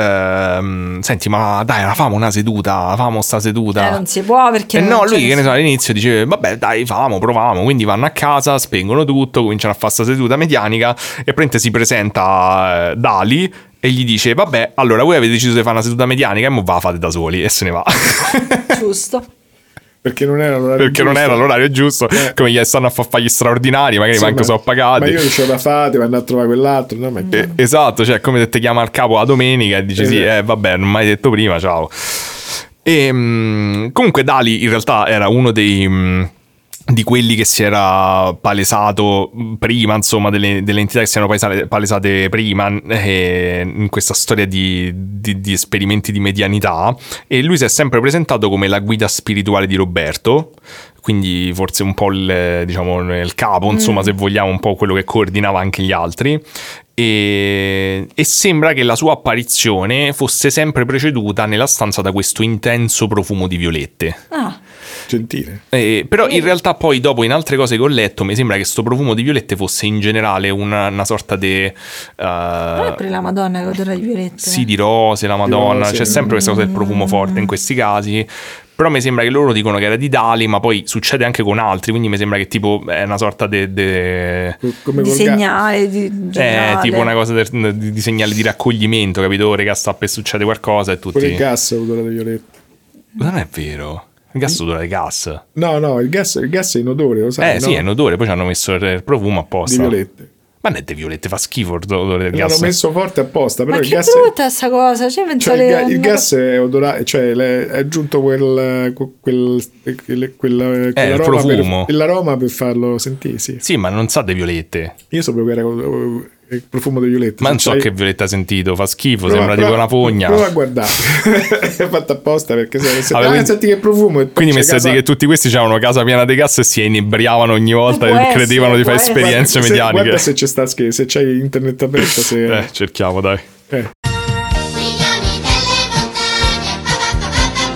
ehm, senti ma dai la famo una seduta, famo sta seduta. Eh, non si può perché E non no, c'è lui che ne nessuno. so all'inizio dice vabbè dai famo, proviamo, quindi vanno a casa, spengono tutto, cominciano a fare sta seduta medianica e prende si presenta eh, Dali e gli dice vabbè allora voi avete deciso di fare una seduta medianica e mo va la fate da soli e se ne va. Giusto. Perché non era l'orario Perché non giusto. era l'orario giusto, Eh. come gli stanno a fa- fare gli straordinari, magari Sì, manco ma- sono pagati. Ma io non c'ho da fare, devo andare a trovare quell'altro. No, ma... Eh, esatto, cioè come se ti chiama al capo la domenica e dici sì, Esatto. eh vabbè, non mai detto prima, ciao. E mh, comunque Dali in realtà era uno dei mh, di quelli che si era palesato prima, insomma, delle, delle entità che si erano palesate, palesate prima eh, in questa storia di, di, di esperimenti di medianità, e lui si è sempre presentato come la guida spirituale di Roberto, quindi forse un po' il, diciamo, il capo, insomma, Mm. se vogliamo, un po' quello che coordinava anche gli altri. E, e sembra che la sua apparizione fosse sempre preceduta nella stanza da questo intenso profumo di violette. Ah, Gentile. Eh, però in realtà poi dopo in altre cose che ho letto mi sembra che sto profumo di violette fosse in generale una, una sorta di non è per la Madonna che odora di violette. sì, di rose, la Madonna, rose. c'è sempre questa cosa del profumo forte in questi casi. Però mi sembra che loro dicono che era di Dali, ma poi succede anche con altri, quindi mi sembra che tipo è una sorta di Come di col ga- segnale di eh, generale. tipo una cosa del- di, di segnale di raccoglimento, capito? Ora che sta per succedere qualcosa e tutti Pure il gas ha avuto la violetta. non è vero. Il gas odora di gas. No, no, il gas, il gas è in odore, lo sai. Eh sì, no? è un odore, poi ci hanno messo il profumo Di apposta. violette. Ma non è di violette, fa schifo l'odore del L'hanno gas. messo forte apposta, però Ma il che gas brutta sta cosa, cioè Cioè, pensare il, ga- il gas è odorato, cioè le- è aggiunto quel, quel, quel, quel, quella- il quell'aroma profumo. per, l'aroma per farlo sentire, sì. Sì, ma non sa di violette. Io sapevo che era uh, il profumo di violette. Ma non so C'hai- che violetta ha sentito, fa schifo, Prova- sembra prova- tipo una fogna. Prova a guardare. È fatto apposta perché se, se Vabbè, ah, quindi- senti che profumo e poi Quindi c'è mi sta a casa- dire che tutti questi avevano casa piena di gas e si inebriavano ogni volta Può e essere, credevano di può fare essere. esperienze Guarda, se- medianiche. Guarda se c'è sta che se c'hai internet aperto se Eh, cerchiamo, dai. eh. Guiglioni delle montagne, pa pa pa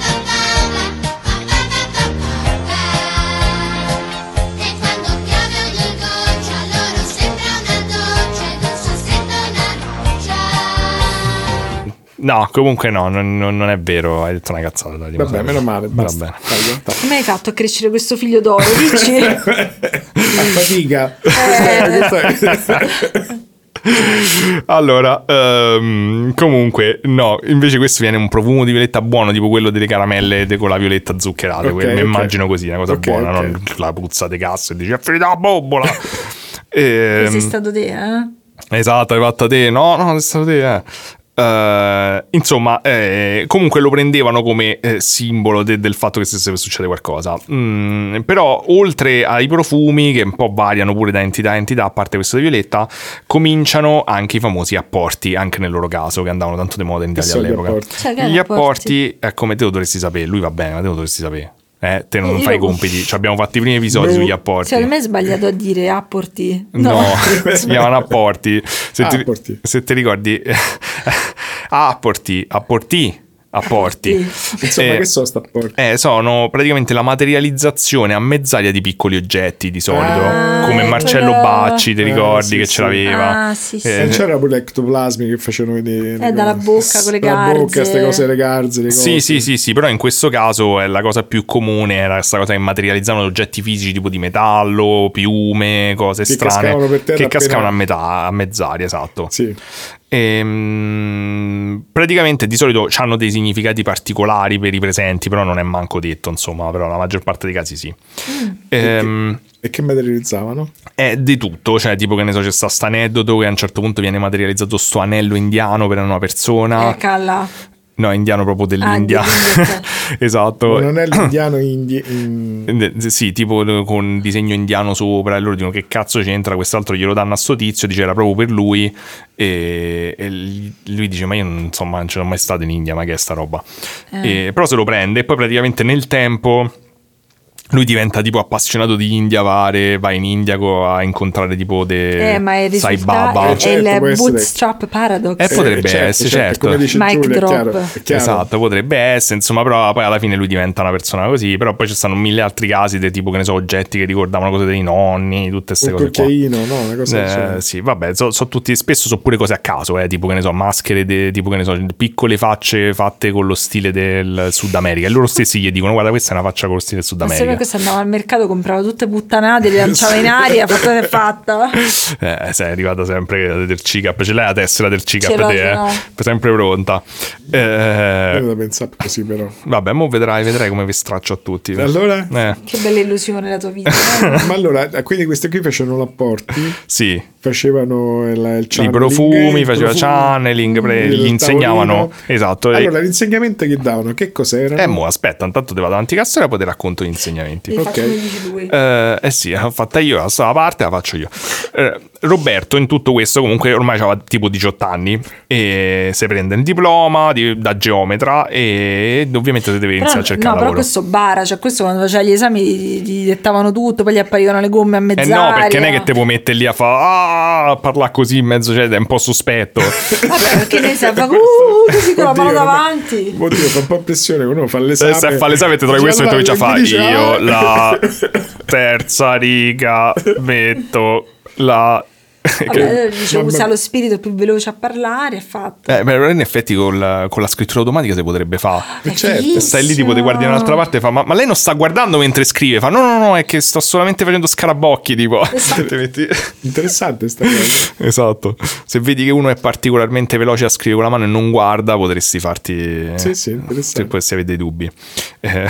pa pa pa pa pa pa pa pa. E quando piove ogni goccia, loro sembra una doccia, ed un sossetto una roccia. No, comunque no, non, non- non è vero, hai detto una cazzata. Dai, Vabbè, meno male, Va basta. bene. Dai, guarda. come hai fatto a crescere questo figlio d'oro? Dici? A fatica. Eh. Questa è- Allora, ehm, comunque, no, invece questo viene un profumo di violetta buono, tipo quello delle caramelle de- con la violetta zuccherate. Ok, que- mi ok. immagino così, una cosa Ok, buona, ok. non la puzza di cazzo e dici è finita la bombola. Sei Ehm, stato te, eh? esatto, hai fatto te. No, no, è stato te, eh. Uh, insomma, eh, comunque lo prendevano come eh, simbolo de- del fatto che stesse per succedere qualcosa. Mm, però, oltre ai profumi, che un po' variano pure da entità a entità, a parte questo di Violetta, cominciano anche i famosi apporti, anche nel loro caso, che andavano tanto di moda in Italia sono gli all'epoca. apporti? Cioè, che Gli apporti? apporti, è come te lo dovresti sapere, lui va bene, ma te lo dovresti sapere. Eh, te non Io- fai i compiti, ci abbiamo fatto i primi episodi No. sugli apporti. Secondo me è sbagliato a dire apporti. No, si chiamano apporti. Se, ti, Apporti. se ti ricordi, apporti, apporti, apporti. Insomma, Eh, che sono sta porta? eh, sono praticamente la materializzazione a mezz'aria di piccoli oggetti di solito, Ah, come ecco Marcello la- Bacci, ti Ah, ricordi sì, che sì. ce l'aveva? Ah, sì, sì. Eh, E c'era pure ectoplasmi che facevano vedere. Eh, dalla bocca con le Dalla garze. bocca, queste cose, le garze, le Sì, cose. sì, sì, sì, però in questo caso è la cosa più comune, era questa cosa che materializzavano oggetti fisici tipo di metallo, piume, cose Che strane cascavano per terra che appena- cascavano a metà, a mezz'aria, esatto. Sì. E, mm, praticamente di solito hanno dei significati particolari per i presenti, però non è manco detto, insomma, però la maggior parte dei casi sì. Ehm, E che materializzavano? è di tutto, cioè tipo che ne so, c'è sta sto aneddoto che a un certo punto viene materializzato sto anello indiano per una persona. Eh, calla. No, indiano proprio dell'India. Ah, dell'India, Esatto. Non è l'indiano indi- in... Eh, Sì, tipo con disegno indiano sopra, e loro dicono che cazzo c'entra, quest'altro glielo danno a sto tizio, dice era proprio per lui, e, e lui dice ma io non, insomma, non ce l'ho mai stato in India, ma che è sta roba? E, però se lo prende e poi praticamente nel tempo lui diventa tipo appassionato di India, varie, va in India co- a incontrare tipo de Eh, ma il Sai risultato Baba. è, è Certo, può il essere. bootstrap paradox. Eh, potrebbe certo, essere, certo, certo. come dice Mic Giulia, è drop. chiaro, è chiaro. Esatto, potrebbe essere, insomma, però poi alla fine lui diventa una persona così, però poi ci stanno mille altri casi di tipo, che ne so, oggetti che ricordavano cose dei nonni, tutte queste Un cose qua. cucchiaino, no? Una cosa del Eh, genere. sì, vabbè, so, so tutti, spesso sono pure cose a caso, eh, tipo che ne so, maschere, de- tipo che ne so, piccole facce fatte con lo stile del Sud America, e loro stessi gli dicono guarda questa è una faccia con lo stile del Sud Ma se America. questo andava al mercato, comprava tutte puttanate, le lanciava in aria, fatto è fatta. Eh, sei arrivata sempre del C-Cap, ce l'hai la tessera del C-Cap Ce l'ho, te, ce eh? l'ho. Sempre pronta. Eh, Io da pensare così, però. vabbè, mo vedrai, vedrai come vi straccio a tutti. Allora? Eh, Che bella illusione la tua vita. eh? Ma allora, quindi questi qui facevano l'apporti, sì, facevano il, il i channeling, profumi, i faceva profumi, channeling, pre- il gli insegnavano, tavolino. esatto. e- Allora, l'insegnamento che davano, che cos'era? Eh, mo, aspetta, intanto ti vado avanti a cassera e poi ti racconto gli insegnamenti. Li faccio Ok. come dici lui. Eh, eh sì, l'ho fatta io, la sta parte la faccio io. Eh, Roberto in tutto questo comunque ormai aveva tipo diciotto anni e si prende il diploma di- da geometra e ovviamente si deve Però, iniziare a cercare no, però lavoro. questo bara, cioè questo quando faceva gli esami gli, gli dettavano tutto, poi gli apparivano le gomme a Eh mezz'aria. no, perché non è che te puoi mettere lì a fare ah, parlare così in mezzo, cioè è un po' sospetto. Vabbè, perché ne sa, fa uh, così con la mano Oddio, davanti. Oddio, fa un po' impressione quando uno fa l'esame. Se fa l'esame te trovi questo e ti comincia a fare dice, io ah. la terza riga metto la... Vabbè, dice, Mamma- usa lo spirito più veloce a parlare, è fatto. Eh, però in effetti col- con la scrittura automatica si potrebbe fare. È certo, fighissimo. Stai lì, tipo, ti guardi da un'altra parte e fa: ma, ma lei non sta guardando mentre scrive? Fa: no, no, no, è che sto solamente facendo scarabocchi. Tipo, Esatto. Ti metti- Interessante sta cosa. esatto. Se vedi che uno è particolarmente veloce a scrivere con la mano e non guarda, potresti farti. Sì, sì, interessante. Se potresti avere dei dubbi. Eh,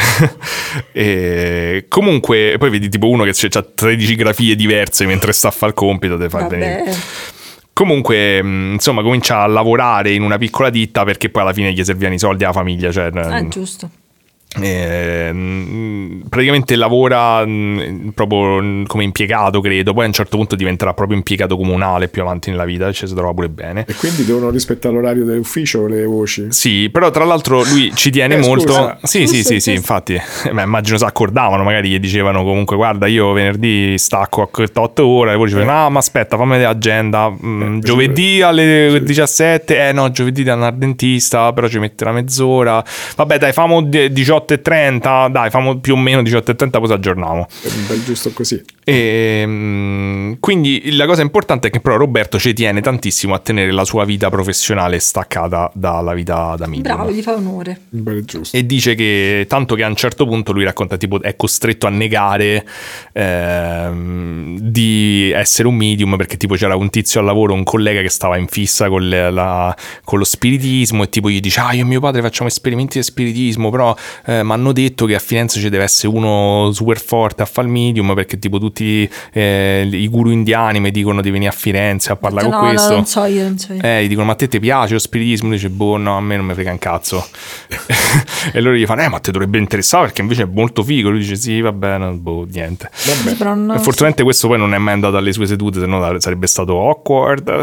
e comunque, poi vedi tipo uno che ha tredici grafie diverse mentre sta a fare il compito, te fa Vabbè. venire. Comunque, mh, insomma, comincia a lavorare in una piccola ditta perché poi alla fine gli servivano i soldi alla famiglia. Cioè, Ah, giusto. eh, mh, praticamente lavora mh, proprio mh, come impiegato, credo. Poi a un certo punto diventerà proprio impiegato comunale più avanti nella vita, ci si trova pure bene. E quindi devono rispettare l'orario dell'ufficio le voci. Sì, però tra l'altro lui ci tiene Eh, molto. scusa. Sì, sì, Giusto, sì, sì, giusto. infatti, eh, ma immagino si accordavano, magari gli dicevano comunque guarda, io venerdì stacco a otto ore, e poi dicevano ah, ma aspetta, fammi vedere l'agenda, mm, Eh, giovedì alle diciassette, eh no, giovedì devo andare al dentista, però ci mette una mezz'ora. Vabbè, dai, famo di- diciotto e trenta, dai, famo più o meno diciotto e trenta, poi ci aggiorniamo. È un bel giusto così. E, mm, quindi la cosa importante è che però Roberto ci tiene tantissimo a tenere la sua vita professionale staccata dalla vita da medium. Bravo, gli fa onore. Un bel giusto. E dice che tanto che a un certo punto lui racconta tipo è costretto a negare ehm, di essere un medium perché tipo c'era un tizio al lavoro, un collega che stava in fissa con, le- la- con lo spiritismo e tipo gli dice ah io e mio padre facciamo esperimenti di spiritismo però eh, mi hanno detto che a Firenze ci deve essere uno super forte a fare il medium, perché tipo tutti eh, i guru indiani mi dicono di venire a Firenze a parlare no, con questo. No, non so io, non so io. Eh, gli dicono, ma a te ti piace lo spiritismo? Lui dice, boh, no, a me non mi frega un cazzo. E loro gli fanno, eh, ma te dovrebbe interessare perché invece è molto figo. Lui dice, sì, va bene, boh, niente. Vabbè. Però non E fortunatamente questo poi non è mai andato alle sue sedute, se no sarebbe stato awkward.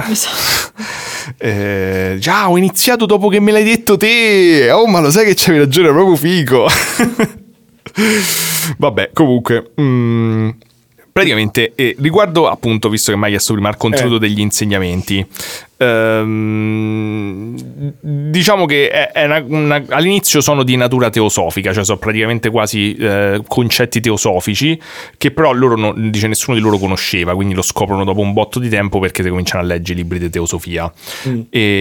Eh, già, ho iniziato dopo che me l'hai detto te. Oh, ma lo sai che c'avevi ragione, è proprio figo. Vabbè, comunque mm, praticamente eh, riguardo appunto, visto che mi hai chiesto prima il contenuto Eh. degli insegnamenti, ehm, diciamo che è, è una, una, all'inizio sono di natura teosofica, cioè sono praticamente quasi eh, concetti teosofici che però loro non, dice nessuno di loro conosceva, quindi lo scoprono dopo un botto di tempo perché si cominciano a leggere libri di teosofia. Mm.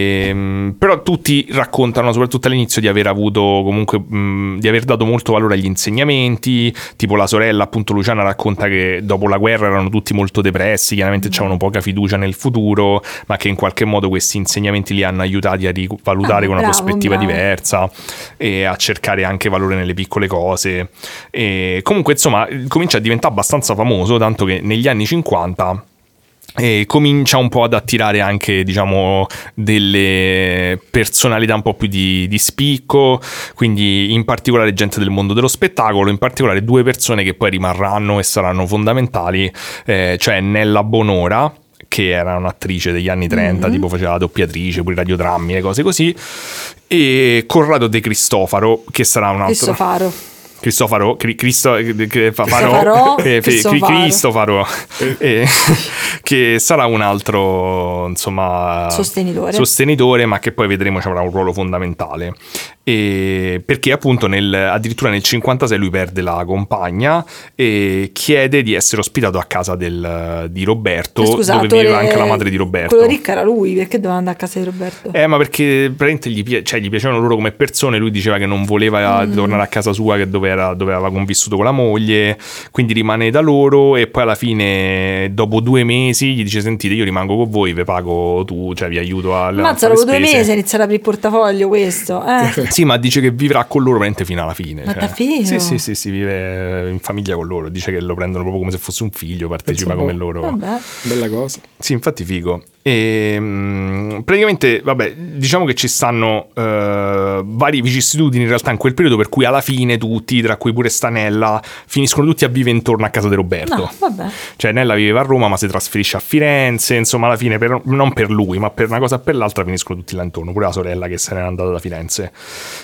E, però tutti raccontano, soprattutto all'inizio, di aver avuto comunque mh, di aver dato molto valore agli insegnamenti, tipo la sorella appunto Luciana racconta che dopo la guerra erano tutti molto depressi, chiaramente mm. c'avevano poca fiducia nel futuro, ma che in qualche modo questi insegnamenti li hanno aiutati a rivalutare ah, con una bravo, prospettiva bravo. diversa e a cercare anche valore nelle piccole cose. E comunque insomma comincia a diventare abbastanza famoso, tanto che negli anni cinquanta e comincia un po' ad attirare anche, diciamo, delle personalità un po' più di, di spicco, quindi in particolare gente del mondo dello spettacolo, in particolare due persone che poi rimarranno e saranno fondamentali, eh, cioè Nella Bonora, che era un'attrice degli anni trenta, mm-hmm. tipo faceva la doppiatrice, pure radiodrammi e cose così, e Corrado De Cristofaro, che sarà un altro... Cristofaro. Cristofaro, Cri, Cristo, Cristofaro, eh, Cristofaro. Cristofaro eh, che sarà un altro, insomma, sostenitore. sostenitore, ma che poi vedremo ci avrà un ruolo fondamentale. E perché appunto nel, addirittura nel cinquantasei lui perde la compagna e chiede di essere ospitato a casa del, di Roberto, Scusa, dove viveva anche la madre di Roberto. Quello ricco era lui, perché doveva andare a casa di Roberto? Eh, ma perché praticamente gli, pi- cioè, gli piacevano loro come persone, lui diceva che non voleva mm. tornare a casa sua, che dove, era, dove aveva convissuto con la moglie, quindi rimane da loro e poi alla fine dopo due mesi gli dice, sentite, io rimango con voi, vi pago tu, cioè vi aiuto a... Mazza, dopo due mesi inizia ad aprire il portafoglio questo, eh? Sì, ma dice che vivrà con loro veramente fino alla fine. Ma cioè. davvero? Sì, sì, sì, sì, vive in famiglia con loro. Dice che lo prendono proprio come se fosse un figlio, partecipa come loro. Vabbè. Bella cosa. Sì, infatti figo. E mh, praticamente, vabbè, diciamo che ci stanno uh, varie vicissitudini in realtà in quel periodo, per cui alla fine tutti, tra cui pure Stanella, finiscono tutti a vivere intorno a casa di Roberto. No, vabbè. Cioè Nella viveva a Roma ma si trasferisce a Firenze, insomma alla fine per, non per lui ma per una cosa o per l'altra finiscono tutti là intorno, pure la sorella che se n'era andata da Firenze.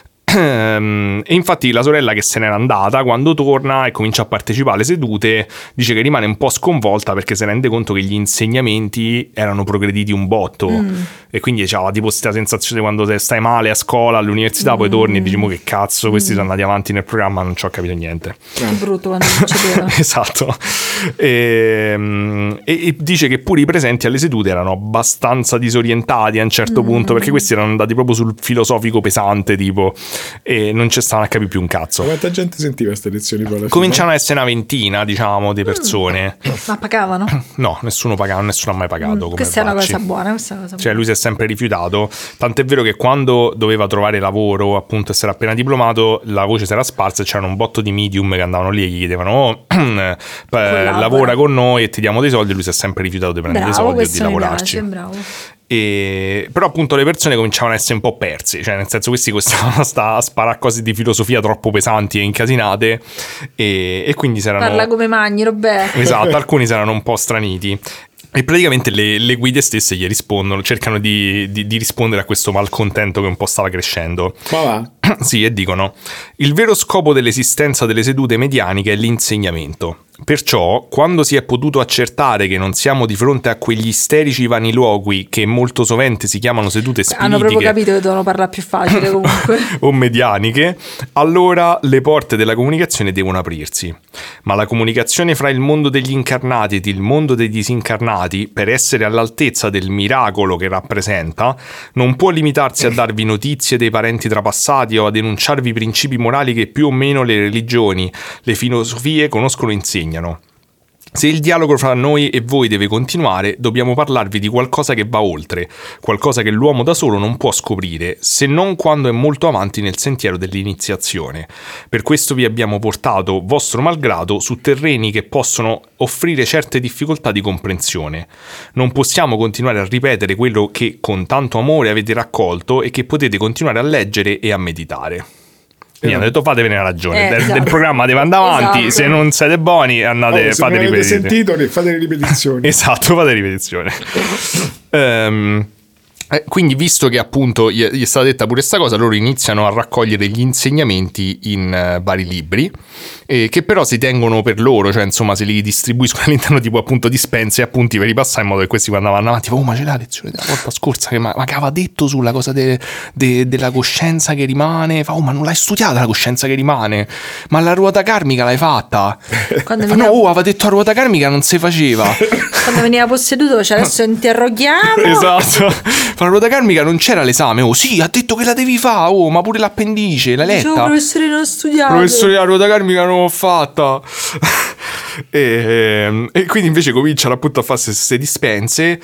E infatti la sorella che se n'era andata, quando torna e comincia a partecipare alle sedute, dice che rimane un po' sconvolta perché si rende conto che gli insegnamenti erano progrediti un botto mm. e quindi c'era tipo questa sensazione quando stai male a scola, all'università, mm. poi torni e dici mo che cazzo, questi mm. sono andati avanti nel programma, non ci ho capito niente. Che brutto quando non c'era. Esatto. E, e, e dice che pure i presenti alle sedute erano abbastanza disorientati a un certo mm. punto, perché questi erano andati proprio sul filosofico pesante tipo, e non ci stavano a capire più un cazzo. Ma quanta gente sentiva queste lezioni poi alla fine? Cominciano ad essere una ventina, diciamo, di persone. Ma pagavano? No, nessuno pagava, nessuno ha mai pagato. Mm, come questa Bacci. è una cosa buona, questa è una cosa cioè buona. lui si è sempre rifiutato, tant'è vero che quando doveva trovare lavoro, appunto essere appena diplomato, la voce si era sparsa e c'erano un botto di medium che andavano lì e gli chiedevano oh, eh, lavora con noi e ti diamo dei soldi, e lui si è sempre rifiutato di prendere bravo, dei soldi e di lavorarci. Piace, bravo. E, però appunto le persone cominciavano ad essere un po' persi, cioè nel senso questi stavano a sparare cose di filosofia troppo pesanti e incasinate e, e quindi si erano... Parla come Magni, Roberto. Esatto, alcuni si erano un po' straniti. E praticamente le, le guide stesse gli rispondono, cercano di, di, di rispondere a questo malcontento che un po' stava crescendo. Ma va. Sì, e dicono: il vero scopo dell'esistenza delle sedute medianiche è l'insegnamento. Perciò, quando si è potuto accertare che non siamo di fronte a quegli isterici vaniluogui che molto sovente si chiamano sedute spiritiche, hanno proprio capito che devono parlare più facile comunque, o medianiche, allora le porte della comunicazione devono aprirsi. Ma la comunicazione fra il mondo degli incarnati ed il mondo dei disincarnati, per essere all'altezza del miracolo che rappresenta, non può limitarsi a darvi notizie dei parenti trapassati o a denunciarvi i principi morali che più o meno le religioni, le filosofie conoscono e insegnano. Se il dialogo fra noi e voi deve continuare, dobbiamo parlarvi di qualcosa che va oltre, qualcosa che l'uomo da solo non può scoprire, se non quando è molto avanti nel sentiero dell'iniziazione. Per questo vi abbiamo portato, vostro malgrado, su terreni che possono offrire certe difficoltà di comprensione. Non possiamo continuare a ripetere quello che con tanto amore avete raccolto e che potete continuare a leggere e a meditare. Quindi hanno detto fatevene una ragione, Eh, del, esatto. del programma deve andare avanti, Esatto. se non siete buoni andate, Oh, se fate non avete ripetite. sentito, fate le ripetizioni. Esatto, fate ripetizione. Ehm, eh, quindi visto che appunto gli è, gli è stata detta pure questa cosa, loro iniziano a raccogliere gli insegnamenti in uh, vari libri, eh, che però si tengono per loro, cioè insomma se li distribuiscono all'interno tipo appunto dispense e appunti per ripassare, in modo che questi quando vanno avanti oh ma c'è la lezione della volta scorsa che ma, ma che aveva detto sulla cosa de, de, della coscienza che rimane, fa oh ma non l'hai studiata la coscienza che rimane, ma la ruota karmica l'hai fatta? Quando Fa, veniva, no, oh, aveva detto la ruota karmica non si faceva. quando veniva posseduto, cioè adesso interroghiamo. Esatto. Fa la ruota karmica non c'era l'esame. Oh sì, ha detto che la devi fare. Oh, ma pure l'appendice, l'hai Dicevo, letta? professore, non ho studiato. Professore, la ruota karmica non l'ho fatta. e, e quindi invece cominciano appunto a fare queste dispense.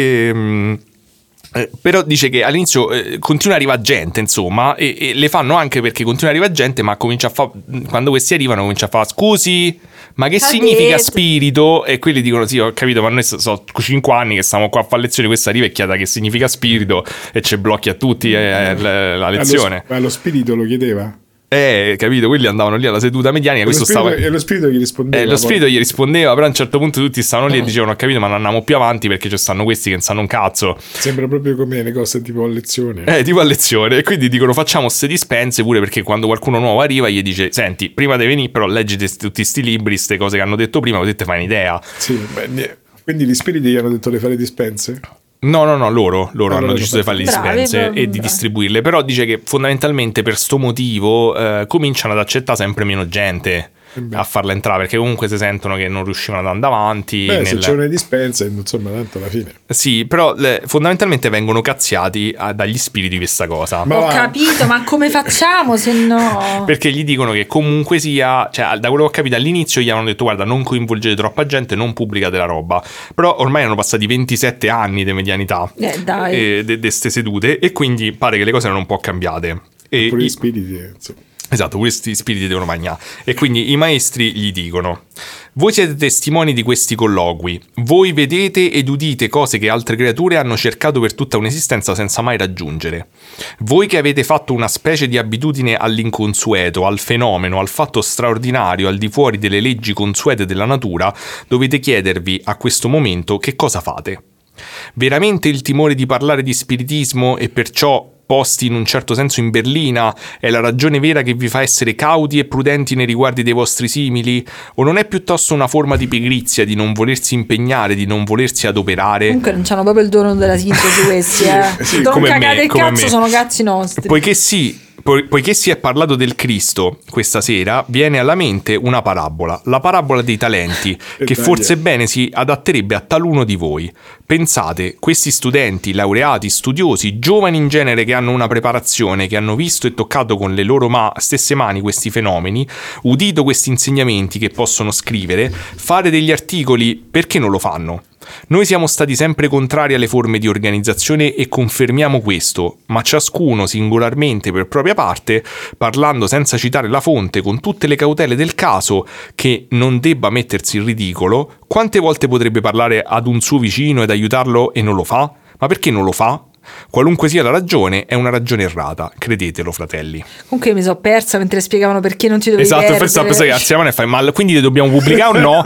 E, eh, però dice che all'inizio eh, continua a arrivare gente, insomma, e, e le fanno anche perché continua a arrivare gente, ma comincia a fare, quando questi arrivano comincia a fare scusi, ma che Ha significa detto. spirito? E quelli dicono sì, ho capito, ma noi so, so cinque anni che stiamo qua a fare lezioni, questa arriva e chiede che significa spirito e ci blocchi a tutti eh, la, la lezione. Allo, allo spirito lo chiedeva. Eh, capito, quelli andavano lì alla seduta medianica, E lo questo spirito, stava... e lo spirito gli rispondeva. Eh, lo spirito gli rispondeva, però a un certo punto tutti stavano lì e dicevano ho capito ma non andiamo più avanti perché ci stanno questi che non sanno un cazzo. Sembra proprio come le cose tipo a lezione. Eh, tipo a lezione. E quindi dicono facciamo ste dispense pure perché quando qualcuno nuovo arriva gli dice senti, prima di venire però leggete st- tutti sti libri, ste cose che hanno detto prima, così te fai un'idea. Sì, beh, nie- quindi gli spiriti gli hanno detto di fare dispense? No, no, no, loro, loro Ah, hanno loro deciso di fare le bravi, dispense bravi, e di bravi. distribuirle, però dice che fondamentalmente per sto motivo eh, cominciano ad accettare sempre meno gente beh. a farla entrare perché comunque si sentono che non riuscivano ad andare avanti. Beh, se nel- c'è una dispensa, insomma, tanto alla fine. Sì, però le- fondamentalmente vengono cazziati ah, dagli spiriti di questa cosa. Ma Ho va. capito, ma come facciamo se no? Perché gli dicono che comunque sia, cioè da quello che ho capito all'inizio gli hanno detto guarda non coinvolgete troppa gente, non pubblicate la roba, però ormai hanno passati ventisette anni di medianità Eh, dai. di queste sedute e quindi pare che le cose erano un po' cambiate. E Pure i- gli spiriti, insomma. Esatto, questi spiriti devono mangiare. E quindi i maestri gli dicono voi siete testimoni di questi colloqui, voi vedete ed udite cose che altre creature hanno cercato per tutta un'esistenza senza mai raggiungere. Voi che avete fatto una specie di abitudine all'inconsueto, al fenomeno, al fatto straordinario al di fuori delle leggi consuete della natura, dovete chiedervi a questo momento che cosa fate. Veramente il timore di parlare di spiritismo e perciò posti in un certo senso in berlina è la ragione vera che vi fa essere cauti e prudenti nei riguardi dei vostri simili? O non è piuttosto una forma di pigrizia, di non volersi impegnare, di non volersi adoperare? Comunque non c'hanno proprio il dono della sintesi questi, eh. sì, non come cagate me, il come cazzo, me. sono cazzi nostri. Poiché sì, po- poiché si è parlato del Cristo questa sera, viene alla mente una parabola, la parabola dei talenti, che dai, forse eh. bene si adatterebbe a taluno di voi. Pensate, questi studenti, laureati, studiosi, giovani in genere che hanno una preparazione, che hanno visto e toccato con le loro ma- stesse mani questi fenomeni, udito questi insegnamenti che possono scrivere, fare degli articoli, perché non lo fanno? Noi siamo stati sempre contrari alle forme di organizzazione e confermiamo questo, ma ciascuno singolarmente per propria parte, parlando senza citare la fonte con tutte le cautele del caso, che non debba mettersi in ridicolo, quante volte potrebbe parlare ad un suo vicino ed aiutarlo e non lo fa? Ma perché non lo fa? Qualunque sia la ragione, è una ragione errata, credetelo, fratelli. Comunque io mi sono persa mentre spiegavano perché non ti dovevi Esatto, perdere. stavo pensando che alziamo e fai, ma quindi le dobbiamo pubblicare o no?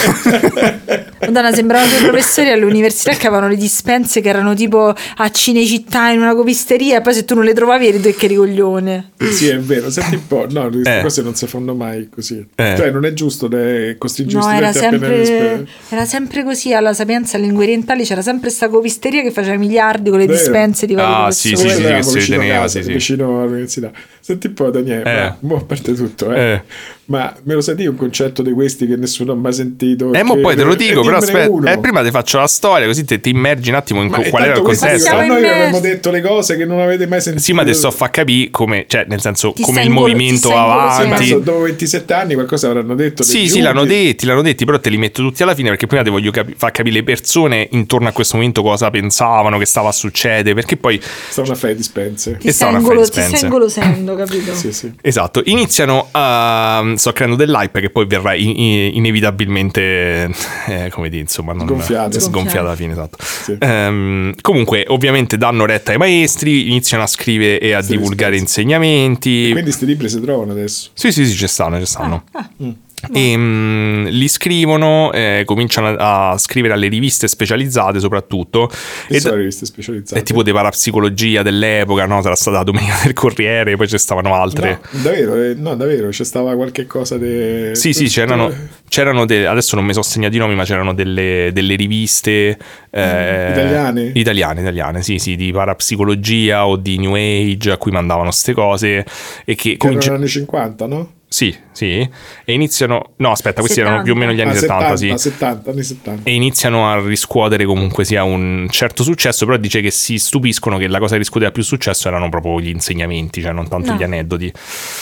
Madonna, sembravano due professori all'università che avevano le dispense che erano tipo a Cinecittà in una copisteria e poi se tu non le trovavi eri tu che eri coglione. Sì, è vero, senti un po', no, queste Eh. cose non si fanno mai così. Eh. Cioè, non è giusto le costringere No, gli era studenti a prendere sempre, dispense. era sempre così alla Sapienza, alle lingue orientali c'era sempre sta copisteria che faceva miliardi con le Vero. dispense di vari Ah, professori. sì, sì, Eravamo che si vicino a riteneva, casa, sì, sì. vicino all'università. Senti un po', Daniele, Eh. ma, mo a parte tutto, eh. Eh. Ma me lo sai dire un concetto di questi che nessuno ha mai sentito? Eh, mo Che- poi te lo e dico, però dimmene aspetta, uno. eh, prima ti faccio la storia, così te ti immergi un attimo in Ma co- e qual era il tanto questi- contesto. Siamo Noi immersi. abbiamo detto le cose che non avete mai sentito. Sì, ma adesso fa capire come, cioè, nel senso, Ti come stai il ingolo- movimento ti stai Sì, ma avanti. so- dopo ventisette anni qualcosa avranno detto. Sì, dei sì, l'hanno giudici. detti, l'hanno detti, però te li metto tutti alla fine perché prima ti voglio capi- far capire le persone intorno a questo momento cosa pensavano che stava a succedere, perché poi Sta una fede dispense. Ti E stai, sta una ingolo- Fred ti stai Spencer. ingolosendo, capito? Sì, sì. esatto, iniziano a sto creando dell'hype che poi verrà in- in- inevitabilmente eh, come dire, insomma, non Sgonfiato. sgonfiata alla fine, esatto. Sì. Ehm, comunque, ovviamente danno retta ai maestri, iniziano a scrivere e a Sì, divulgare spezzi. insegnamenti. Quindi questi libri si trovano adesso. Sì, sì, sì, ci stanno, ci stanno. Ah, E mm, li scrivono, eh, cominciano a, a scrivere alle riviste specializzate soprattutto. Che E sono da- riviste specializzate. è tipo di parapsicologia dell'epoca, no? Sarà stata la Domenica del Corriere, poi ci stavano altre. No, davvero, eh, no, davvero, c'è stava qualche cosa di... Sì, sì, c'erano, c'erano de- adesso non mi sono segnati i nomi, ma c'erano delle, delle riviste eh, Italiane? Italiane, italiane, sì, sì, di parapsicologia o di New Age a cui mandavano ste cose e che Che erano cominci- anni cinquanta, no? Sì, sì, e iniziano, no, aspetta, questi erano più o meno gli anni Ah, settanta, settanta, sì. settanta, anni settanta. E iniziano a riscuotere comunque sia un certo successo, però dice che si stupiscono che la cosa che riscuoteva più successo erano proprio gli insegnamenti, cioè non tanto No. gli aneddoti.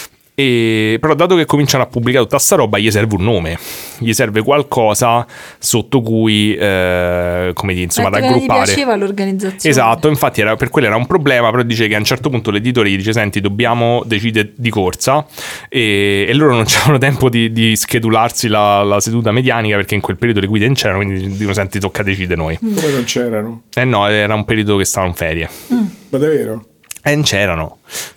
E, però dato che cominciano a pubblicare tutta sta roba, gli serve un nome, gli serve qualcosa sotto cui, eh, come dire, insomma, Perché raggruppare. gli piaceva l'organizzazione. Esatto, infatti era, per quello era un problema, però dice che a un certo punto l'editore gli dice senti dobbiamo decidere di corsa e, e loro non c'erano tempo di, di schedularsi la, la seduta medianica perché in quel periodo le guide non c'erano, quindi dicono senti tocca decidere noi. Come non c'erano? Eh no, era un periodo che stavano in ferie. Ma davvero? E non c'erano.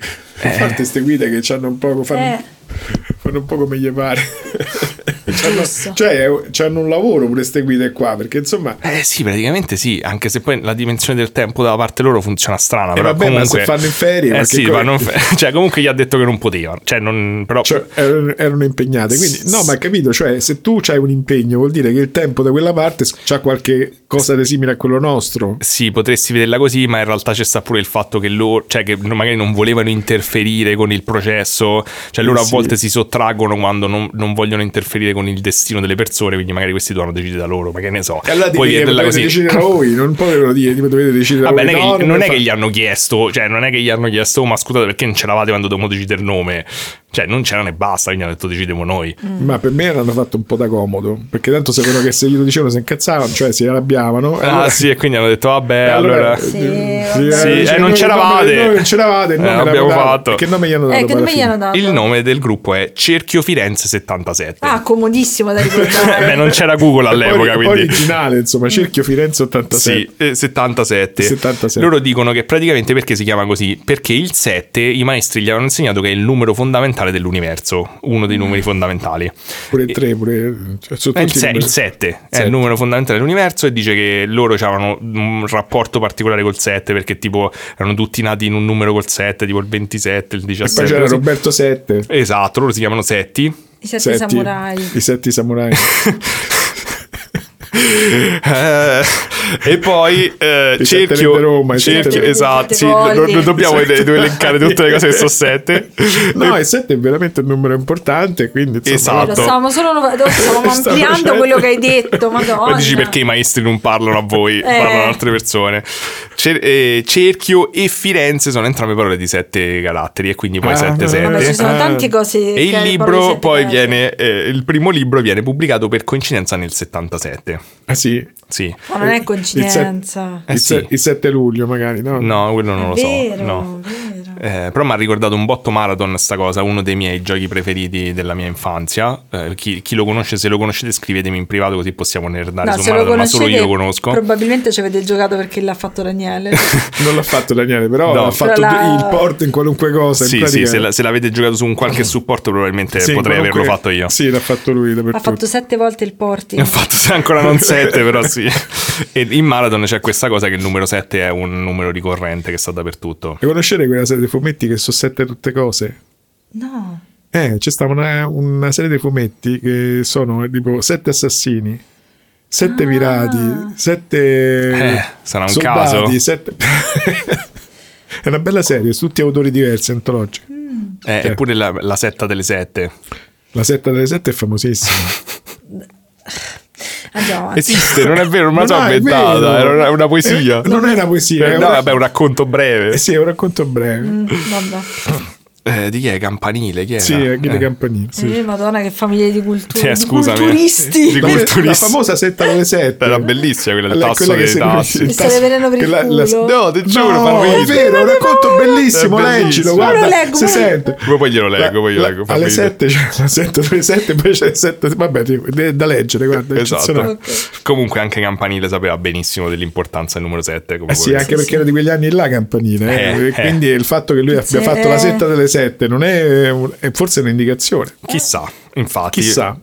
A parte queste guide che c'hanno un poco... Fanno, Eh. fanno un po' come gli pare. C'hanno, Giusto. cioè, c'hanno un lavoro pure queste guide qua, perché insomma... Eh sì, praticamente sì, anche se poi la dimensione del tempo da parte loro funziona strana, Eh, però vabbè, ma comunque se fanno in ferie, eh ma sì, che co- vanno in fe- cioè comunque gli ha detto che non potevano, cioè non però Cioè, erano, erano impegnate, quindi no, ma capito, cioè se tu c'hai un impegno vuol dire che il tempo da quella parte c'ha qualche cosa di simile a quello nostro. sì, potresti vederla così, ma in realtà c'è sta pure il fatto che loro, cioè che magari non volevano interferire con il processo, cioè loro Eh a sì. volte si sottraggono quando non, non vogliono interferire con il destino delle persone, quindi magari questi dovevano decidere da loro, ma che ne so. E allora Puoi dite che vederla dovete così. decidere voi, non potevano dire tipo dovete decidere Vabbè, voi. non è, No, che, non mi è fa- che gli hanno chiesto, cioè non è che gli hanno chiesto, oh, ma scusate perché non c'eravate quando dovevamo decidere il nome, cioè non c'erano e basta, quindi hanno detto decidiamo noi. Ma per me l'hanno fatto un po' da comodo, perché tanto sapevano che se glielo dicevano si incazzavano, cioè si arrabbiavano. e Ah allora- sì, e quindi hanno detto vabbè, e allora... Sì, eh, vabbè. Sì, eh, dice, non noi- c'eravate. Noi non c'eravate, il Eh, nome abbiamo l'hanno dato. fatto. Che nome gli hanno dato? Eh, poi che alla nome gli fine? hanno dato? Il nome del gruppo è Cerchio Firenze settantasette. Ah, comodissimo da Beh, ricordare. non c'era Google all'epoca, Poi- poi quindi... originale, insomma, Cerchio Firenze ottantasette. Sì, eh, settantasette. settantasette. Loro dicono che praticamente perché si chiama così? Perché il sette i maestri gli avevano insegnato che è il numero fondamentale dell'universo, uno dei numeri fondamentali. Pure il tre, pure cioè, sono Eh, il, tutti se- numeri. il sette è Sette. il numero fondamentale dell'universo e dice che loro avevano un rapporto particolare col sette perché tipo erano tutti nati in un numero col sette, tipo il ventisette, il E poi diciassette. c'era così. Roberto Sette. Esatto, loro si chiamano Setti. I sette Setti. samurai. I Setti Samurai. Eh, e poi eh, I sette cerchio, re di Roma, i cerchio sette re- esatto, sì, Volli. non, non dobbiamo devo elencare tutte le cose che sono sette. No, il sette è veramente un numero importante, quindi insomma, Esatto. Lo stavamo solo stavamo Stavo ampliando facendo- quello che hai detto, madonna. Poi dici perché i maestri non parlano a voi, Eh. parlano a altre persone. Cer- eh, cerchio e Firenze sono entrambe parole di sette caratteri e quindi poi Ah, sette Vabbè, ci sette. sono Ah. tante cose. E che il parole libro sette poi carte. viene, eh, il primo libro viene pubblicato per coincidenza nel settantasette. Ah sì, Sì. Ma non è Il coincidenza. Eh il, sì. se- il sette luglio magari, no? No, quello non lo Vero, so. No. vero. Eh, però mi ha ricordato un botto Marathon sta cosa, uno dei miei giochi preferiti della mia infanzia. Eh, chi, chi lo conosce, se lo conoscete scrivetemi in privato così possiamo nerdare No, su se lo Marathon, ma solo io lo conoscete, conosco. probabilmente ci avete giocato perché l'ha fatto Daniele. Non l'ha fatto Daniele, però No. ha fatto Però la- il port in qualunque cosa. in Sì, pratica- sì, se, la- se l'avete giocato su un qualche supporto probabilmente Sì, potrei qualunque- averlo fatto io. Sì, l'ha fatto lui ha dappertutto. fatto sette volte il porting. Ho fatto ancora non sette, però sì. E in Marathon c'è questa cosa che il numero sette è un numero ricorrente che sta dappertutto. E conoscere quella serie di fumetti che sono sette tutte cose? No. Eh, c'è stata una, una serie di fumetti che sono tipo sette assassini, sette Ah. pirati, sette Eh, sarà un soldati, caso? sette... È una bella serie, tutti autori diversi, antologiche. Eh, Sì. Eppure la, la setta delle sette. La setta delle sette è famosissima. Andiamo avanti. Esiste, non è vero, non me la so No, è inventata, vero. era una, una poesia. Eh, non è una poesia, è no, un- vabbè, un racconto breve. Eh sì, è un racconto breve. Mm, vabbè. Eh, di chi è? Campanile? Chi era? Sì, è Achille Eh. Campanile. Sì. Eh, Madonna, che famiglia di cultura. Sì, di scusami. culturisti. Di La, culturisti. la famosa setta delle sette. Era bellissima quella del La- tasso quella che dei si- tassi. il Mi state tasso- venendo per che il la- la- culo. No, ti giuro, No, fa è ridere. vero, è un racconto bellissimo, È bellissimo. leggilo, Ma lo guarda, leggo, si ma- sente. Poi poi glielo leggo, poi glielo La- leggo. fammi alle ridere. sette c'è la setta delle sette, poi c'è le sette, vabbè, dico, è da leggere, guarda, è Esatto. eccezionale. Ok. Comunque anche Campanile sapeva benissimo dell'importanza del numero sette. Come Eh sì, voi. anche perché era di quegli anni là Campanile, eh, Eh, e quindi il fatto che lui abbia Sì. fatto la setta delle sette non è, un- è forse un'indicazione. Chissà, infatti. Chissà.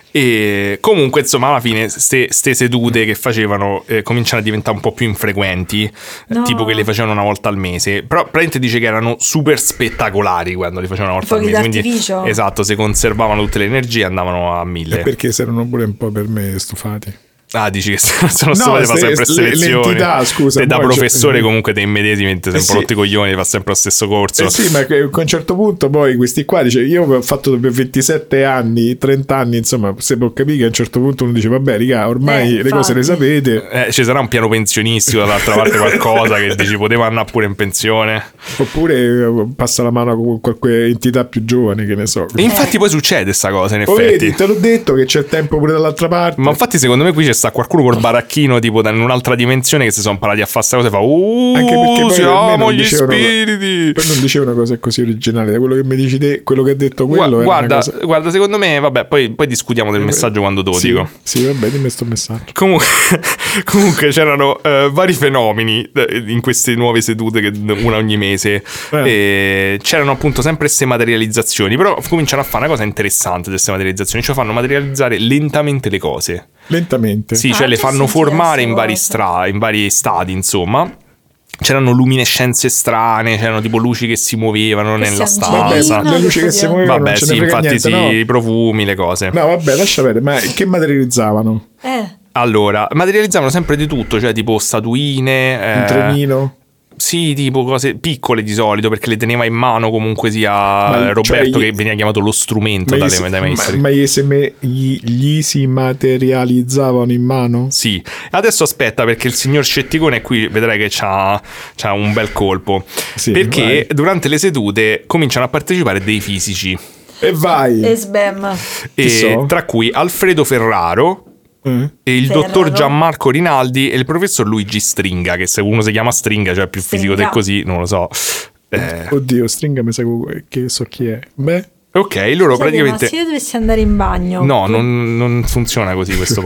E comunque, insomma, alla fine ste, ste sedute che facevano eh, cominciano a diventare un po' più infrequenti, eh, No. tipo che le facevano una volta al mese. Però praticamente dice che erano super spettacolari quando le facevano una volta al Fuochi mese. Quindi, d'artificio. esatto, se conservavano tutte le energie andavano a È mille. perché si erano pure un po' per me stufati. Ah, dici che sono No, state fa se- sempre le- selezioni. l'entità, scusa, Te da poi c'è- professore comunque te immedesimi, te sempre sì. rotti i coglioni, fa sempre lo stesso corso. Eh sì, ma che a un certo punto poi questi qua dice io ho fatto per ventisette anni, trenta anni, insomma, se può capire che a un certo punto uno dice vabbè, raga, ormai Eh, le cose le infatti. sapete, Eh, ci sarà un piano pensionistico dall'altra parte, qualcosa che dici poteva andare pure in pensione. oppure eh, passa la mano con qualche entità più giovane, che ne so. E infatti poi succede sta cosa, in Oh, vedi, effetti. te l'ho detto che c'è tempo pure dall'altra parte. Ma infatti secondo me qui c'è sta qualcuno col baracchino tipo da in un'altra dimensione che si sono parati a fare sta cosa e fa uh, Anche perché poi per me siamo non gli dicevano- spiriti. Poi non dice una cosa così originale, da quello che mi dici te, quello che ha detto Gua- quello era guarda, una cosa... guarda, secondo me, vabbè, poi, poi discutiamo del messaggio quando te lo sì, dico. sì, vabbè, dimmi sto messaggio. Comunque, comunque c'erano eh, vari fenomeni eh, in queste nuove sedute, che una ogni mese. Eh. E c'erano appunto sempre queste materializzazioni. Però cominciano a fare una cosa interessante di queste materializzazioni, cioè fanno materializzare lentamente le cose. Lentamente. Sì, Ah, cioè le che fanno sentita formare sta in vari, cosa. stra- in vari stadi, insomma. C'erano luminescenze strane, c'erano tipo luci che si muovevano Questi nella angelini, stanza. no, le luci che che si oddio. muovevano Vabbè, non ce sì, ne frega infatti niente, sì, no? i profumi, le cose. No, vabbè, lascia vedere, ma che materializzavano? Eh, Allora, materializzavano sempre di tutto, cioè tipo statuine, Un eh, trenino? sì, tipo cose piccole di solito, perché le teneva in mano comunque sia Ma- Roberto, cioè, che veniva chiamato lo strumento Ma dalle, gli, si- dai maestri. ma, ma gli, si me- gli- gli si materializzavano in mano? Sì, adesso aspetta perché il signor Scetticone qui vedrai che c'ha, c'ha un bel colpo. Sì, perché vai. durante le sedute cominciano a partecipare dei fisici, E vai! e sbam. e so? tra cui Alfredo Ferraro Eh? e il Ferraro. dottor Gianmarco Rinaldi e il professor Luigi Stringa, che se uno si chiama Stringa, cioè più fisico Stringa. del così, non lo so. Eh, Oddio, stringa mi sa che so chi è. Beh, ok, loro Sai che, praticamente... ma se io dovessi andare in bagno, No, non, non funziona così questo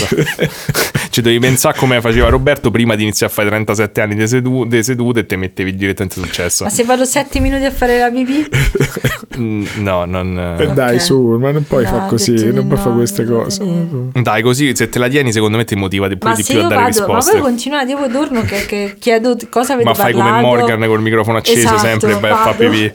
podcast. Ci devi pensare come faceva Roberto prima di iniziare a fare trentasette anni di sedu- di sedute e te mettevi direttamente sul cesso. ma se vado sette minuti a fare la pipì, Mm, No, non... eh, dai, Ok. su, ma non puoi No, fare ho così, detto di non puoi no, fare queste ho detto cose. di no. Dai, così se te la tieni secondo me ti motiva di, pure ma di se più a io dare vado, ma risposte. poi continuate, io poi torno che, che chiedo cosa avete Ma fai come parlato. Morgan col microfono acceso Esatto, sempre e vai a fa vado. pipì.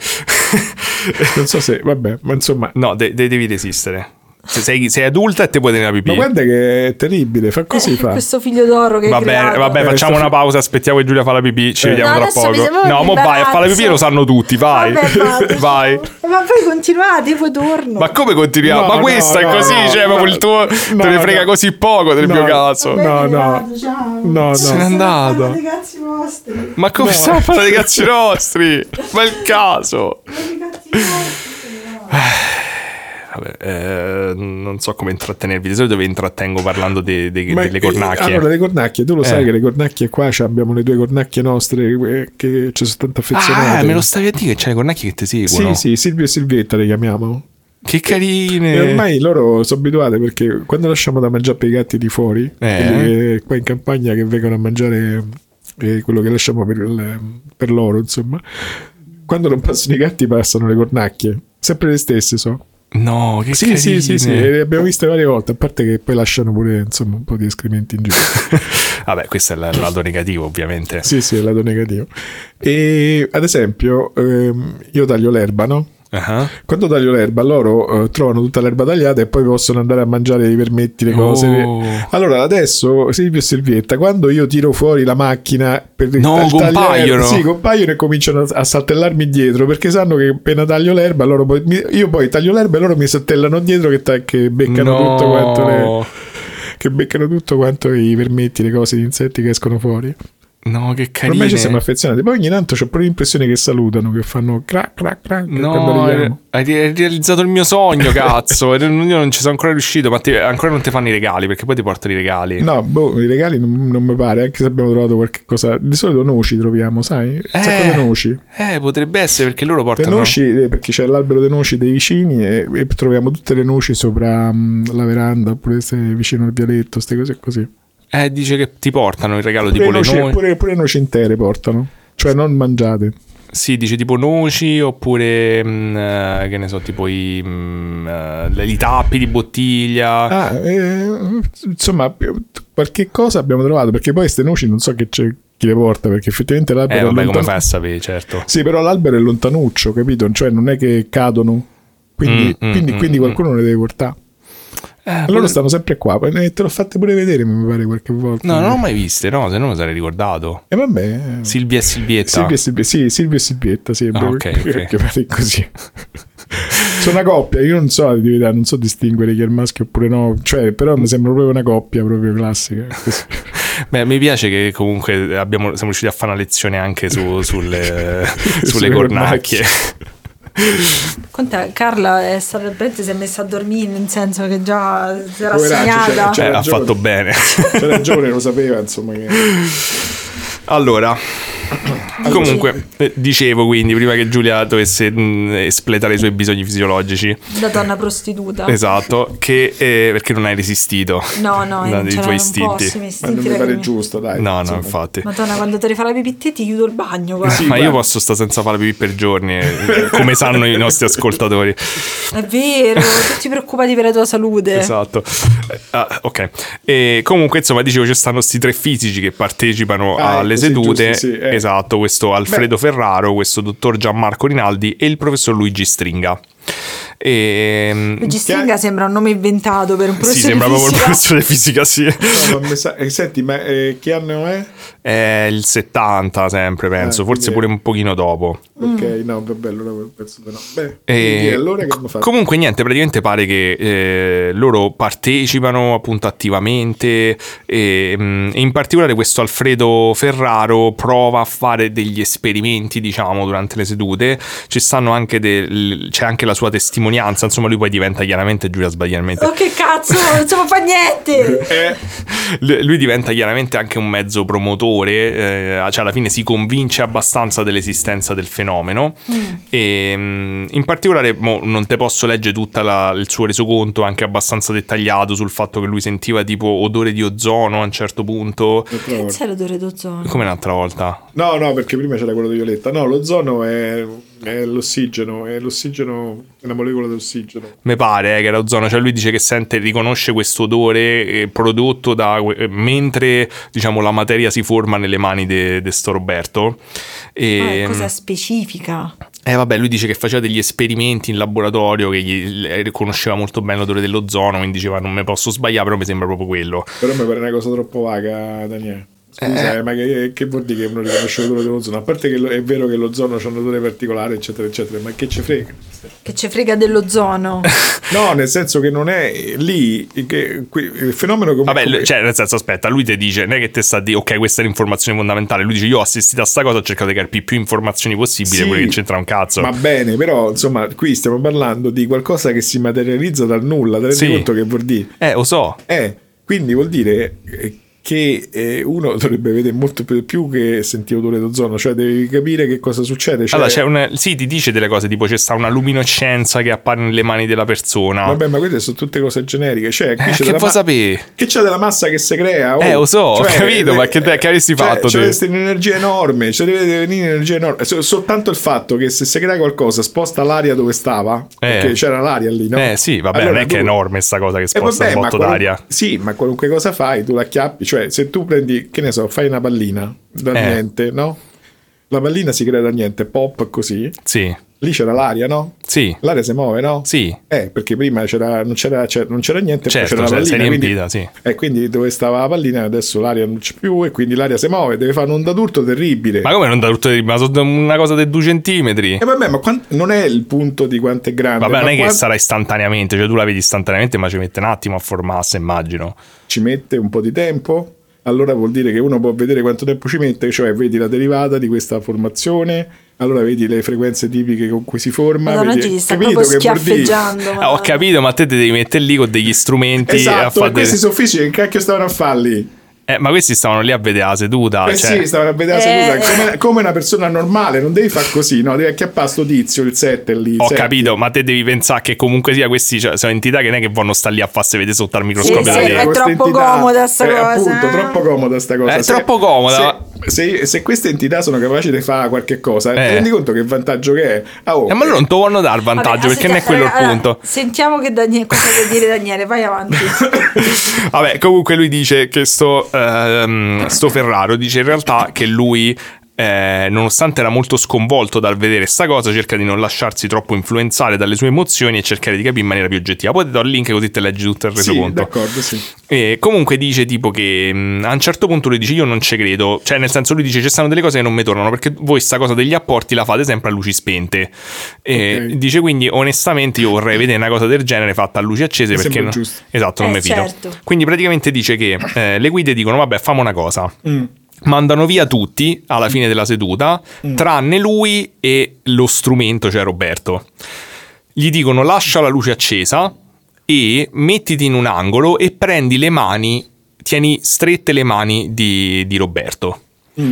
Non so se, vabbè, ma insomma. No, de- de- devi resistere. Se sei, sei adulta e te puoi tenere la pipì. Ma guarda che è terribile, fa così Eh, fa. questo figlio d'oro che hai Va bene, creato. vabbè, Eh, facciamo sto- una pausa, aspettiamo che Giulia fa la pipì, ci Eh. vediamo No, tra adesso mi poco. sembra un No, mo vai a fare la pipì, imbarazzo. lo sanno tutti, vai. Vabbè, vado. Vai. Ma poi continuate, io poi torno. Ma come continuiamo? No, Ma no, questo no, è così, no, cioè, no, proprio il tuo no, te ne frega no. così poco del No, mio caso. Vabbè, No, mi no. vado, ciao. No, Se n'è no. andato. Parlate dei cazzi vostri. Ma come No. stiamo a parlare dei cazzi nostri? Ma il caso. Parlate dei cazzi vostri. Vabbè, eh, non so come intrattenervi. Di solito vi intrattengo parlando de- de- Ma- delle eh, cornacchie. Allora, le cornacchie, tu lo sai Eh. che le cornacchie qua cioè, abbiamo le due cornacchie nostre eh, che ci sono tanto affezionate. Ah, me lo stavi a dire che c'è le cornacchie che ti seguono. Sì, sì, Silvio e Silvietta le chiamiamo. Che carine. E ormai loro sono abituate perché quando lasciamo da mangiare per i gatti di fuori, Eh. quelli che- qua in campagna che vengono a mangiare eh, quello che lasciamo per, il- per loro, insomma, quando non passano i gatti passano le cornacchie, sempre le stesse so. No, che Sì, carine. sì, sì, sì, le abbiamo viste varie volte, a parte che poi lasciano pure insomma un po' di escrementi in giro. Vabbè, questo è il lato negativo, ovviamente. Sì, sì, è il lato negativo. E ad esempio, ehm, io taglio l'erba, no? Uh-huh. Quando taglio l'erba, loro eh, trovano tutta l'erba tagliata e poi possono andare a mangiare i vermetti, le cose. Oh. Allora adesso Silvio e Silvietta, quando io tiro fuori la macchina per No, il tagliare- compaiono. sì, compaiono e cominciano a saltellarmi dietro, perché sanno che appena taglio l'erba loro poi, mi- io poi taglio l'erba e loro mi saltellano dietro che, ta- che beccano No. tutto quanto le, che beccano tutto quanto i vermetti, le cose, gli insetti che escono fuori. No, che carino. Ormai ci siamo affezionati. Poi ogni tanto c'ho proprio l'impressione che salutano, che fanno crac crac crac quando No, arriviamo. hai hai realizzato il mio sogno, cazzo. Io non ci sono ancora riuscito, ma ti- ancora non ti fanno i regali, perché poi ti portano i regali. No, boh, i regali non, non mi pare, anche se abbiamo trovato qualche cosa. Di solito noci troviamo, sai? Un sacco di noci. Eh, potrebbe essere perché loro Le portano... noci, eh, perché c'è l'albero dei noci dei vicini e, e troviamo tutte le noci sopra mh, la veranda, oppure se vicino al vialetto, queste cose così. Eh, dice che ti portano il regalo Pure, tipo le noci, noci. pure, pure noci intere portano, cioè non mangiate. Sì, dice tipo noci oppure mh, eh, che ne so, tipo i mh, eh, i tappi di bottiglia. Ah, eh, insomma, qualche cosa abbiamo trovato, perché poi queste noci non so che c'è chi le porta, perché effettivamente Eh, l'albero vabbè, è come lontano- fai a sapere, certo. Sì, però l'albero è lontanuccio, capito? Cioè non è che cadono, quindi, Mm, mm, quindi, mm, quindi mm. qualcuno le deve portare. Eh, Loro pure- stanno sempre qua, poi, eh, te l'ho fatte pure vedere, mi pare, qualche volta. No, non l'ho mai viste, no, se no mi sarei ricordato. E vabbè. eh. Silvia e Silvietta. Silvia e Silvia, sì, Silvia e Silvietta, sì, Ah, ok, ok. che pare così. Sono una coppia, io non so di verità, non so distinguere chi è il maschio oppure no, cioè, però mi sembra proprio una coppia proprio classica. Così. Beh, mi piace che comunque abbiamo, siamo riusciti a fare una lezione anche su, sulle, sulle Sulle cornacchie. Conta, Carla è stata veramente si è messa a dormire, nel senso che già si era Poveraccio, assegnata. c'è Eh, ha ragione. fatto bene. C'è ragione, lo sapeva, insomma. Che... Allora, comunque, eh, dicevo quindi, prima che Giulia dovesse mh, espletare i suoi bisogni fisiologici, Da donna prostituta. esatto, che eh, perché non hai resistito No, no, da- non dei c'era tuoi un po', istinti. sì, mi Ma non mi istinti pare da- giusto, dai. No, no, insomma. infatti. Madonna, quando ti rifà la pipì te ti chiudo il bagno, guarda. Sì, Ma io guarda. posso stare senza fare pipì per giorni, eh, come sanno i nostri ascoltatori. È vero, tutti preoccupati per la tua salute. Esatto. Eh, ah, ok. E comunque, insomma, dicevo, ci stanno questi tre fisici che partecipano Ah, alle così, sedute. giusto, sì, eh. Esatto, questo Alfredo Ferraro, questo dottor Gianmarco Rinaldi e il professor Luigi Stringa. E, Luigi Stringa sembra un nome inventato per un sì, professore sembra di proprio il fisica. professore di fisica, sì. No, ma mi sa- eh, senti, ma eh, che anno è? È il settanta sempre, penso, Ah, forse quindi pure un pochino dopo. Ok, no, vabbè, allora penso di no. Beh, E quindi allora che hanno fatto? comunque niente, praticamente pare che eh, loro partecipano appunto attivamente e, mh, e in particolare questo Alfredo Ferraro prova a fare degli esperimenti, diciamo, durante le sedute. Ci stanno anche del, c'è anche la sua testimonianza, insomma lui poi diventa chiaramente Giulia sbagliatamente. Oh, che cazzo, non si può fare niente. Eh, L- lui diventa chiaramente anche un mezzo promotore, eh, cioè alla fine si convince abbastanza dell'esistenza del fenomeno e mh, in particolare mo, non te posso leggere tutto il suo resoconto, anche abbastanza dettagliato sul fatto che lui sentiva tipo odore di ozono a un certo punto. Che c'è l'odore d'ozono? Come un'altra volta? no, no, perché prima c'era quello di Violetta. No, l'ozono è, è l'ossigeno, è l'ossigeno, è una molecola d'ossigeno. Mi pare eh, che era ozono, cioè lui dice che sente, riconosce questo odore eh, prodotto da eh, mentre diciamo la materia si forma nelle mani di sto Roberto. E, Ah, è cosa specifica. Eh vabbè, lui dice che faceva degli esperimenti in laboratorio, che gli eh, conosceva molto bene l'odore dell'ozono, quindi diceva non mi posso sbagliare, però mi sembra proprio quello. Però mi pare una cosa troppo vaga, Daniele. Scusa, eh, ma che, che vuol dire che uno riconosce l'odore dell'ozono? A parte che lo- è vero che l'ozono c'ha un odore particolare, eccetera, eccetera, ma che ci frega? Che ci frega dell'ozono. No, nel senso che non è lì che, qui- il fenomeno come... Vabbè, come- cioè nel senso, aspetta, lui ti dice, non è che te sta a dire, ok, questa è l'informazione fondamentale, lui dice, io ho assistito a sta cosa, ho cercato di capire più informazioni possibili, Sì, pure che c'entra un cazzo. Va bene, però insomma, qui stiamo parlando di qualcosa che si materializza dal nulla, ti rendi Sì. conto che vuol dire? Eh, lo so. Eh, quindi vuol dire eh, che eh, uno dovrebbe vedere molto più, più che sentire odore d'ozono, cioè devi capire che cosa succede. Cioè, Allora, c'è un, sì, ti dice delle cose, tipo c'è sta una luminescenza che appare nelle mani della persona. vabbè, ma queste sono tutte cose generiche. Cioè, qui Eh, c'è che della vuoi ma- sapere? Che c'è della massa che si crea. oh. Eh, lo so, ho capito, ma che te- che avresti cioè, fatto C'è te? questa energia enorme, cioè deve venire energia enorme. So- soltanto il fatto che se si crea qualcosa sposta l'aria dove stava, perché c'era l'aria lì, no? Eh sì, vabbè, Allora non è che è tu- enorme sta cosa che Eh, sposta vabbè, un ma botto qual- d'aria. Sì, ma qualunque cosa fai, tu la acchiappi. Cioè, se tu prendi, che ne so, fai una pallina da Eh. niente, no? La pallina si crea da niente, pop così. Sì. lì c'era l'aria, no? Sì. L'aria si muove, no? Sì. Eh, perché prima c'era, non, c'era, c'era, non c'era niente, Certo, poi c'era la cioè, pallina. si è Quindi, riempita, sì. eh, quindi dove stava la pallina adesso l'aria non c'è più e quindi l'aria si muove, deve fare un'onda d'urto terribile. Ma come non da tutto ma sono una cosa di due centimetri? E vabbè, ma quant- non è il punto di quanto è grande. Vabbè, ma non è che quant- sarà istantaneamente, cioè tu la vedi istantaneamente, ma ci mette un attimo a formarsi, immagino. ci mette un po' di tempo, allora vuol dire che uno può vedere quanto tempo ci mette, cioè vedi la derivata di questa formazione, allora vedi le frequenze tipiche con cui si forma. Madonna, vedi, oggi ti sta capito proprio che vuol dire? schiaffeggiando. Ah, ho capito, ma te ti devi mettere lì con degli strumenti a Esatto, fare e questi sono fisici, che cacchio stavano a fare lì? Eh, ma questi stavano lì a vedere la seduta. Eh cioè... sì, stavano a vedere la Eh, seduta come, come una persona normale, non devi fare così, no? Devi acchiappare sto tizio, il sette lì. il Ho sette. capito, ma te devi pensare che comunque sia questi, cioè, sono entità che non è che vanno sta lì a farsi vedere sotto al microscopio. sì, da è te. questa troppo comoda sta eh, cosa, appunto, eh. troppo comoda sta cosa. È Se- troppo comoda. Se, se, se queste entità sono capaci di fare qualche cosa, Eh. ti rendi conto che vantaggio che è? Ah, oh, Eh, ma loro non te lo vanno dare il vantaggio, Vabbè, perché non è quello il allora, punto. Sentiamo che Daniele, cosa vuol dire Daniele, vai avanti. Vabbè, comunque lui dice che sto, ehm, sto Ferraro dice in realtà che lui, eh, nonostante era molto sconvolto dal vedere sta cosa, cerca di non lasciarsi troppo influenzare dalle sue emozioni e cercare di capire in maniera più oggettiva. Poi ti do il link così te leggi tutto il sì, resoconto. d'accordo, sì. E comunque dice tipo che mh, a un certo punto lui dice io non ci credo, cioè nel senso lui dice ci stanno delle cose che non mi tornano perché voi sta cosa degli apporti la fate sempre a luci spente. E Ok. dice quindi onestamente io vorrei vedere una cosa del genere fatta a luci accese Mi perché sembra non, giusto. esatto, non Eh, mi fido. certo. Quindi praticamente dice che eh, le guide dicono vabbè famo una cosa. Mm. Mandano via tutti alla fine della seduta, tranne lui e lo strumento, cioè Roberto. Gli dicono lascia la luce accesa e mettiti in un angolo e prendi le mani, tieni strette le mani di, di Roberto. Mm.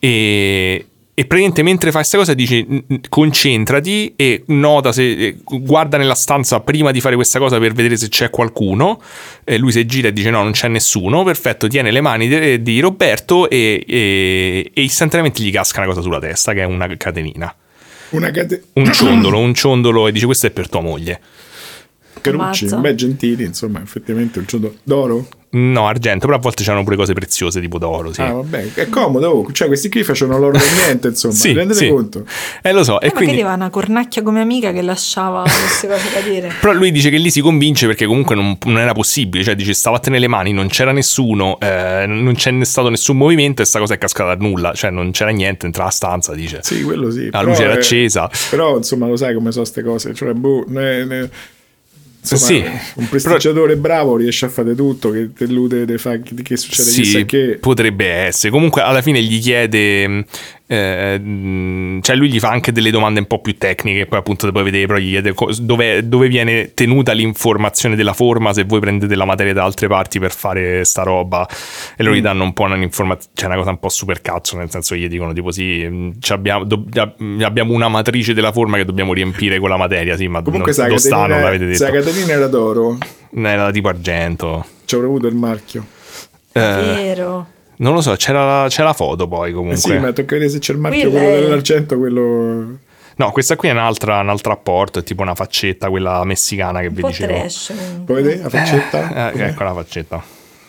E, e praticamente mentre fai questa cosa dici "N- n- concentrati e nota se eh, guarda nella stanza prima di fare questa cosa per vedere se c'è qualcuno". E lui si gira e dice no, non c'è nessuno. Perfetto, tiene le mani di, di Roberto e, e, e istantaneamente gli casca una cosa sulla testa che è una catenina, Una cate- un ciondolo, un ciondolo, e dice questo è per tua moglie. Carucci, Ammazza. beh, gentili, insomma, effettivamente un gioco d'oro. No, argento, però a volte c'hanno pure cose preziose tipo d'oro, sì. Ah, vabbè, è comodo, oh. Cioè questi qui facevano l'oro per niente, insomma, Sì, rendete sì. conto. Eh lo so, Eh, e ma quindi che aveva una cornacchia come amica che lasciava queste cose da dire. però lui dice che lì si convince perché comunque non, non era possibile, cioè dice stavate nelle mani, non c'era nessuno, eh, non c'è stato nessun movimento e sta cosa è cascata a nulla, cioè non c'era niente, entra la stanza, dice. Sì, quello sì. La però luce era è- accesa. Però, insomma, lo sai come sono queste cose. Cioè, boh, ne- ne- insomma, Sì. un prestigiatore bravo riesce a fare tutto, che te elude, te fa, che, che succede Sì, chissà che. potrebbe essere. Comunque alla fine gli chiede, eh, mh, cioè lui gli fa anche delle domande un po' più tecniche, poi appunto poi vedere, però gli chiede co- dove, dove viene tenuta l'informazione della forma se voi prendete la materia da altre parti per fare sta roba, e loro gli danno un po' un'informazione, cioè una cosa un po' super cazzo, nel senso che gli dicono tipo sì, mh, ci abbiamo, do- abbiamo una matrice della forma che dobbiamo riempire con la materia, sì, ma Comunque, non, sa dove sta, non catenina, l'avete sa detto. catenina era d'oro. Era tipo argento. Ci avrà avuto il marchio. Eh, Vero. non lo so, c'era la, c'è la foto poi comunque. Eh sì, ma tocca vedere se c'è il marchio, Quella quello è- dell'argento, quello. No, questa qui è un'altra, un altro apporto, è tipo una faccetta, quella messicana che Un vi po' dicevo. trash. Puoi vedere la faccetta? Eh, Com'è? ecco la faccetta.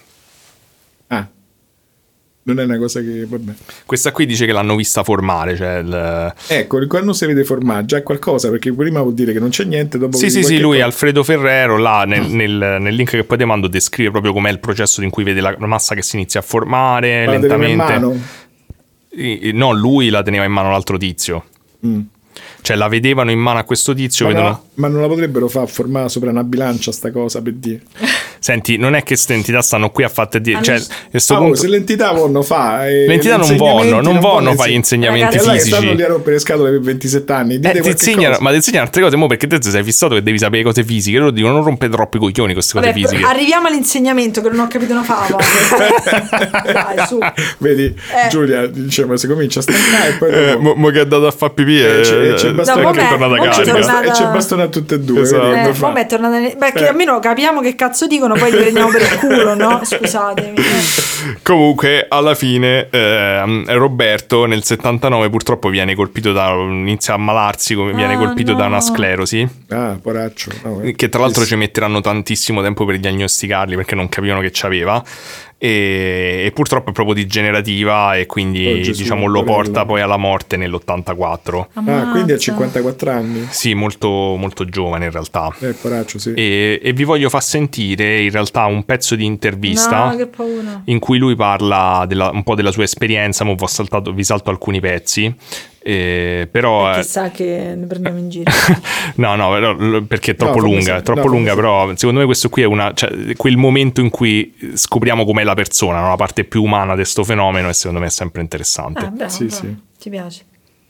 Ah, non è una cosa che. Vabbè. Questa qui dice che l'hanno vista formare, cioè il... Ecco, quando si vede formare già qualcosa, perché prima vuol dire che non c'è niente, dopo Sì, vedi sì, sì, qualche lui, cosa. Alfredo Ferrero, là nel, nel- nel link che poi ti mando descrive proprio com'è il processo in cui vede la massa che si inizia a formare Ma la teneva in lentamente. mano? I- No, lui la teneva in mano l'altro tizio. Mm. Cioè la vedevano in mano a questo tizio, Ma, vedono... no, ma non la potrebbero far formare sopra una bilancia sta cosa, per dire. Senti, non è che queste entità stanno qui a fatte dire... Cioè, Hanno- a sto Ah, oh, punto... se l'entità vanno fa eh, Le entità non gli vanno, insegnamenti non vanno vanno a fare gli insegnamenti Ragazzi, E allora che stanno fisici. lì a rompere le scatole per ventisette anni, dite Eh, ti qualche insegnano, cosa. ma ti insegnano altre cose, mo perché te ti sei fissato che devi sapere cose fisiche. Loro dicono non rompere troppo i coglioni con queste cose Vabbè, fisiche. arriviamo all'insegnamento che non ho capito una fava. Dai, su. Vedi, Eh. Giulia dice, ma si comincia a stancare e poi Eh, dopo- mo, mo che è andato a far pipì Eh, c'è- e c'è bastone No, che è vabbè, tornata a mo e è c'è casa. tornata- bast- e c'è bastone a tutte e due, Esatto. vedi, Eh, come fa? vabbè, tornate ne- Beh, che Eh. almeno capiamo che cazzo dicono, poi li prendiamo per il culo, no? Scusatemi. Eh. Comunque, alla fine, ehm, Roberto nel settantanove purtroppo viene colpito da. Inizia a ammalarsi, come viene Ah, colpito da no. una sclerosi. Ah, poraccio. No, eh. Che tra l'altro Sì, ci metteranno tantissimo tempo per diagnosticarli perché non capivano che c'aveva. e, e purtroppo è proprio degenerativa e quindi Oh, Gesù, diciamo lo porella. porta poi alla morte nell'ottantaquattro. Ah, quindi a Ammazza. cinquantaquattro anni. Sì, molto, molto giovane in realtà. Eh, poraccio, sì. E, e vi voglio far sentire in realtà un pezzo di intervista No, che paura. in cui lui parla della- un po' della sua esperienza. Mo' vi ho saltato- vi salto alcuni pezzi, eh, però eh, Chissà che ne prendiamo in giro. no, no, però, l- perché è troppo No, fammi lunga, sen- è troppo no, fammi lunga, sen- però secondo me questo qui è una, cioè, quel momento in cui scopriamo com'è la persona, no? La parte più umana di questo fenomeno, e secondo me è sempre interessante. Ah, bravo, Sì, bravo. sì. Ci piace.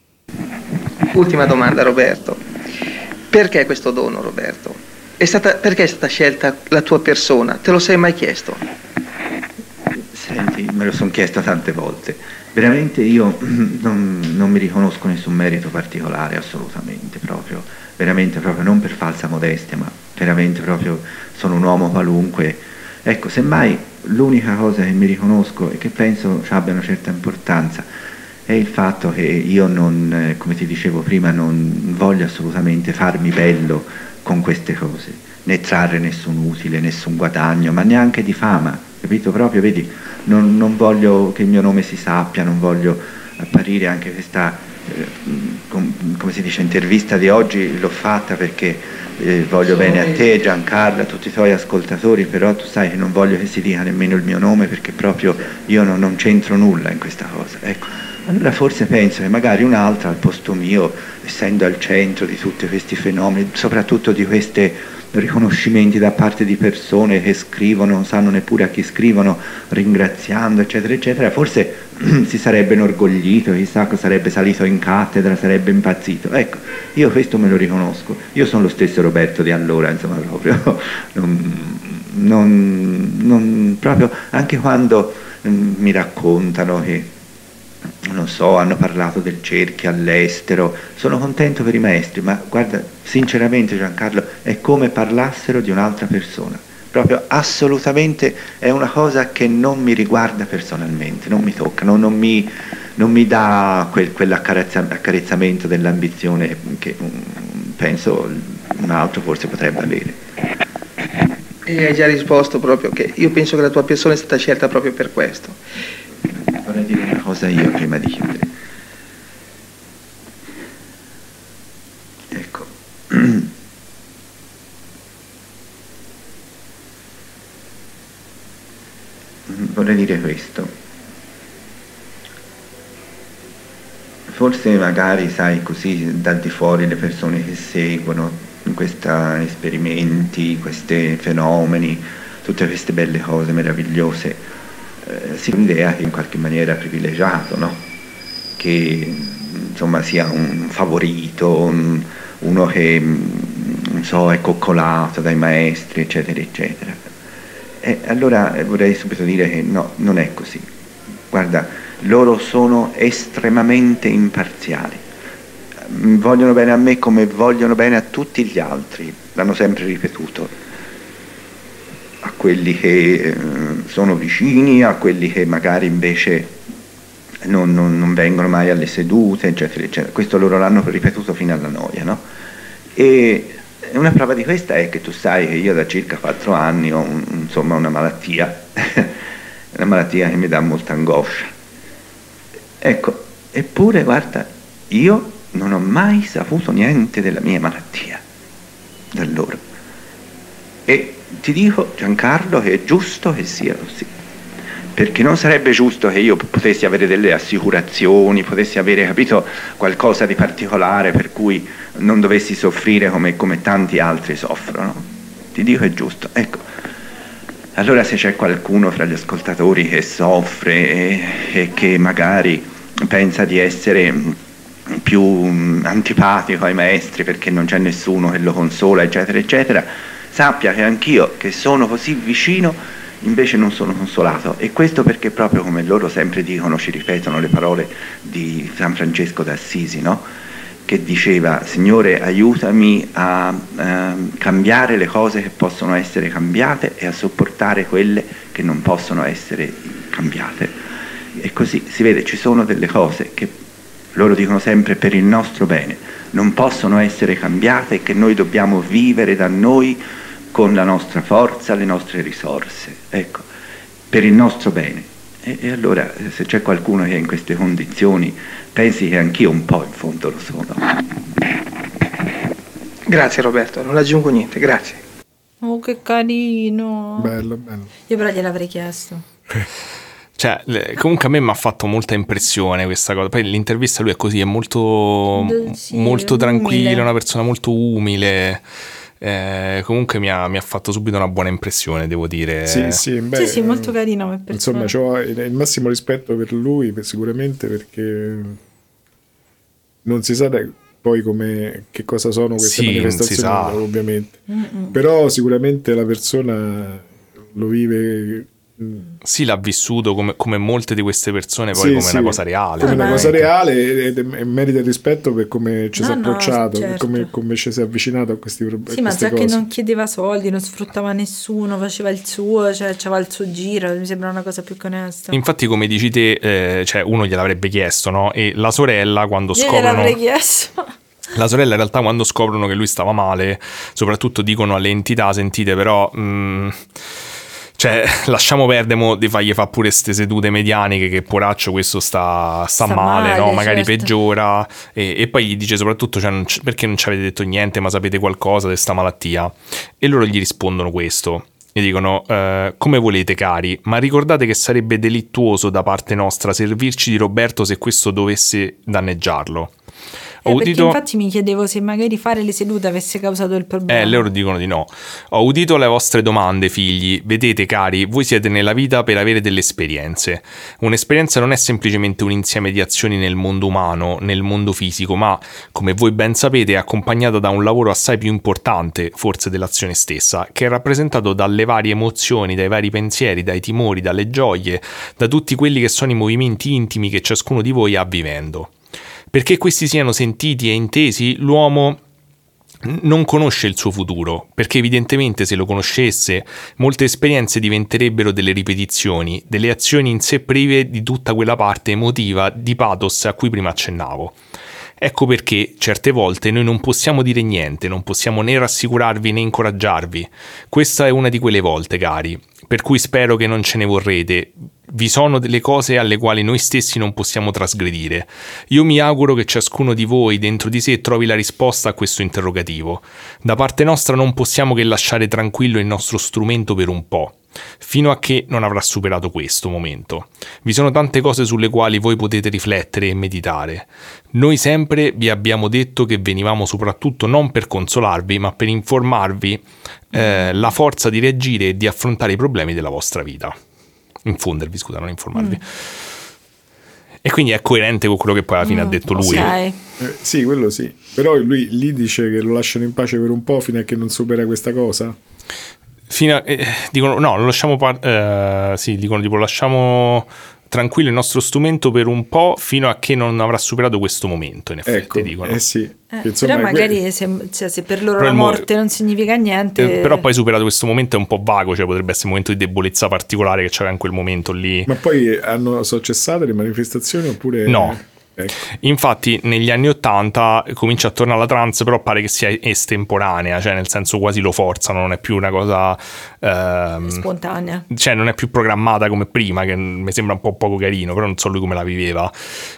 Ultima domanda, Roberto. Perché questo dono, Roberto? È stata, perché è stata scelta la tua persona? Te lo sei mai chiesto? Senti, me lo sono chiesto tante volte. Veramente io non, non mi riconosco nessun merito particolare, assolutamente, proprio. Veramente proprio, non per falsa modestia, ma veramente proprio sono un uomo qualunque. Ecco, semmai l'unica cosa che mi riconosco e che penso abbia una certa importanza è il fatto che io non, eh, come ti dicevo prima, non voglio assolutamente farmi bello con queste cose, né trarre nessun utile, nessun guadagno, ma neanche di fama, capito? Proprio, vedi, non, non voglio che il mio nome si sappia, non voglio apparire. Anche questa, eh, com- come si dice, intervista di oggi l'ho fatta perché eh, voglio bene a te, Giancarlo, a tutti i tuoi ascoltatori, però tu sai che non voglio che si dica nemmeno il mio nome, perché proprio io non, non c'entro nulla in questa cosa, ecco. Allora forse penso che magari un'altra al posto mio, essendo al centro di tutti questi fenomeni, soprattutto di questi riconoscimenti da parte di persone che scrivono, non sanno neppure a chi scrivono, ringraziando, eccetera, eccetera, forse si sarebbe inorgoglito, chissà, sarebbe salito in cattedra, sarebbe impazzito. Ecco, io questo me lo riconosco. Io sono lo stesso Roberto di allora, insomma, proprio, non, non, non, proprio anche quando mm, mi raccontano che, non so, hanno parlato del cerchio all'estero, sono contento per i maestri, ma guarda, sinceramente Giancarlo, è come parlassero di un'altra persona, proprio assolutamente è una cosa che non mi riguarda personalmente, non mi tocca, non, non, mi, non mi dà quel, quell'accarezzamento dell'ambizione che um, penso un altro forse potrebbe avere. E hai già risposto proprio che io penso che la tua persona è stata scelta proprio per questo. Vorrei dire una cosa io prima di chiudere. Ecco. Vorrei dire questo. Forse magari, sai, così dal di fuori le persone che seguono questi esperimenti, questi fenomeni, tutte queste belle cose meravigliose, Eh, si ha un'idea che in qualche maniera privilegiato, no? Che insomma sia un favorito, un, uno che non so, è coccolato dai maestri, eccetera, eccetera. E allora vorrei subito dire che no, non è così. Guarda, loro sono estremamente imparziali. Vogliono bene a me come vogliono bene a tutti gli altri, l'hanno sempre ripetuto. A quelli che eh, sono vicini, a quelli che magari invece non, non, non vengono mai alle sedute, eccetera, eccetera. Questo loro l'hanno ripetuto fino alla noia, no? E una prova di questa è che tu sai che io da circa quattro anni ho un, insomma una malattia, una malattia che mi dà molta angoscia. Ecco, eppure guarda, io non ho mai saputo niente della mia malattia da loro. E ti dico, Giancarlo, che è giusto che sia così, perché non sarebbe giusto che io potessi avere delle assicurazioni, potessi avere, capito, qualcosa di particolare per cui non dovessi soffrire come, come tanti altri soffrono. Ti dico, è giusto. Ecco, allora se c'è qualcuno fra gli ascoltatori che soffre e, e che magari pensa di essere più antipatico ai maestri perché non c'è nessuno che lo consola, eccetera, eccetera, sappia che anch'io, che sono così vicino, invece non sono consolato. E questo perché proprio come loro sempre dicono, ci ripetono le parole di San Francesco d'Assisi, no? Che diceva: Signore, aiutami a eh, cambiare le cose che possono essere cambiate e a sopportare quelle che non possono essere cambiate. E così si vede, ci sono delle cose che loro dicono sempre per il nostro bene, non possono essere cambiate e che noi dobbiamo vivere da noi con la nostra forza, le nostre risorse. Ecco, per il nostro bene. E, e allora se c'è qualcuno che è in queste condizioni, pensi che anch'io un po' in fondo lo sono. Grazie Roberto, non aggiungo niente, grazie. Oh, che carino. Bello, bello. Io però gliel'avrei chiesto. Cioè, le- comunque a me mi ha fatto molta impressione questa cosa. Poi l'intervista lui è così, è molto, D- sì, molto tranquillo, umile. una persona molto umile. Eh, comunque mi ha, mi ha fatto subito una buona impressione, devo dire. Sì, sì, beh, sì, sì, molto carino come persona. Insomma, c'ho il il massimo rispetto per lui, per- sicuramente, perché non si sa da- poi come, che cosa sono queste Sì, non si manifestazioni, sa. ovviamente. Però sicuramente la persona lo vive mh, Sì, l'ha vissuto come, come molte di queste persone, poi sì, come sì, una cosa reale. come una Vabbè. cosa reale ed è- e merita il rispetto per come ci si è No, no, approcciato, per certo. come, come ci si è avvicinato a questi pro- a Sì, ma queste già che cose. non chiedeva soldi, non sfruttava nessuno, faceva il suo, cioè c'aveva il suo giro, mi sembra una cosa più che onesta. Infatti, come dici te, eh, cioè uno gliel'avrebbe chiesto, no? E la sorella, quando Io scoprono. gliel'avrei chiesto. La sorella in realtà quando scoprono che lui stava male, soprattutto dicono alle entità, sentite però, mh, cioè lasciamo perdere mo di fargli fa pure ste sedute medianiche che poraccio questo sta, sta, Sta male, male, no? Magari certo. peggiora e, e poi gli dice soprattutto cioè, non c- perché non ci avete detto niente ma sapete qualcosa di sta malattia e loro gli rispondono questo. Gli dicono, eh, come volete cari, ma ricordate che sarebbe delittuoso da parte nostra servirci di Roberto se questo dovesse danneggiarlo. Eh, Ho perché udito... infatti mi chiedevo se magari fare le sedute avesse causato il problema. Eh, loro dicono di no. Ho udito le vostre domande, figli. Vedete, cari, voi siete nella vita per avere delle esperienze. Un'esperienza non è semplicemente un insieme di azioni nel mondo umano, nel mondo fisico, ma, come voi ben sapete, è accompagnata da un lavoro assai più importante, forse dell'azione stessa, che è rappresentato dalle varie emozioni, dai vari pensieri, dai timori, dalle gioie, da tutti quelli che sono i movimenti intimi che ciascuno di voi ha vivendo. Perché questi siano sentiti e intesi, l'uomo non conosce il suo futuro, perché evidentemente se lo conoscesse, molte esperienze diventerebbero delle ripetizioni, delle azioni in sé prive di tutta quella parte emotiva di pathos a cui prima accennavo. Ecco perché certe volte noi non possiamo dire niente, non possiamo né rassicurarvi né incoraggiarvi. Questa è una di quelle volte, cari, per cui spero che non ce ne vorrete. Vi sono delle cose alle quali noi stessi non possiamo trasgredire. Io mi auguro che ciascuno di voi dentro di sé trovi la risposta a questo interrogativo. Da parte nostra non possiamo che lasciare tranquillo il nostro strumento per un po', fino a che non avrà superato questo momento. Vi sono tante cose sulle quali voi potete riflettere e meditare. Noi sempre vi abbiamo detto che venivamo soprattutto non per consolarvi, ma per informarvi eh, la forza di reagire e di affrontare i problemi della vostra vita. Infondervi, scusa, non informarvi. Mm. E quindi è coerente con quello che poi alla fine mm, ha detto lui. Okay. Eh, sì, quello sì. Però lui lì dice che lo lasciano in pace per un po' fino a che non supera questa cosa. Fino a, eh, dicono no, lo lasciamo par- eh, sì, dicono tipo lasciamo tranquillo il nostro strumento per un po' fino a che non avrà superato questo momento, in effetti, ecco, dicono. Eh sì. Eh, Insomma, però magari que- se, cioè, se per loro Però la il mo- morte non significa niente. Eh, però poi superato questo momento è un po' vago, cioè potrebbe essere un momento di debolezza particolare che c'era in quel momento lì. Ma poi hanno, sono cessate le manifestazioni oppure No. Ecco. Infatti negli anni ottanta comincia a tornare la trance, però pare che sia estemporanea, cioè nel senso quasi lo forzano, non è più una cosa ehm, spontanea, cioè non è più programmata come prima, che mi sembra un po' poco carino, però non so lui come la viveva.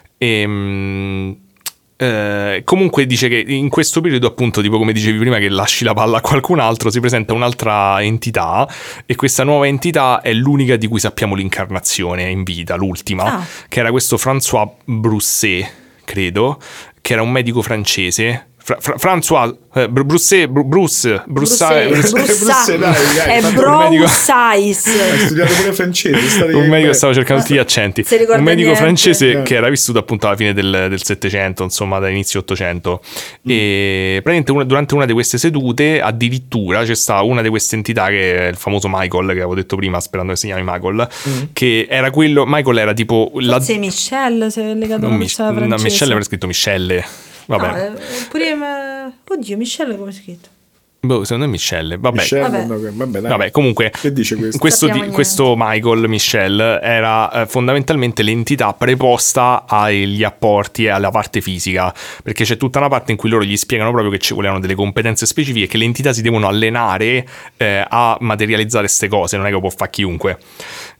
E Eh, comunque dice che in questo periodo, appunto, tipo come dicevi prima, che lasci la palla a qualcun altro, si presenta un'altra entità, e questa nuova entità è l'unica di cui sappiamo l'incarnazione in vita, l'ultima, ah. che era questo François Brousset, credo, che era un medico francese. Fra- Fra- François eh, Brousset, Bru- Bruce Brussai, Brussai, dai, dai, è Brousais. Hai studiato pure francese, un medico, stavo cercando tutti gli accenti, un medico niente. francese no. che era vissuto appunto alla fine del, del Settecento, insomma da inizio Ottocento, mm. e praticamente una, durante una di queste sedute addirittura c'è stata una di queste entità, che è il famoso Michael, che avevo detto prima sperando che si chiami Michael, mm. che era quello, Michael era tipo la... Forse Michelle, se è legato alla persona francese. No, Michelle avrà scritto Michelle. Vabbè. No, pure, ma... Oddio, Michelle come è scritto? Boh, secondo me Michelle. Vabbè. Michelle, Vabbè. no, vabbè, dai. Vabbè, comunque che dice questo? Questo, di, Sappiamo questo Michael Michelle era eh, fondamentalmente l'entità preposta agli apporti e alla parte fisica, perché c'è tutta una parte in cui loro gli spiegano proprio che ci volevano delle competenze specifiche, che le entità si devono allenare eh, a materializzare queste cose, non è che lo può fare chiunque.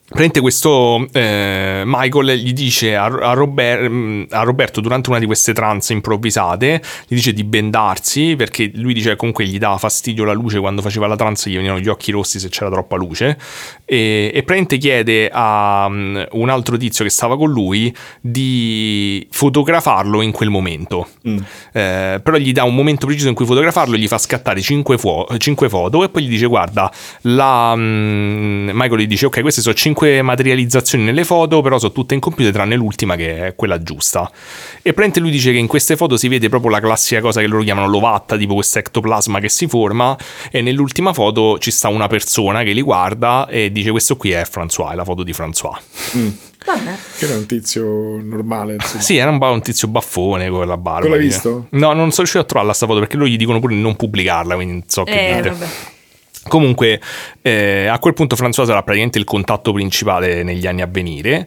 Praticamente questo eh, Michael gli dice a, a, Robert, a Roberto durante una di queste trance improvvisate, gli dice di bendarsi, perché lui dice che comunque gli dava fastidio la luce quando faceva la trance, gli venivano gli occhi rossi se c'era troppa luce, e, e praticamente chiede a um, un altro tizio che stava con lui di fotografarlo in quel momento. Mm. Eh, però gli dà un momento preciso in cui fotografarlo, gli fa scattare cinque, fo- cinque foto e poi gli dice guarda, la, um, Michael gli dice ok, queste sono cinque materializzazioni nelle foto, però sono tutte in computer tranne l'ultima che è quella giusta. E praticamente lui dice che in queste foto si vede proprio la classica cosa che loro chiamano l'ovatta, tipo questo ectoplasma che si forma, e nell'ultima foto ci sta una persona che li guarda e dice questo qui è François, è la foto di François. Mm. Vabbè. Che era un tizio normale, insomma. Sì, era un, un tizio baffone con la barba. Tu l'hai visto? No, non sono riuscito a trovarla sta foto perché loro gli dicono pure di non pubblicarla, quindi non so che eh, dite. Vabbè. Comunque eh, a quel punto François sarà praticamente il contatto principale negli anni a venire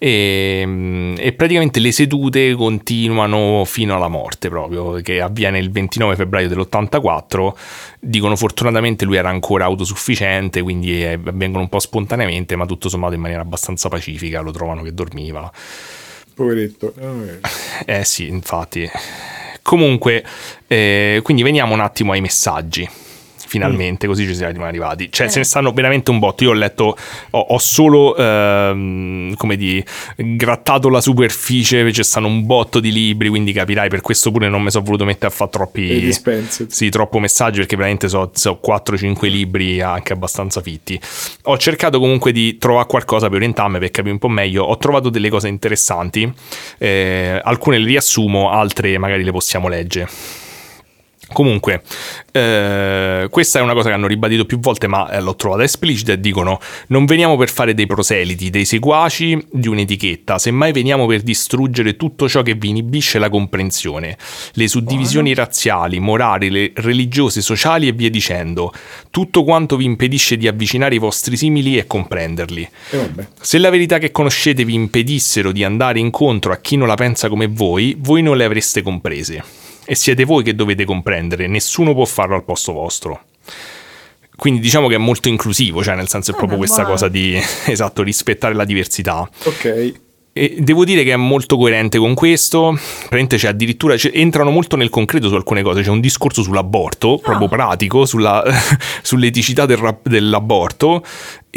e, e praticamente le sedute continuano fino alla morte proprio, che avviene il ventinove febbraio dell'ottantaquattro. Dicono fortunatamente lui era ancora autosufficiente, quindi eh, avvengono un po' spontaneamente, ma tutto sommato in maniera abbastanza pacifica, lo trovano che dormiva. Poveretto. Eh sì, infatti. Comunque eh, quindi veniamo un attimo ai messaggi. Finalmente, mm. così ci siamo arrivati. Cioè, eh. se ne stanno veramente un botto. Io ho letto, ho, ho solo, ehm, come di, grattato la superficie, ci stanno un botto di libri, quindi capirai, per questo pure non mi sono voluto mettere a fare troppi... Sì, troppo messaggi, perché veramente so, so quattro cinque libri anche abbastanza fitti. Ho cercato comunque di trovare qualcosa per orientarmi, per capire un po' meglio. Ho trovato delle cose interessanti, eh, alcune le riassumo, altre magari le possiamo leggere. Comunque, eh, questa è una cosa che hanno ribadito più volte, ma eh, l'ho trovata esplicita, e dicono: non veniamo per fare dei proseliti, dei seguaci di un'etichetta, semmai veniamo per distruggere tutto ciò che vi inibisce la comprensione, le suddivisioni Buono. razziali, morali, le, religiose, sociali e via dicendo, tutto quanto vi impedisce di avvicinare i vostri simili e comprenderli. E vabbè. Se la verità che conoscete vi impedissero di andare incontro a chi non la pensa come voi, voi non le avreste comprese. E siete voi che dovete comprendere, nessuno può farlo al posto vostro. Quindi diciamo che è molto inclusivo, cioè nel senso è ah, proprio questa buono. cosa di, esatto, rispettare la diversità. Ok. E devo dire che è molto coerente con questo. Praticamente c'è addirittura, c'è, entrano molto nel concreto su alcune cose. C'è un discorso sull'aborto, oh. proprio pratico, sulla, sull'eticità del, dell'aborto.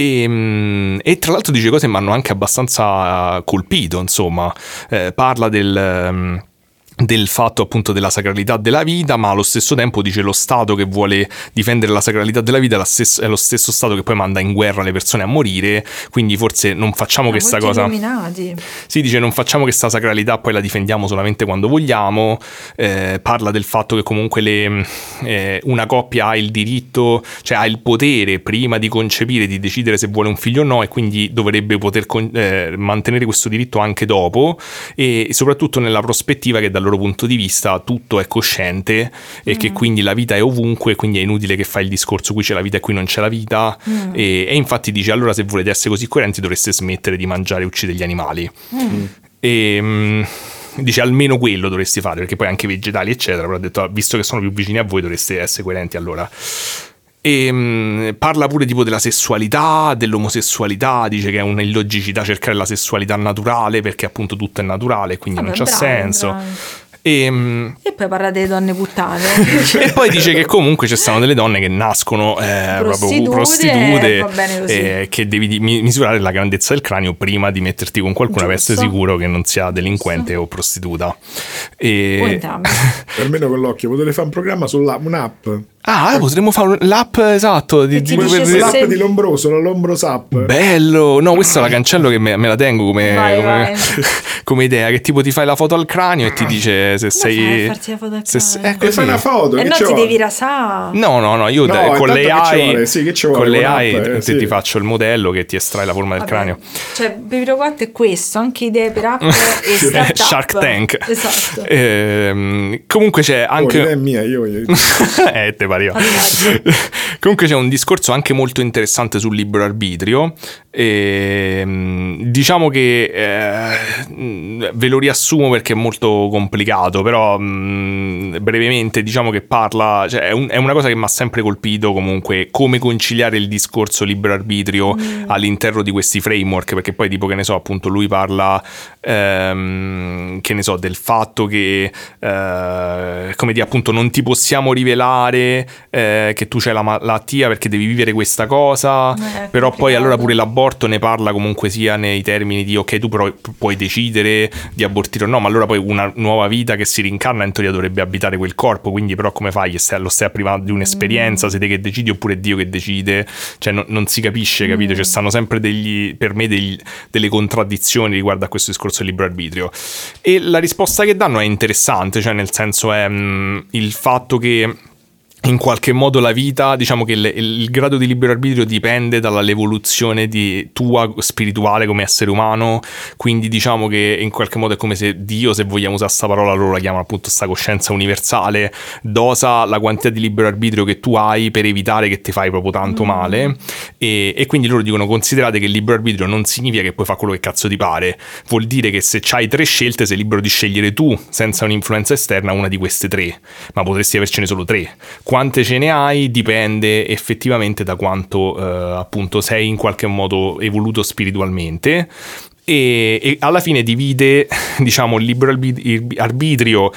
E, e tra l'altro dice cose che mi hanno anche abbastanza colpito, insomma. Eh, parla del... del fatto appunto della sacralità della vita, ma allo stesso tempo dice lo Stato che vuole difendere la sacralità della vita è, la stessa, è lo stesso Stato che poi manda in guerra le persone a morire, quindi forse non facciamo Ma questa cosa illuminati. Sì, dice non facciamo questa sacralità, poi la difendiamo solamente quando vogliamo. Eh, parla del fatto che comunque le, eh, una coppia ha il diritto, cioè ha il potere prima di concepire, di decidere se vuole un figlio o no, e quindi dovrebbe poter con, eh, mantenere questo diritto anche dopo, e soprattutto nella prospettiva che dal loro punto di vista tutto è cosciente e mm. che quindi la vita è ovunque, quindi è inutile che fai il discorso qui c'è la vita e qui non c'è la vita. mm. e, e infatti dice allora se volete essere così coerenti dovreste smettere di mangiare e uccidere gli animali. mm. e um, dice almeno quello dovresti fare, perché poi anche vegetali eccetera, però ha detto visto che sono più vicini a voi dovreste essere coerenti allora. E um, parla pure tipo della sessualità, dell'omosessualità, dice che è un'illogicità cercare la sessualità naturale perché appunto tutto è naturale, quindi Vabbè, non c'ha bravi, senso bravi. E, um, e poi parla delle donne puttane. E poi dice che comunque ci stanno delle donne che nascono eh, prostitute, proprio prostitute, va bene così. Eh, che devi di- misurare la grandezza del cranio prima di metterti con qualcuno per essere sicuro che non sia delinquente Giusto. o prostituta. E... almeno con l'occhio potete fare un programma sulla un'app. Ah, potremmo fare l'app, esatto, di, di, di, l'app se... di Lombroso, la Lombros app. Bello, no, questa la cancello che me, me la tengo come, vai, come, vai. come idea, che tipo ti fai la foto al cranio e ti dice se come sei... fai farti la foto al se cranio? È così. E fai una foto, e che no, ti vuole? devi rasare. No, no, no, io no, te, con le A I, sì, che ci vuole, con le A I eh, sì. ti faccio il modello che ti estrae la forma del Vabbè. cranio. Cioè, Beviro quattro è questo, anche idee per app e startup. Shark Tank. Esatto. Ehm, comunque c'è anche... Oh, è mia, io... io. eh, te pareva. Comunque c'è un discorso anche molto interessante sul libero arbitrio. E, diciamo che eh, ve lo riassumo perché è molto complicato, però mh, brevemente diciamo che parla, cioè è, un, è una cosa che mi ha sempre colpito comunque, come conciliare il discorso libero arbitrio mm. all'interno di questi framework, perché poi tipo che ne so, appunto lui parla ehm, che ne so del fatto che eh, come dire appunto non ti possiamo rivelare eh, che tu c'hai la malattia perché devi vivere questa cosa, eh, però poi allora pure l'aborto ne parla comunque sia nei termini di ok, tu però puoi decidere di abortire o no, ma allora poi una nuova vita che si rincarna in teoria dovrebbe abitare quel corpo, quindi però come fai? Stai, lo stai a privare di un'esperienza, sei te che decidi oppure è Dio che decide? Cioè no, non si capisce, capito? Ci stanno sempre degli, per me degli, delle contraddizioni riguardo a questo discorso del libero arbitrio, e la risposta che danno è interessante, cioè nel senso è mh, il fatto che in qualche modo la vita, diciamo che il, il grado di libero arbitrio dipende dall'evoluzione di tua spirituale come essere umano, quindi diciamo che in qualche modo è come se Dio, se vogliamo usare sta parola, loro la chiamano appunto sta coscienza universale, dosa la quantità di libero arbitrio che tu hai per evitare che ti fai proprio tanto mm. male, e, e quindi loro dicono considerate che il libero arbitrio non significa che puoi fare quello che cazzo ti pare, vuol dire che se c'hai tre scelte sei libero di scegliere tu senza un'influenza esterna una di queste tre, ma potresti avercene solo tre. Quante ce ne hai dipende effettivamente da quanto eh, appunto sei in qualche modo evoluto spiritualmente, e, e alla fine divide diciamo il libero arbitrio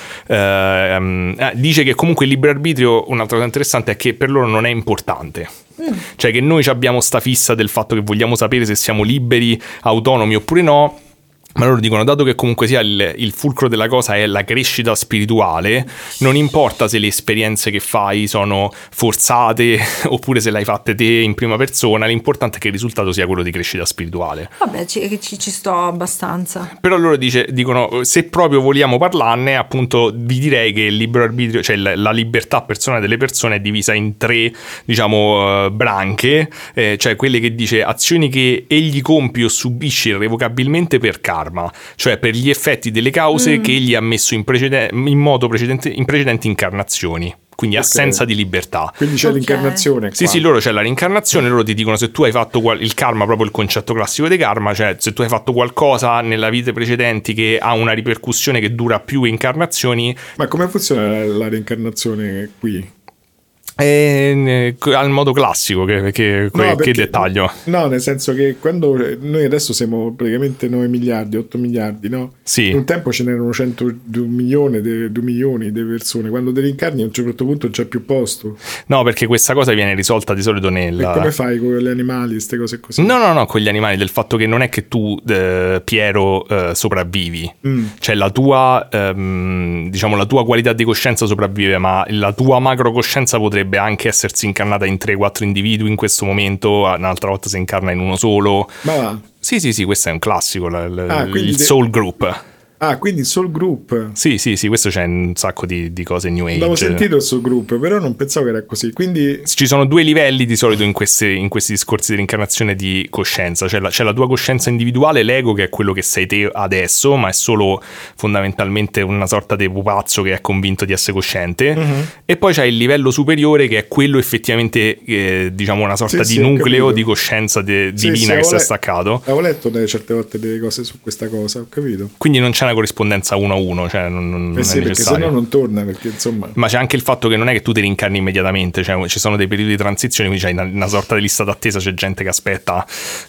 eh, eh, dice che comunque il libero arbitrio, un'altra cosa interessante è che per loro non è importante. Mm. Cioè che noi abbiamo sta fissa del fatto che vogliamo sapere se siamo liberi, autonomi oppure no. Ma loro dicono, dato che comunque sia il, il fulcro della cosa è la crescita spirituale, non importa se le esperienze che fai sono forzate oppure se le hai fatte te in prima persona, l'importante è che il risultato sia quello di crescita spirituale. Vabbè, ci, ci, ci sto abbastanza. Però loro dice, dicono, se proprio vogliamo parlarne, appunto vi direi che il libero arbitrio, cioè la, la libertà personale delle persone è divisa in tre, diciamo, uh, branche, eh, cioè quelle che dice azioni che egli compie o subisce irrevocabilmente per caso, cioè per gli effetti delle cause mm. che egli ha messo in, precede- in modo precedente in precedenti incarnazioni, quindi okay. assenza di libertà. Quindi c'è okay. l'incarnazione. Sì, qua. sì, loro c'è la rincarnazione, loro ti dicono se tu hai fatto qual- il karma, proprio il concetto classico di karma, cioè se tu hai fatto qualcosa nella vita precedenti che ha una ripercussione che dura più incarnazioni. Ma come funziona la rincarnazione qui? Eh, al modo classico, che, che, no, perché, che dettaglio? No, nel senso che quando noi adesso siamo praticamente nove miliardi, otto miliardi, no? Sì. Un tempo ce n'erano cento, un milione, due milioni di persone. Quando ti rincarni a un certo punto non c'è più posto. No, perché questa cosa viene risolta di solito nella... E come fai con gli animali, queste cose così? No, no, no, con gli animali, del fatto che non è che tu, eh, Piero, eh, sopravvivi. Mm. Cioè la tua, ehm, diciamo, la tua qualità di coscienza sopravvive, ma la tua macro coscienza potrebbe anche essersi incarnata in tre quattro individui in questo momento, un'altra volta si incarna in uno solo. Ma va. Sì, sì, sì, questo è un classico, la, la, ah, il Soul de- Group. Ah, quindi il Soul Group. Sì, sì, sì, questo c'è un sacco di, di cose New Age. Avevo sentito il Soul Group, però non pensavo che era così. Quindi ci sono due livelli di solito in, queste, in questi discorsi di rincarnazione di coscienza. C'è la, c'è la tua coscienza individuale, l'ego, che è quello che sei te adesso, ma è solo fondamentalmente una sorta di pupazzo che è convinto di essere cosciente. Uh-huh. E poi c'è il livello superiore, che è quello effettivamente, eh, diciamo, una sorta sì, di sì, nucleo di coscienza de, sì, divina sì, che si è le- staccato. Avevo letto certe volte delle cose su questa cosa, ho capito. Quindi non c'è una corrispondenza uno a uno, cioè non, non eh sì, è perché necessario. sennò non torna, perché insomma. Ma c'è anche il fatto che non è che tu ti rincarni immediatamente, cioè ci sono dei periodi di transizione, quindi c'è una, una sorta di lista d'attesa, c'è gente che aspetta.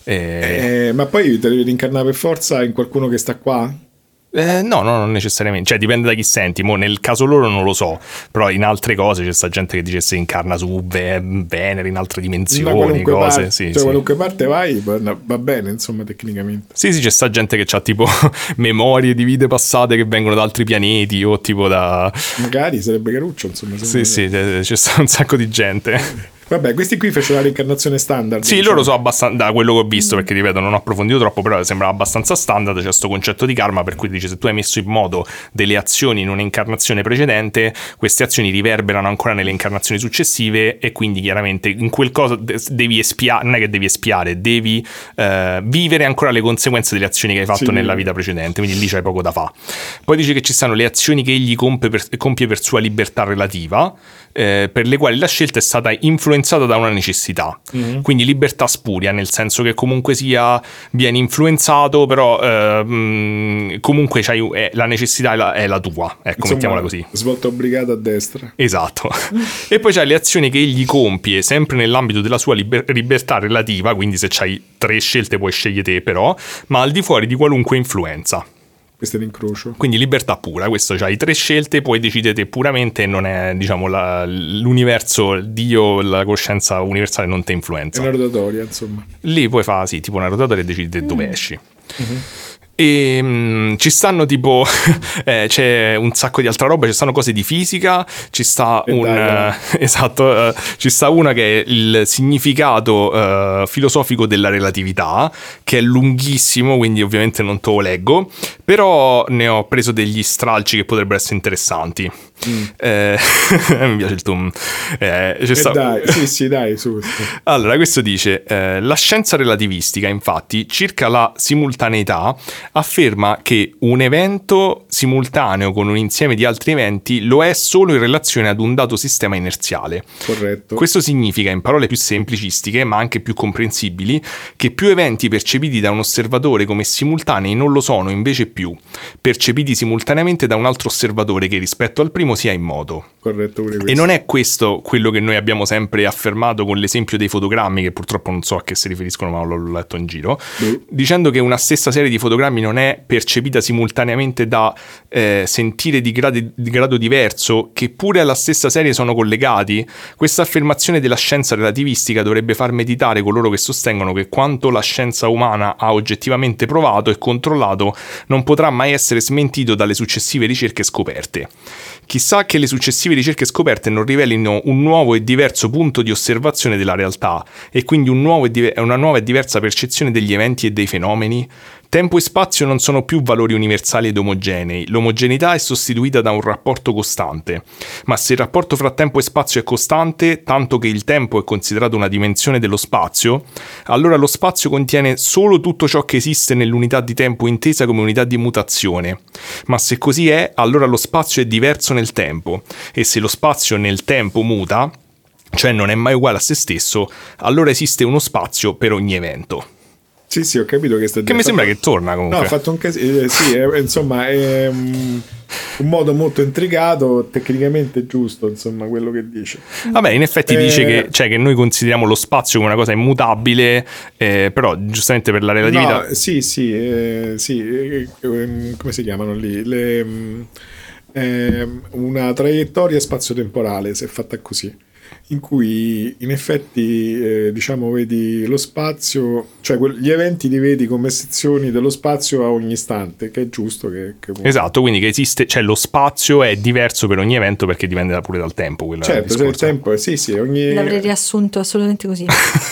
Eh... Eh, ma poi ti devi rincarnare per forza in qualcuno che sta qua? Eh, no, no, non necessariamente, cioè dipende da chi senti. Mo nel caso loro non lo so, però in altre cose c'è sta gente che dice si incarna su Venere, in altre dimensioni, cose, parte, sì, cioè sì. qualunque parte vai va, va bene, insomma, tecnicamente. Sì, sì, c'è sta gente che ha tipo memorie di vite passate che vengono da altri pianeti o tipo da... Magari sarebbe caruccio, insomma. Sì, sì, c'è sta un sacco di gente. Vabbè, questi qui fecero la rincarnazione standard. Sì, diciamo. Loro so abbastanza, da quello che ho visto, perché ripeto non ho approfondito troppo, però sembrava abbastanza standard. C'è questo concetto di karma per cui dice se tu hai messo in moto delle azioni in un'incarnazione precedente, queste azioni riverberano ancora nelle incarnazioni successive e quindi chiaramente in quel cosa devi espiare, non è che devi espiare, devi eh, vivere ancora le conseguenze delle azioni che hai fatto sì, nella vita precedente, quindi lì c'hai poco da fare. Poi dice che ci stanno le azioni che egli compie per, compie per sua libertà relativa, eh, per le quali la scelta è stata influenzata da una necessità. Mm-hmm. Quindi libertà spuria, nel senso che comunque sia vieni influenzato, però eh, mh, comunque c'hai, eh, la necessità è la, è la tua, ecco. Insomma, mettiamola così. Svolta obbligata a destra. Esatto. E poi c'hai le azioni che egli compie sempre nell'ambito della sua liber- libertà relativa, quindi se c'hai tre scelte puoi scegliere te però, ma al di fuori di qualunque influenza. Questo è l'incrocio. Quindi libertà pura, questo c'hai tre scelte, puoi decidere te puramente, non è, diciamo, la, l'universo, Dio, la coscienza universale non ti influenza. È una rotatoria, insomma. Lì puoi fare, sì, tipo una rotatoria e decidi te dove Mm. esci. Mhm. E mh, ci stanno tipo eh, c'è un sacco di altra roba, ci stanno cose di fisica, ci sta E un dai, eh, esatto, eh, ci sta una che è il significato eh, filosofico della relatività, che è lunghissimo, quindi ovviamente non te lo leggo, però ne ho preso degli stralci che potrebbero essere interessanti. Mm. Eh, mi piace il tum. Eh, c'è E sta... dai, sì, sì, dai, su. Allora, questo dice, eh, la scienza relativistica, infatti, circa la simultaneità, afferma che un evento simultaneo con un insieme di altri eventi lo è solo in relazione ad un dato sistema inerziale. Corretto. Questo significa, in parole più semplicistiche, ma anche più comprensibili, che più eventi percepiti da un osservatore come simultanei non lo sono invece più percepiti simultaneamente da un altro osservatore che rispetto al primo sia in moto. Corretto pure questo. E non è questo quello che noi abbiamo sempre affermato con l'esempio dei fotogrammi, che purtroppo non so a che si riferiscono, ma l'ho letto in giro, Mm. dicendo che una stessa serie di fotogrammi non è percepita simultaneamente da eh, sentire di, gradi, di grado diverso, che pure alla stessa serie sono collegati. Questa affermazione della scienza relativistica dovrebbe far meditare coloro che sostengono che quanto la scienza umana ha oggettivamente provato e controllato non potrà mai essere smentito dalle successive ricerche scoperte. Chissà che le successive ricerche scoperte non rivelino un nuovo e diverso punto di osservazione della realtà e quindi un nuovo e diver- una nuova e diversa percezione degli eventi e dei fenomeni. Tempo e spazio non sono più valori universali ed omogenei, l'omogeneità è sostituita da un rapporto costante. Ma se il rapporto fra tempo e spazio è costante, tanto che il tempo è considerato una dimensione dello spazio, allora lo spazio contiene solo tutto ciò che esiste nell'unità di tempo intesa come unità di mutazione. Ma se così è, allora lo spazio è diverso nel tempo, e se lo spazio nel tempo muta, cioè non è mai uguale a se stesso, allora esiste uno spazio per ogni evento. Sì, sì, ho capito che sta Che mi sembra che torna comunque. No, ha fatto un casino. Eh, sì, è, insomma, è um, un modo molto intricato, tecnicamente giusto, insomma, quello che dice. Vabbè, in effetti Eh, dice che, cioè, che noi consideriamo lo spazio come una cosa immutabile, eh, però giustamente per la relatività... No, sì, sì, eh, sì, eh, eh, come si chiamano lì? Le, mm, eh, una traiettoria spazio-temporale, se è fatta così, in cui in effetti eh, diciamo vedi lo spazio, cioè que- gli eventi li vedi come sezioni dello spazio a ogni istante, che è giusto che, che... Esatto, quindi che esiste, cioè lo spazio è diverso per ogni evento perché dipende da- pure dal tempo. quello è il Certo, se il discorso. tempo, sì, sì, ogni... L'avrei riassunto assolutamente così.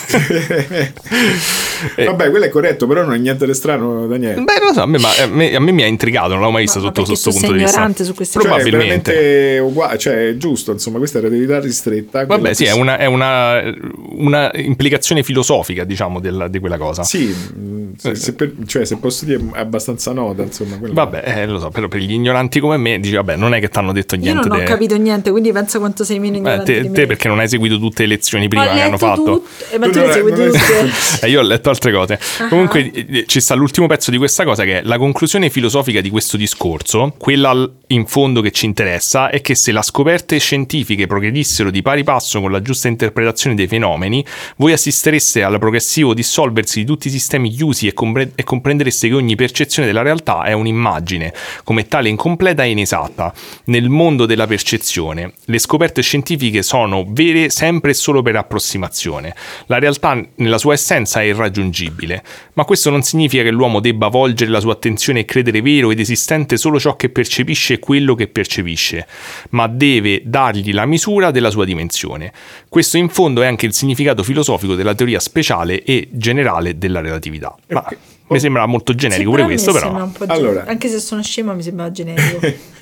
Vabbè, quello è corretto, però non è niente di strano, Daniele. Beh, non lo so, a me, ma, a me, a me mi ha intrigato, non l'avevo mai visto Ma- ma sotto perché questo tu punto sei di vista. ignorante su queste Cioè, è Probabilmente. veramente uguale, cioè è giusto, insomma, questa è relatività ristretta. Vabbè, quella sì, che è si- una, è una, una implicazione filosofica, diciamo, del- di quella cosa. Sì, mh, se, se per- cioè se posso dire è abbastanza nota, insomma. quello- Vabbè, eh, lo so, però per gli ignoranti come me, dici, vabbè, non è che ti hanno detto Io niente. non ho de- capito niente, quindi pensa quanto sei meno Eh, ignorante te, di me. te perché non hai seguito tutte le lezioni prima Ho che hanno letto fatto. tutto, eh, ma Tu tu non le hai- segui non hai- tutte. Eh, io ho letto altre cose. Ah. Comunque eh, ci sta l'ultimo pezzo di questa cosa, che è la conclusione filosofica di questo discorso, quella al- in fondo che ci interessa, è che se le scoperte scientifiche progredissero di pari passo con la giusta interpretazione dei fenomeni, voi assistereste al progressivo dissolversi di tutti i sistemi chiusi e, compre- e comprendereste che ogni percezione della realtà è un'immagine, come tale incompleta e inesatta. Nel mondo della percezione, le scoperte scientifiche sono vere sempre e solo per approssimazione. La realtà nella sua essenza è irraggiungibile, ma questo non significa che l'uomo debba volgere la sua attenzione e credere vero ed esistente solo ciò che percepisce e quello che percepisce, ma deve dargli la misura della sua dimensione. Questo in fondo è anche il significato filosofico della teoria speciale e generale della relatività. Ma mi sembra molto generico Sì, pure a me questo, sembra però. un po' Allora. generico. Anche se sono scema mi sembra generico.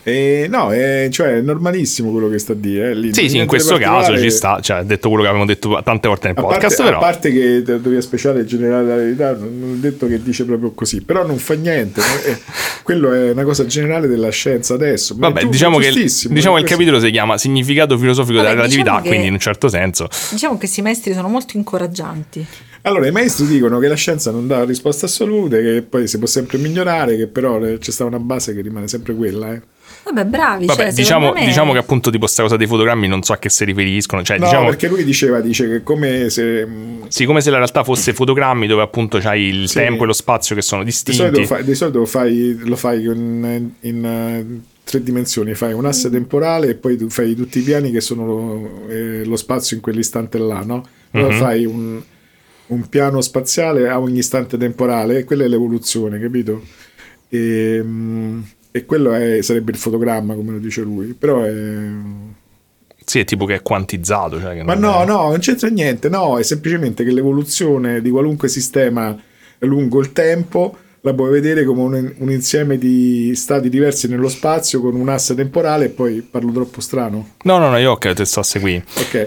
E no, è, cioè, è normalissimo quello che sta a dire. Eh, lì, sì, sì, in questo caso ci sta, cioè, ha detto quello che avevamo detto tante volte nel a podcast. Parte, però. A parte che teoria speciale generale della verità, non ho detto che dice proprio così, però non fa niente. È, quello è una cosa generale della scienza adesso. Ma vabbè, diciamo che, diciamo che il capitolo si chiama Significato filosofico vabbè, della relatività, diciamo che, quindi in un certo senso. Diciamo che questi maestri sono molto incoraggianti. Allora, i maestri dicono che la scienza non dà risposte assolute, che poi si può sempre migliorare, che però c'è stata una base che rimane sempre quella, eh. Vabbè, bravi. Vabbè, cioè, diciamo, me... diciamo che appunto tipo sta cosa dei fotogrammi non so a che si riferiscono. Cioè, no, diciamo... perché lui diceva, dice che come se... Sì, come se la realtà fosse fotogrammi dove appunto c'hai il sì. tempo e lo spazio che sono distinti. Di solito, fai, di solito fai, lo fai in, in, in tre dimensioni, fai un asse temporale e poi tu fai tutti i piani che sono eh, lo spazio in quell'istante là, no? Allora mm-hmm. fai un, un piano spaziale a ogni istante temporale e quella è l'evoluzione, capito? E... E quello è, sarebbe il fotogramma, come lo dice lui, però è... Sì, è tipo che è quantizzato. Cioè che Ma non no, è... no, non c'entra niente, no, è semplicemente che l'evoluzione di qualunque sistema lungo il tempo la puoi vedere come un, un insieme di stati diversi nello spazio con un asse temporale e poi parlo troppo strano. No, no, no, io ok, te sto a seguire. Ok.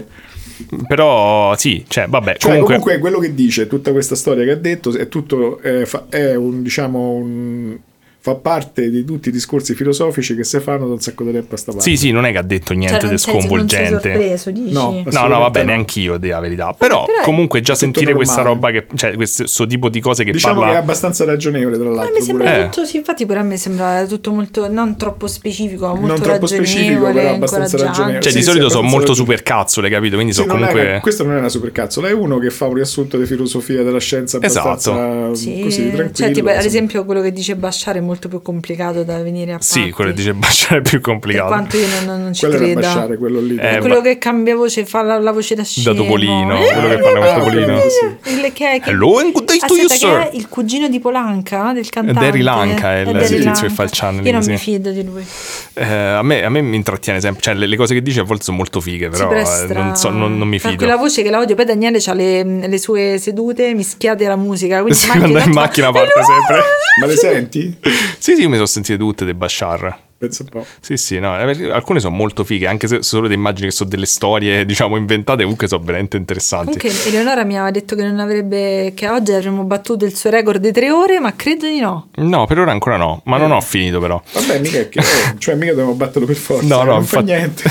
Però sì, cioè vabbè, cioè, comunque... comunque quello che dice, tutta questa storia che ha detto, è tutto, è, è un, diciamo, un... fa parte di tutti i discorsi filosofici che si fanno da un sacco di tempo a sta parte. Sì, sì, non è che ha detto niente cioè, di sconvolgente. Non sei sorpreso, dici? No, no, no, vabbè, no. neanch'io, di la verità. Però, però comunque già sentire normale. Questa roba che, cioè, questo tipo di cose che diciamo parla... che è abbastanza ragionevole, tra l'altro. Ma mi sembra eh. tutto, sì, infatti pure a me sembra tutto molto, non troppo specifico, molto non troppo specifico, però abbastanza ragionevole. Cioè, sì, di solito sì, sono molto ragionevole. supercazzole, capito? Quindi sì, sono comunque... È, questo non è una supercazzola, è uno che fa un riassunto di filosofia della scienza abbastanza esatto. sì, così tranquillo. Cioè, tipo, ad esempio, quello che dice Bashar è molto più complicato da venire a sì, quello che dice Bashar è più complicato. Per quanto io non, non ci quello creda. Era Bashar, quello lì. Eh, quello ba- che cambia voce, fa la, la voce da scemo. Da Topolino, eh, quello che parla con Topolino. Sì. Il, che, che, Hello and good day to you, sir. Che è il cugino di Polanca, del cantante. Darry Lanka è il sì, tizio che fa il channel. Io non sì. mi fido di lui. Eh, a, me, a me mi intrattiene sempre. Cioè, le, le cose che dice a volte sono molto fighe, però eh, non, so, non, non mi fido. Fa quella voce che la odio. Poi Daniele ha le, le sue sedute mischiate alla musica. Quindi sì, quando in macchina parte sempre. Ma le senti? Sì, sì, io mi sono sentite tutte dei Bashar. Penso un po'. Sì, sì, no, alcune sono molto fighe, anche se solo le immagini che sono delle storie, diciamo, inventate, comunque sono veramente interessanti. Comunque Eleonora mi aveva detto che non avrebbe, che oggi avremmo battuto il suo record di tre ore, ma credo di no. No, per ora ancora no, ma eh. non ho finito però. Vabbè, mica è che, eh, cioè mica dobbiamo batterlo per forza, no, eh, no, non infatti... fa niente.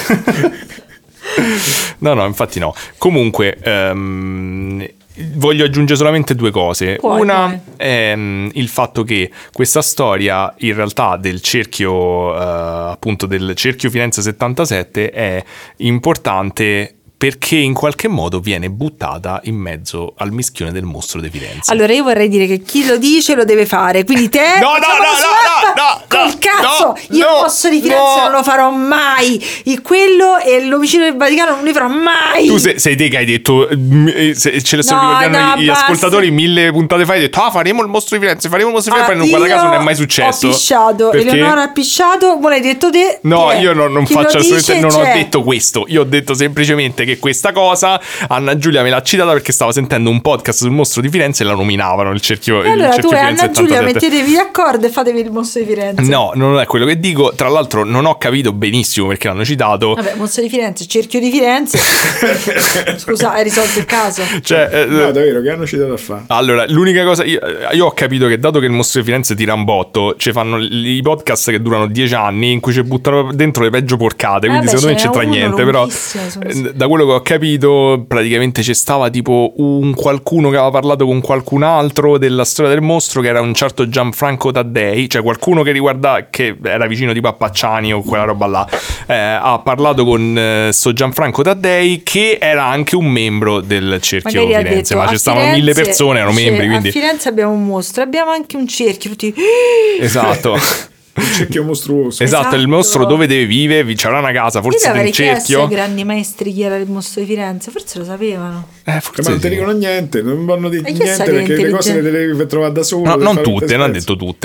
no, no, infatti no. Comunque... Um... voglio aggiungere solamente due cose. Puoi, Una puoi. è mh, il fatto che questa storia in realtà del cerchio uh, appunto del cerchio Firenze settantasette è importante perché in qualche modo viene buttata in mezzo al mischione del mostro di Firenze. Allora io vorrei dire che chi lo dice lo deve fare, quindi te no no no no no no col cazzo no, io no, il mostro di Firenze no. non lo farò mai, il quello e l'omicidio del Vaticano non li farò mai. Tu sei, sei te che hai detto se, ce le sono no, ricordando no, gli basta. ascoltatori mille puntate fa hai detto ah faremo il mostro di Firenze faremo il mostro di Firenze ah, poi non guarda caso non è mai successo ho pisciato perché? Eleonora ha pisciato, ma l'hai detto te no te. io non, non Chi faccio assolutamente non c'è. ho detto questo, io ho detto semplicemente che questa cosa Anna Giulia me l'ha citata perché stavo sentendo un podcast sul mostro di Firenze e la nominavano il cerchio, e allora il cerchio tu e Firenze Anna Giulia settantasette. mettetevi d'accordo e fatevi il mostro di Firenze. No, non è quello che dico. Tra l'altro non ho capito benissimo perché l'hanno citato. Vabbè, mostro di Firenze, cerchio di Firenze. Scusa, hai risolto il caso? Cioè, eh, no, davvero, che hanno citato a fare? Allora, l'unica cosa io, io ho capito che dato che il mostro di Firenze tira un botto, ci fanno i podcast che durano dieci anni in cui ci buttano dentro le peggio porcate, quindi eh beh, secondo me c'entra niente, però eh, da quello che ho capito praticamente ci stava tipo un qualcuno che aveva parlato con qualcun altro della storia del mostro che era un certo Gianfranco Taddei, cioè qualcuno che riguarda che era vicino tipo a Pacciani o quella roba là, eh, ha parlato con eh, sto Gianfranco Taddei che era anche un membro del cerchio magari Firenze, detto, ma ci stavano Firenze, mille persone, erano cioè, membri, quindi a Firenze abbiamo un mostro, abbiamo anche un cerchio, tutti esatto. Un cerchio mostruoso. Esatto, esatto, il mostro dove deve vivere, c'era una casa, forse io del cerchio. ai grandi maestri chi era il mostro di Firenze, forse lo sapevano. Eh, forse ma non sì. ti dicono niente, non vanno di E chi niente sa che perché le cose le intelligente? devi trovare da solo. No, devi non fare tutte, non ha esperienze. detto tutte.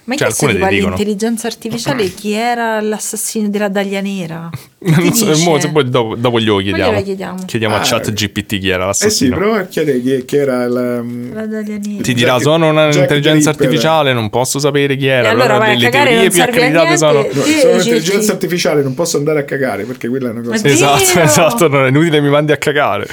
Ma Cioè, che se alcune tipo ti dicono. all'intelligenza artificiale chi era l'assassino della Daglia Nera? Che ti Non so, dice? mo- se poi dopo, dopo glielo chiediamo. glielo chiediamo. Chiediamo Ah, a chat G P T chi era Eh sì, l'assassino. prova a chiedere chi, chi era la... La Daglia Nera. Ti dirà Jack- sono Jack un'intelligenza the Ripper. artificiale, non posso sapere chi era. E allora vai a le cagare, teorie non più serve a accreditate sono... niente. No, Sì, sono sì, un'intelligenza sì. artificiale, non posso andare a cagare perché quella è una cosa... Ma Esatto, Vero! esatto, non è inutile mi mandi a cagare.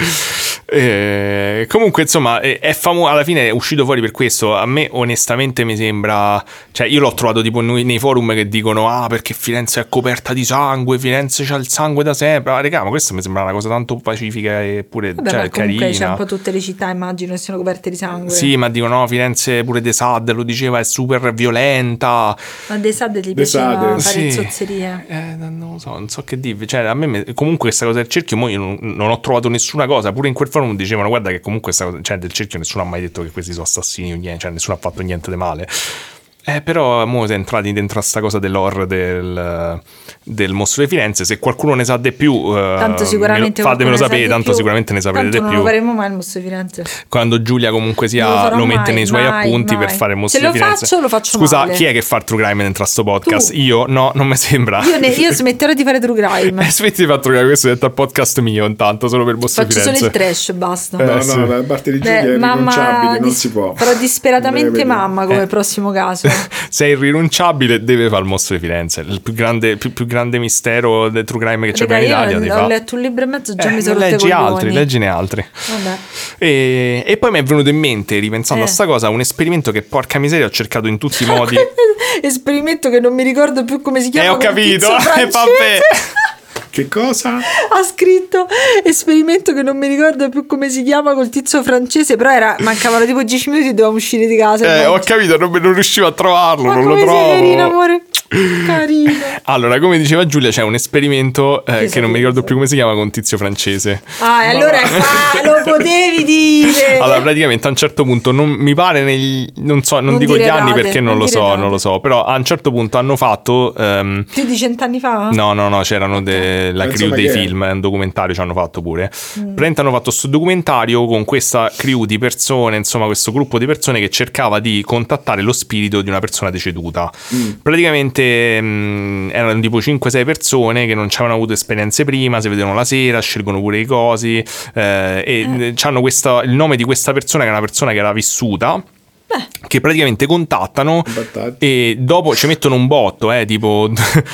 Eh, comunque, insomma, è, è famo- alla fine è uscito fuori per questo. A me, onestamente, mi sembra. Cioè, io l'ho trovato tipo nei, nei forum che dicono: ah, perché Firenze è coperta di sangue, Firenze c'ha il sangue da sempre. Ah, raga, ma questa mi sembra una cosa tanto pacifica e pure Vabbè, cioè, ma comunque c'è carina. un po' tutte le città, immagino, che siano coperte di sangue. Sì, ma dicono: no, Firenze pure De Sade lo diceva, è super violenta. Ma De Sade gli De piaceva Sade, fare Sì. zozzerie. Eh, non lo so, non so che dirvi. Cioè, a me me- comunque questa cosa del cerchio, mo io non, non ho trovato nessuna cosa. Pure in quel forum dicevano: guarda, che comunque questa cosa, cioè, del cerchio nessuno ha mai detto che questi sono assassini o niente, cioè nessuno ha fatto niente di male. Eh, però mo siamo entrati dentro a sta cosa dell'horror del, del mostro di Firenze. Se qualcuno ne sa di più, eh, Tanto sicuramente me lo- fatemelo qualcuno ne sa sapere, di tanto più. sicuramente ne saprete Tanto di non più. lo faremo mai il mostro di Firenze. Quando Giulia comunque sia Non lo lo, farò mette mai, nei suoi mai, appunti mai. per fare il mostro Se di lo Firenze. faccio, lo faccio Scusa, male. chi è che fa il true crime dentro a sto podcast? Tu. Io? No, non mi sembra. Io, ne- io smetterò di fare true crime. Eh, smetti di fare true crime, questo è detto al podcast mio intanto, solo per il mostro di Faccio solo Firenze. il trash, basta. No, Eh, no, sì. da parte di Beh, Giulia è irrinunciabile, non dis- si può. Farò disperatamente Deve vedere. mamma come Eh. prossimo caso. Se è irrinunciabile, deve fare il mostro di Firenze. Il più grande, più, più grande mistero del true crime che c'è Raga, in io Italia. di ho fa. letto un libro e mezzo, già Eh, mi sono ne rotte leggi i coglioni. altri, leggine altri. Vabbè. E, e poi mi è venuto in mente, ripensando Eh. a sta cosa, un esperimento che porca miseria ho cercato in tutti i modi. Esperimento che non mi ricordo più come si chiama. Eh, ho quel capito. tizio Eh, francese. vabbè. Che cosa? Ha scritto esperimento che non mi ricordo più come si chiama col tizio francese, però era, mancavano tipo dieci minuti e dovevamo uscire di casa. Eh, ho Immagino. capito, non, non riuscivo a trovarlo, Ma non lo come sei trovo. carino, amore. Carino. Allora, come diceva Giulia, c'è un esperimento eh, Che che non mi sapevo. ricordo più come si chiama con tizio francese. Ah, e allora qua lo potevi dire. Allora, praticamente a un certo punto, non mi pare negli. Non so, non, Non dico gli dire anni date, perché non, non lo dire so, date. non lo so. Però a un certo punto hanno fatto. ehm, Più di cent'anni fa? No, no, no, c'erano de- la Ma crew insomma, dei che è? film, un documentario ci hanno fatto pure. Mm. Praticamente hanno fatto questo documentario con questa crew di persone, insomma, questo gruppo di persone che cercava di contattare lo spirito di una persona deceduta. Mm. Praticamente mh, erano tipo cinque sei persone che non ci avevano avuto esperienze prima, si vedono la sera, scelgono pure i cosi eh, e eh. hanno questa, il nome di questa persona che è una persona che era vissuta. Che praticamente contattano Battaglia. e dopo ci mettono un botto, eh, tipo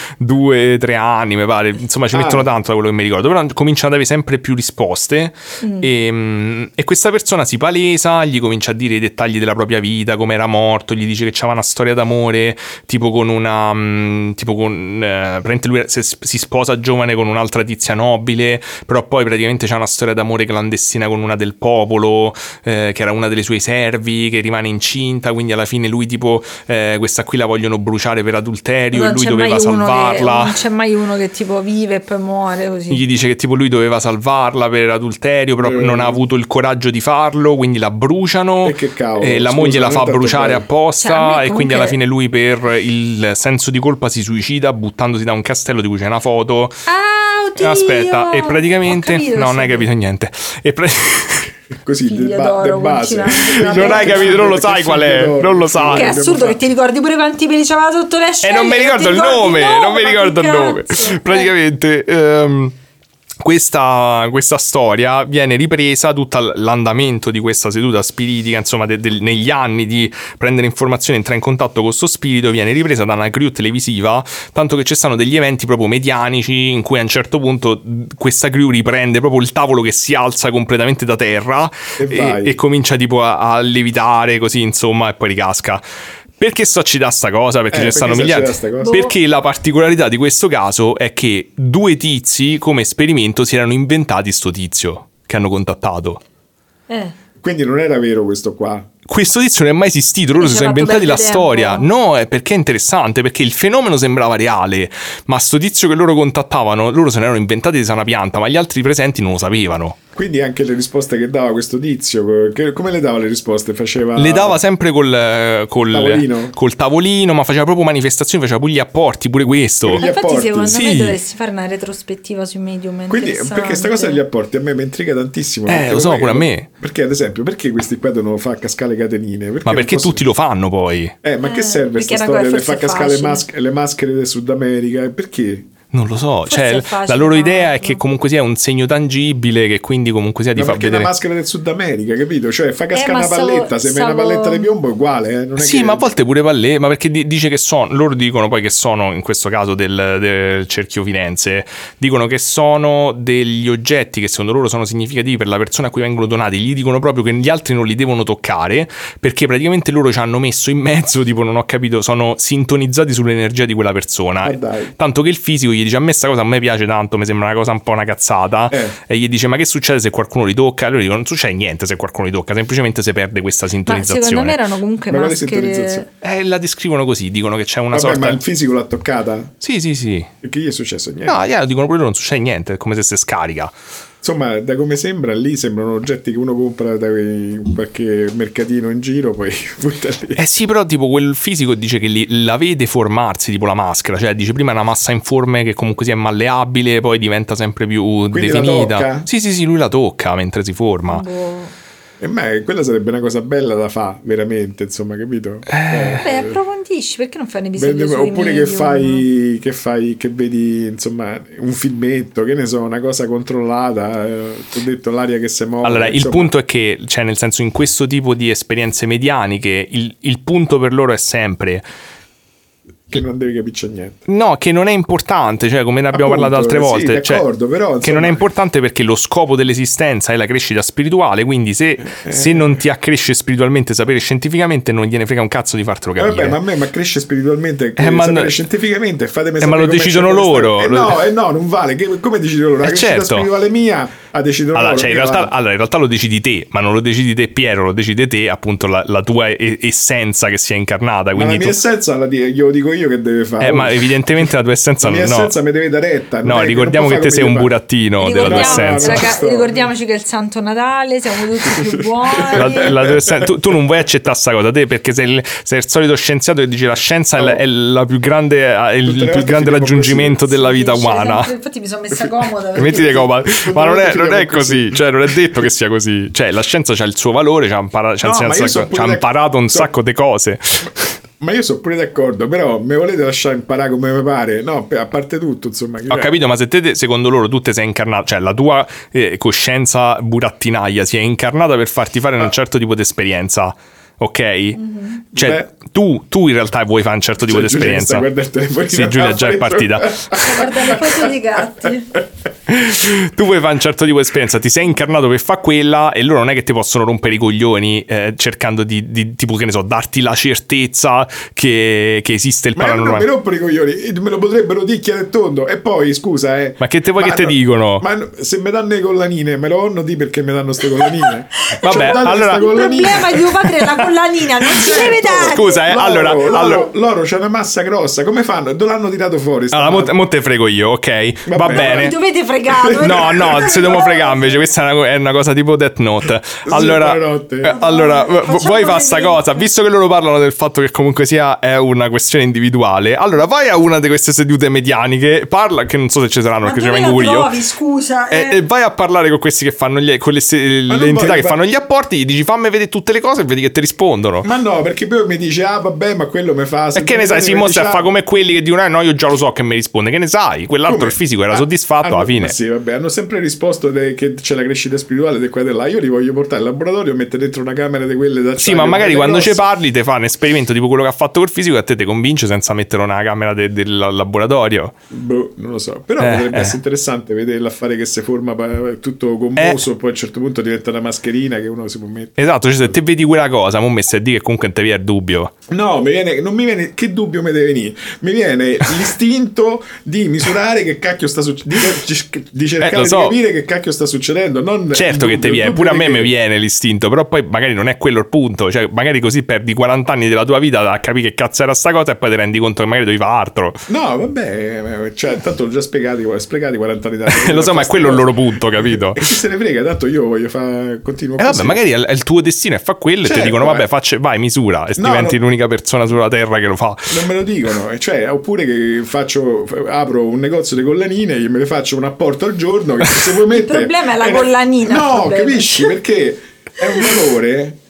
due, tre anni, mi pare. Insomma, ci Ah. mettono tanto da quello che mi ricordo. Però cominciano ad avere sempre più risposte. Mm. E, mm, e questa persona si palesa, gli comincia a dire i dettagli della propria vita, come era morto. Gli dice che c'aveva una storia d'amore, tipo con una. mm, tipo con. Eh, praticamente lui si, si sposa giovane con un'altra tizia nobile, però poi praticamente c'ha una storia d'amore clandestina con una del popolo, eh, che era una delle sue servi, che rimane incinta. Quindi alla fine lui tipo eh, questa qui la vogliono bruciare per adulterio Non e lui c'è doveva mai uno salvarla. che- non c'è mai uno che tipo vive e poi muore così. Gli dice che tipo lui doveva salvarla per adulterio, però Eh. non ha avuto il coraggio di farlo, quindi la bruciano E che cavolo, e la scusa, moglie la non è fa tanto bruciare bello. apposta Cioè, a me e comunque- quindi alla fine lui per il senso di colpa si suicida buttandosi da un castello di cui c'è una foto. Ah, oddio! Aspetta, e praticamente Ho capito, no, non sì. hai capito niente. E pra- Così, Figlio del, ba- d'oro, del base. concinante. non hai capito, non lo sai qual è, non lo sai. Che è assurdo che ti ricordi pure quanti peli c'aveva sotto le E ascelle. non mi ricordo ti il ricordi nome, non mi ma ricordo che il nome. cazzo? Eh. Praticamente ehm, questa, questa storia viene ripresa, tutto l'andamento di questa seduta spiritica, insomma, de- del- negli anni di prendere informazioni, entrare in contatto con questo spirito, viene ripresa da una crew televisiva, tanto che ci stanno degli eventi proprio medianici in cui a un certo punto questa crew riprende proprio il tavolo che si alza completamente da terra E vai. e, e comincia tipo a, a levitare così, insomma, e poi ricasca. Perché sto a citare sta cosa? Perché Eh, ce ne perché stanno sto a miliardi. citare sta cosa? Perché la particolarità di questo caso è che due tizi come esperimento si erano inventati sto tizio che hanno contattato. Eh. Quindi non era vero questo qua. Questo tizio non è mai esistito, loro Ci si ha sono fatto inventati la perdere storia. tempo. No, è perché è interessante, perché il fenomeno sembrava reale, ma sto tizio che loro contattavano, loro se ne erano inventati di sana pianta, ma gli altri presenti non lo sapevano. Quindi anche le risposte che dava questo tizio, che- come le dava le risposte? Faceva... Le dava sempre col, col Tavolino? col tavolino, ma faceva proprio manifestazioni, faceva pure gli apporti, pure questo. Gli Infatti apporti. secondo Sì. me dovresti fare una retrospettiva sui medium. Quindi, interessante. perché sta cosa degli apporti a me mi intriga tantissimo. Eh, perché lo so, ormai- pure a me. Perché, ad esempio, perché questi qua devono far cascare le catenine. Perché Ma perché posso... tutti lo fanno poi? Eh, ma che Eh, serve perché questa è una storia cosa di far forse cascare le, facile. mas- le maschere del Sud America? Perché? Non lo so, Forse cioè è facile la loro idea è farlo. che comunque sia un segno tangibile, che quindi comunque sia di Ma far perché è vedere. una maschera del Sud America, capito? Cioè, fa cascare Eh, ma una stavo- palletta, se stavo- me una palletta di piombo è uguale, eh? Non è Sì, che... ma a volte pure palle, ma perché di- dice che sono, loro dicono poi che sono, in questo caso del, del cerchio Firenze, dicono che sono degli oggetti che secondo loro sono significativi per la persona a cui vengono donati, gli dicono proprio che gli altri non li devono toccare, perché praticamente loro ci hanno messo in mezzo, tipo non ho capito, sono sintonizzati sull'energia di quella persona. Ma dai. Tanto che il fisico gli dice: a me sta cosa a me piace tanto, mi sembra una cosa un po' una cazzata, Eh. e gli dice: ma che succede se qualcuno li tocca? E loro dicono: non succede niente se qualcuno li tocca, semplicemente si perde questa Ma sintonizzazione. secondo me erano comunque Ma quale maschere. sintonizzazione? Eh, la descrivono così, dicono che c'è una Vabbè, sorta. ma il fisico l'ha toccata? Sì, sì, sì. E che gli è successo? Niente. No, yeah, dicono pure loro, non succede niente, è come se si scarica. Insomma, da come sembra, lì sembrano oggetti che uno compra da quei- qualche mercatino in giro, poi butta lì. Eh sì, però tipo quel fisico dice che li- la vede formarsi, tipo la maschera, cioè dice prima è una massa informe che comunque sia malleabile, poi diventa sempre più Quindi la definita. tocca? Sì, sì, sì, lui la tocca mentre si forma. Boh. E ma quella sarebbe una cosa bella da fa, veramente, insomma, capito? Eh, Beh, approfondisci, perché non fai un episodio Beh, sui oppure che medium? fai, che fai, che vedi, insomma, un filmetto, che ne so, una cosa controllata, eh, ti ho detto l'aria che si muove. Allora, il insomma. punto è che, cioè, nel senso, in questo tipo di esperienze medianiche, il, il punto per loro è sempre Che non devi capire niente. no, che non è importante, cioè come ne abbiamo Appunto, parlato altre sì, volte, cioè, d'accordo, però, che insomma- non è importante perché lo scopo dell'esistenza è la crescita spirituale, quindi se, Eh. se non ti accresce spiritualmente sapere scientificamente non gliene frega un cazzo di fartelo Eh, capire. Vabbè, ma a me ma cresce spiritualmente, Eh, ma sapere no- scientificamente, fatemi Eh, sapere ma lo come decidono c'è questa- loro. Eh, no, eh, no, non vale. Che- come decidono loro? La Eh, crescita certo. spirituale mia ha deciso Allora, loro. cioè, in, io realtà, la- allora, in realtà lo decidi te, ma non lo decidi te Piero, lo decidi te appunto la, la tua e- essenza che si è incarnata. ma Quindi la mia tu- essenza la di- glielo dico io che deve fare. eh, ma evidentemente la tua essenza la non mia no. essenza mi deve dare retta. non No, è ricordiamo non che può te fare sei un come gli pare. burattino della tua Ricordiamo- essenza. raga- Sto- ricordiamoci che è il Santo Natale, siamo tutti più buoni. La- la tua essenza- tu, tu non vuoi accettare sta cosa te perché sei il, sei il solito scienziato che dice la scienza è la, è la più grande, è il Tutte le più volte grande finiamo raggiungimento così. della vita Sì, umana. sempre- infatti mi sono messa comoda. perché- Mettiti comodo. Ma non è, non è Finiamo così, cioè non è detto che sia così. Cioè la scienza c'ha il suo valore, c'ha, impara- c'ha No, insegnato ma io un so sacco- pure c'ha d'ac- imparato un so- sacco di cose. Ma io sono pure d'accordo, però me volete lasciare imparare come mi pare? No, a parte tutto, insomma. Ho capito, ma se te, secondo loro, tu te sei incarnato, cioè la tua eh, coscienza burattinaia si è incarnata per farti fare un certo tipo di esperienza, ok? Cioè, Beh. tu, tu in realtà vuoi fare un certo tipo Cioè, di Giulia che sta esperienza. guardando il telefonino Sì, Giulia già è a fare- partita. Sto guardando foto di gatti. Tu vuoi fare un certo tipo di esperienza, ti sei incarnato per fare quella e loro non è che ti possono rompere i coglioni eh, cercando di, di, tipo, che ne so, darti la certezza che, che esiste il Ma non paranormale. mi rompono i coglioni, me lo potrebbero dire chiaro e tondo. E poi, scusa, eh. Ma che te vuoi che te no- dicono? Ma no- se mi danno le collanine, me lo vanno di perché mi danno ste collanine. Vabbè, Cioè, date allora- sta Il collanina. problema di mio padre è la collanina, non si deve dare. Scusa, eh, Loro, allora, loro, allora, loro c'è una massa grossa, come fanno? Dove l'hanno tirato fuori? sta allora mo, massa? mo te frego io, ok? Va, Va bene. bene. Mi dovete fregare. No, no, se dobbiamo fregare invece, questa è una, è una cosa tipo Death Note. Allora, buonanotte. eh, allora v- Facciamo vuoi fare sta vedere. cosa? Visto che loro parlano del fatto che comunque sia è una questione individuale, allora vai a una di queste sedute medianiche, parla, che non so se ci saranno Ma perché ci dove vengo la pure io. trovi, scusa? E, eh? e vai a parlare con questi che fanno gli, con le, se- le non entità voglio che fare- fanno gli apporti, gli dici fammi vedere tutte le cose e vedi che ti rispondono. Ma no, perché poi mi dice, ah vabbè, ma quello mi fa... E che ne sai, si mostra a fa come quelli che dicono eh no, io già lo so che mi risponde, che ne sai? Quell'altro Come? il fisico era Ah, soddisfatto hanno- alla fine. ma sì, vabbè, hanno sempre risposto de- che c'è la crescita spirituale di qua e di là. Io li voglio portare in laboratorio e mettere dentro una camera di quelle da Sì, ma magari quando ci parli te fa un esperimento tipo quello che ha fatto col fisico e a te ti convince senza mettere una camera de- del laboratorio. Boh, non lo so. Però Eh, potrebbe eh. essere interessante vedere l'affare che si forma pa- tutto gommoso, poi a un certo punto diventa una mascherina che uno si può mettere. Esatto, cioè se te vedi quella cosa, mo messo a dire che comunque non te vi è il dubbio. No, mi viene, non mi viene, che dubbio mi deve venire? Mi viene l'istinto di misurare che cacchio sta succedendo, di, di cercare Eh, lo so. di capire che cacchio sta succedendo. Non Certo il che te dubbio, viene, il pure a dubbio me di mi che- viene l'istinto, però poi magari non è quello il punto, cioè magari così perdi quaranta anni della tua vita a capire che cazzo era sta cosa e poi ti rendi conto che magari dovevi fare altro. No, vabbè, cioè, tanto l'ho già spiegati, sprecati quaranta anni da Lo so, ma è quello il loro punto, capito? E chi se ne frega, tanto io voglio fare continuo E vabbè, così. magari è il tuo destino e fa quello e Certo, ti dicono vabbè, eh. faccia, vai, misura e No, diventi no. l'unica persona sulla terra che lo fa. Non me lo dicono, e cioè, oppure che faccio, apro un negozio di collanine e me le faccio un apporto al giorno che se vuoi mettere... problema è la eh, collanina, il No, problema. capisci? Perché è un valore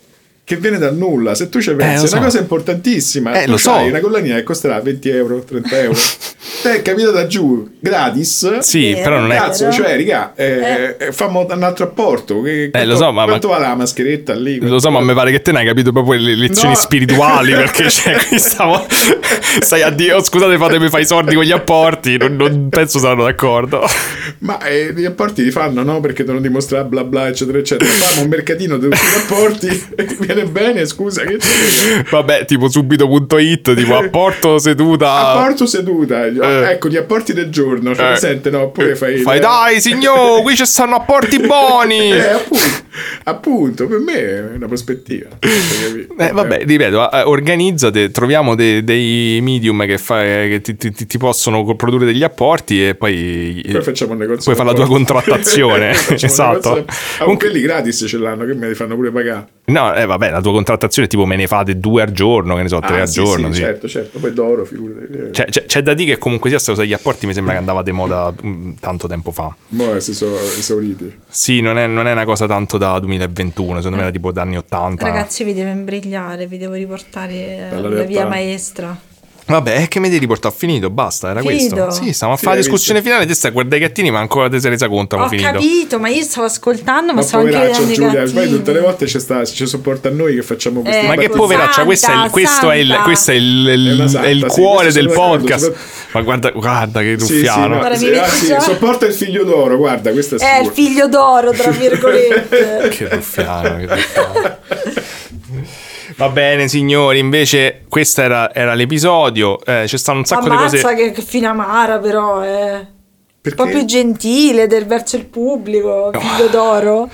che viene dal nulla. Se tu ci pensi, Eh, lo è so. una cosa importantissima. Eh, Tu lo so. c'hai una collanina che costerà venti euro, trenta euro. Te è capito da giù, gratis. Sì, Eh, però non è... Cazzo, cioè, raga, eh, eh, fammo un altro apporto. Che, Eh, lo so, ma- quanto va la mascheretta lì? Lo so, ma mi pare che te ne hai capito proprio le lezioni No. spirituali, perché c'è qui stavo... Stai a dire, oh, scusate, fatemi fare i soldi con gli apporti, non, non penso saranno d'accordo. Ma eh, gli apporti li fanno, no? Perché devono dimostrare bla bla, eccetera, eccetera. Fanno un mercatino di tutti i rapporti. Viene bene, scusa, che c'è? Vabbè, tipo subito.it, tipo apporto seduta... Apporto seduta. Eh. Ecco, gli apporti del giorno. Cioè, Eh. presente, no? Oppure fai... Fai dai, signor, qui ci stanno apporti buoni. Eh, appunto, appunto, per me è una prospettiva. Eh, vabbè, ripeto, eh, organizzate, troviamo de- dei medium che, fa- che ti, ti- ti possono produrre degli apporti e poi, Poi facciamo un negozio. puoi fare la tua contrattazione. Facciamo un Esatto. negozio- Ah, Comunque- quelli gratis ce l'hanno, che me li fanno pure pagare. No, eh, vabbè, la tua contrattazione tipo me ne fate due al giorno, che ne so, tre Ah, al sì, giorno. sì, Sì. certo, certo. Poi d'oro, figurati. C'è, c'è- c'è da dire che comunque sia questa cosa degli apporti mi sembra che andava di moda mh, tanto tempo fa. Mo' si sono esauriti. Sì, non è, non è una cosa tanto da duemilaventuno, secondo me era tipo da anni ottanta. Ragazzi, vi devo imbrigliare, vi devo riportare Dalla la realtà. via maestra. Vabbè, è che mi devi riportare, ho finito, basta, era Finito? questo. Sì, stavamo a Sì, fare la hai discussione visto? finale, te stai a guardare i gattini, ma ancora ti sei resa conto, Ho abbiamo finito. capito, ma io stavo ascoltando, ma, Ma stavo anche poveraccia vedendo i Giulia, gattini. poi tutte le volte ci, sta, ci sopporta a noi che facciamo queste Eh, Ma che Ecco, poveraccia, questo è il, santa, questo è il, santa. questo è il, È il- una santa, è il sì, cuore questo del sono d'accordo, podcast. sono- Ma guarda, guarda che Sì, sì, ruffiano. no, Guarda, sì, mi ah, metti sì, già- sopporta il figlio d'oro, guarda, questo è È il sicuro. figlio d'oro, tra virgolette. Che ruffiano, che ruffiano. Va bene, signori, invece questo era, era l'episodio. Eh, c'è stato un sacco Ammazza di cose. che, che fine amara, però, è un Perché? po' più gentile del verso il pubblico, figlio d'oro.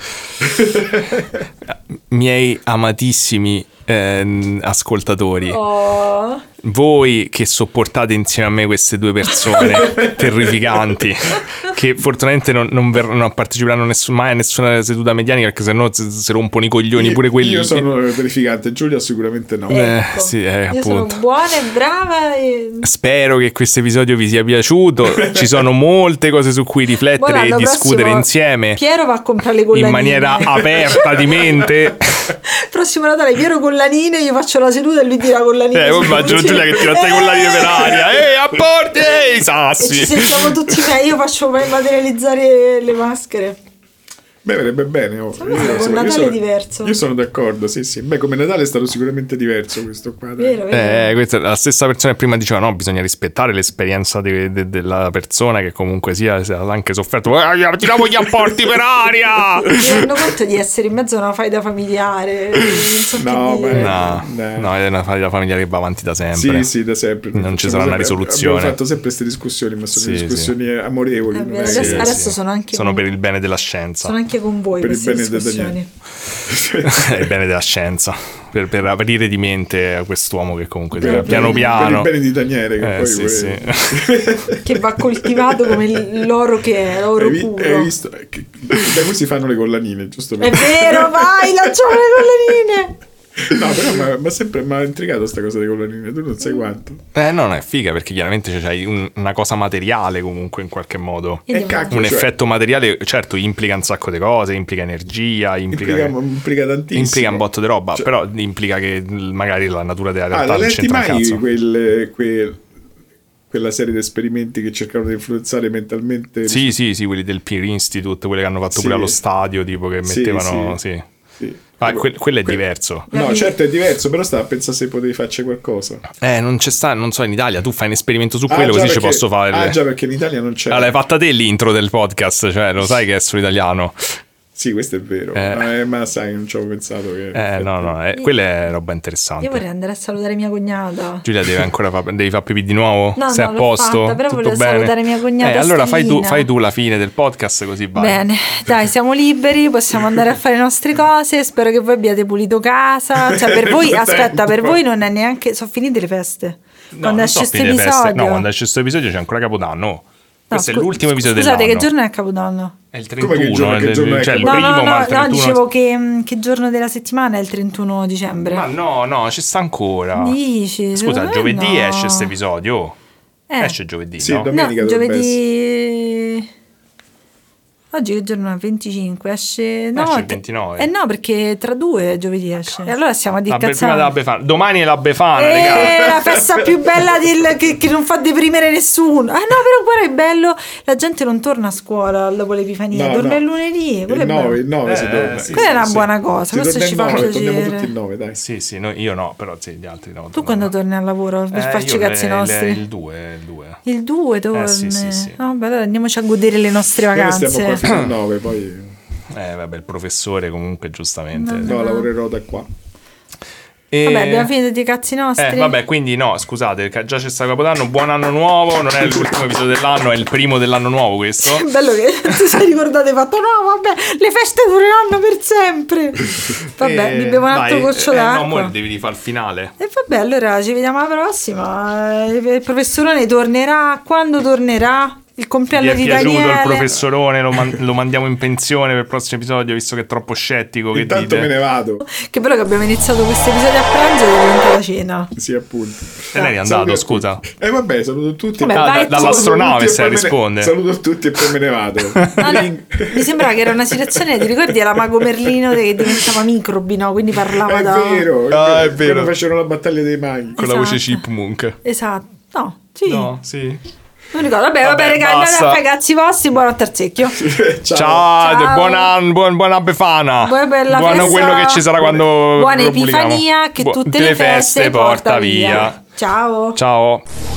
Miei amatissimi ehm, ascoltatori, Oh. voi che sopportate insieme a me queste due persone terrificanti, che fortunatamente non, non, ver- non parteciperanno nessun- mai a nessuna seduta medianica, perché sennò si, si rompono i coglioni pure quelli. Io sono verificante, Giulia sicuramente no. Eh, Ecco. sì, eh, Io appunto. sono buona e brava e... Spero che questo episodio vi sia piaciuto. Ci sono molte cose su cui riflettere Buona, e l'anno discutere prossimo insieme Piero va a comprare le collanine. in maniera aperta di mente. Prossimo Natale Piero collanine, io faccio la seduta e lui tira collanine. Eh, poi immagino Giulia che tira te con la linea per aria. Ehi, apporti, ehi, E ci sassi. sentiamo tutti me, io faccio mai materializzare le maschere. Beh, verrebbe bene. Oh. Secondo me un Natale sono, diverso. Io sono d'accordo, sì, sì. Beh, come Natale è stato sicuramente diverso questo qua. dai. Vero, vero. Eh, questa è la stessa persona che prima diceva no, bisogna rispettare l'esperienza de- de- della persona che comunque sia, sia anche sofferto. Eh, tiriamo gli apporti per aria. Mi rendo conto di essere in mezzo a una faida familiare. Non so No, che ma- dire. No, No. no, è una famiglia familiare che va avanti da sempre. Sì, sì, da sempre. Non ci Facciamo sarà una sempre- risoluzione. Abbiamo fatto sempre queste discussioni, ma sono Sì, discussioni amorevoli. È non vero, è adesso, che- adesso sono anche Sono con, per il bene della scienza. sono anche con voi Per il queste bene del discussioni. È il bene della scienza. Per, per aprire di mente a quest'uomo che comunque Per- piano per- piano. Per il bene di Daniele, che Eh, poi sì, vuole- sì. Che va coltivato come l- l'oro che è, l'oro Hai, vi- puro. hai visto? Eh, che- Da cui si fanno le collanine, giusto? È Per... vero, vai, lanciamo le collanine. No, però mi ha sempre m'ha intrigato sta cosa delle collanine, tu non sai quanto. Eh no, no, è figa perché chiaramente c'hai un- una cosa materiale comunque in qualche modo. Io E devo- cacchio, Un cioè, effetto materiale, certo, implica un sacco di cose, implica energia, implica, implica, implica tantissimo. implica un botto di roba, Cioè- però implica che l- magari la natura della Ah, realtà la non letti c'entra un mai cazzo. quel, quel- quella serie di esperimenti che cercavano di influenzare mentalmente? Sì, sì, sì, quelli del Peer Institute, quelli che hanno fatto Sì. pure allo stadio, tipo che Sì, mettevano... sì. Sì. Sì. Ah, que- quello è Que- diverso. No, certo è diverso, però stava a pensare se potevi farci qualcosa. Eh, non c'è sta, non so, in Italia tu fai un esperimento su Ah, quello già, così ci perché- posso fare. Ah, già, perché in Italia non c'è. Ah, l'hai fatta te l'intro del podcast, cioè lo sai che è solo italiano. Sì, questo è vero. Eh. Ma, eh, ma sai, non ci avevo pensato che... Eh, no, no, eh, quella è roba interessante. Io vorrei andare a salutare mia cognata. Giulia deve ancora fa- devi fare pipì di nuovo? No, Sei no, a l'ho posto? fatta, però Tutto volevo bene? salutare mia cognata Eh, allora fai tu, Stellina. fai tu la fine del podcast così vai. Bene, dai, siamo liberi, possiamo andare a fare le nostre cose. Spero che voi abbiate pulito casa. Cioè, per voi, Nel aspetta, per frattempo. voi non è neanche. Sono finite le feste. No, quando non esce so questo finire le feste. episodio. No, quando esce questo episodio c'è ancora Capodanno. No, Questo scu- è l'ultimo episodio Scusate, dell'anno. che giorno è Capodanno? È il Come che trentuno, giorno- che eh, giorno è cioè il No, primo, no, ma no, il no, trentuno. dicevo che, che giorno della settimana è il trentuno dicembre. Ma no, no, ci sta ancora. Dici? Scusa, secondo me giovedì no. esce questo episodio. Eh. Esce giovedì, Sì, no? domenica No, dovrebbe giovedì. Oggi che giorno è? venticinque, esce... No, Esce il t- ventinove. Eh no, perché tra due giovedì esce. E allora siamo a La dire be- prima della Befana. Domani è la Befana, Eh, raga. la festa più bella del- che, che non fa deprimere nessuno. Ah no, però guarda è bello, la gente non torna a scuola dopo l'Epifania, No, torna no. il lunedì. Quello Il è nove, bello. il nove si Eh, torna. sì, Quella è una sì. buona cosa, Si questo torna ci il fa nove, torniamo piacere. tutti il nove, dai. Sì, sì, noi- io no, però sì, gli altri no. Tu quando torni al lavoro per Eh, farci i io cazzi il- nostri? Il due, il due. Il due torni. Eh, sì, sì, sì. No, beh, allora andiamoci a godere le nostre Noi vacanze. stiamo qua fino al nove, poi Eh, vabbè, il professore comunque giustamente. no, lavorerò da qua. E- Vabbè, abbiamo finito di cazzi nostri. Eh, vabbè, quindi no, scusate, che già c'è stato Capodanno, buon anno nuovo, non è l'ultimo episodio dell'anno, è il primo dell'anno nuovo questo. Bello che ti sei ricordato e hai fatto no vabbè le feste dureranno per sempre. Vabbè, E- mi bevo un altro dai, goccio eh, d'acqua. No, mo devi rifare il finale. E vabbè, allora ci vediamo alla prossima. Eh, Il professorone tornerà quando tornerà. Il Vi compleanno è di piaciuto Daniele. il professorone? Lo, man- lo mandiamo in pensione per il prossimo episodio, visto che è troppo scettico. Che Intanto dite? me ne vado. Che bello che abbiamo iniziato questo episodio a pranzo e diventa la cena. Sì, appunto. E lei è andato, Saluto a scusa. tutti. Eh vabbè, saluto tutti. Vabbè, Ah, vai da- tu. dall'astronave Saluto tutti e stai a poi me ne- rispondere. Saluto tutti e poi me ne vado. No, no, mi sembrava che era una situazione, ti ricordi era Mago Merlino che diventava microbi, no? Quindi parlava È da... vero, Ah, è è vero. Quando facevano la battaglia dei maghi. Con la voce Esatto. chipmunk. Esatto. No, sì. No, sì. Non ricordo. Vabbè, vabbè, Vabbè, raga, andate basta. a fare i cazzi vostri, buon atterzecchio. Ciao. Ciao, Ciao. buon anno, buon- buona Befana. Buona bella Buono festa. quello che ci sarà quando Buona lo pubblichiamo. Epifania che Bu- tutte le feste porta via. Ciao. Ciao.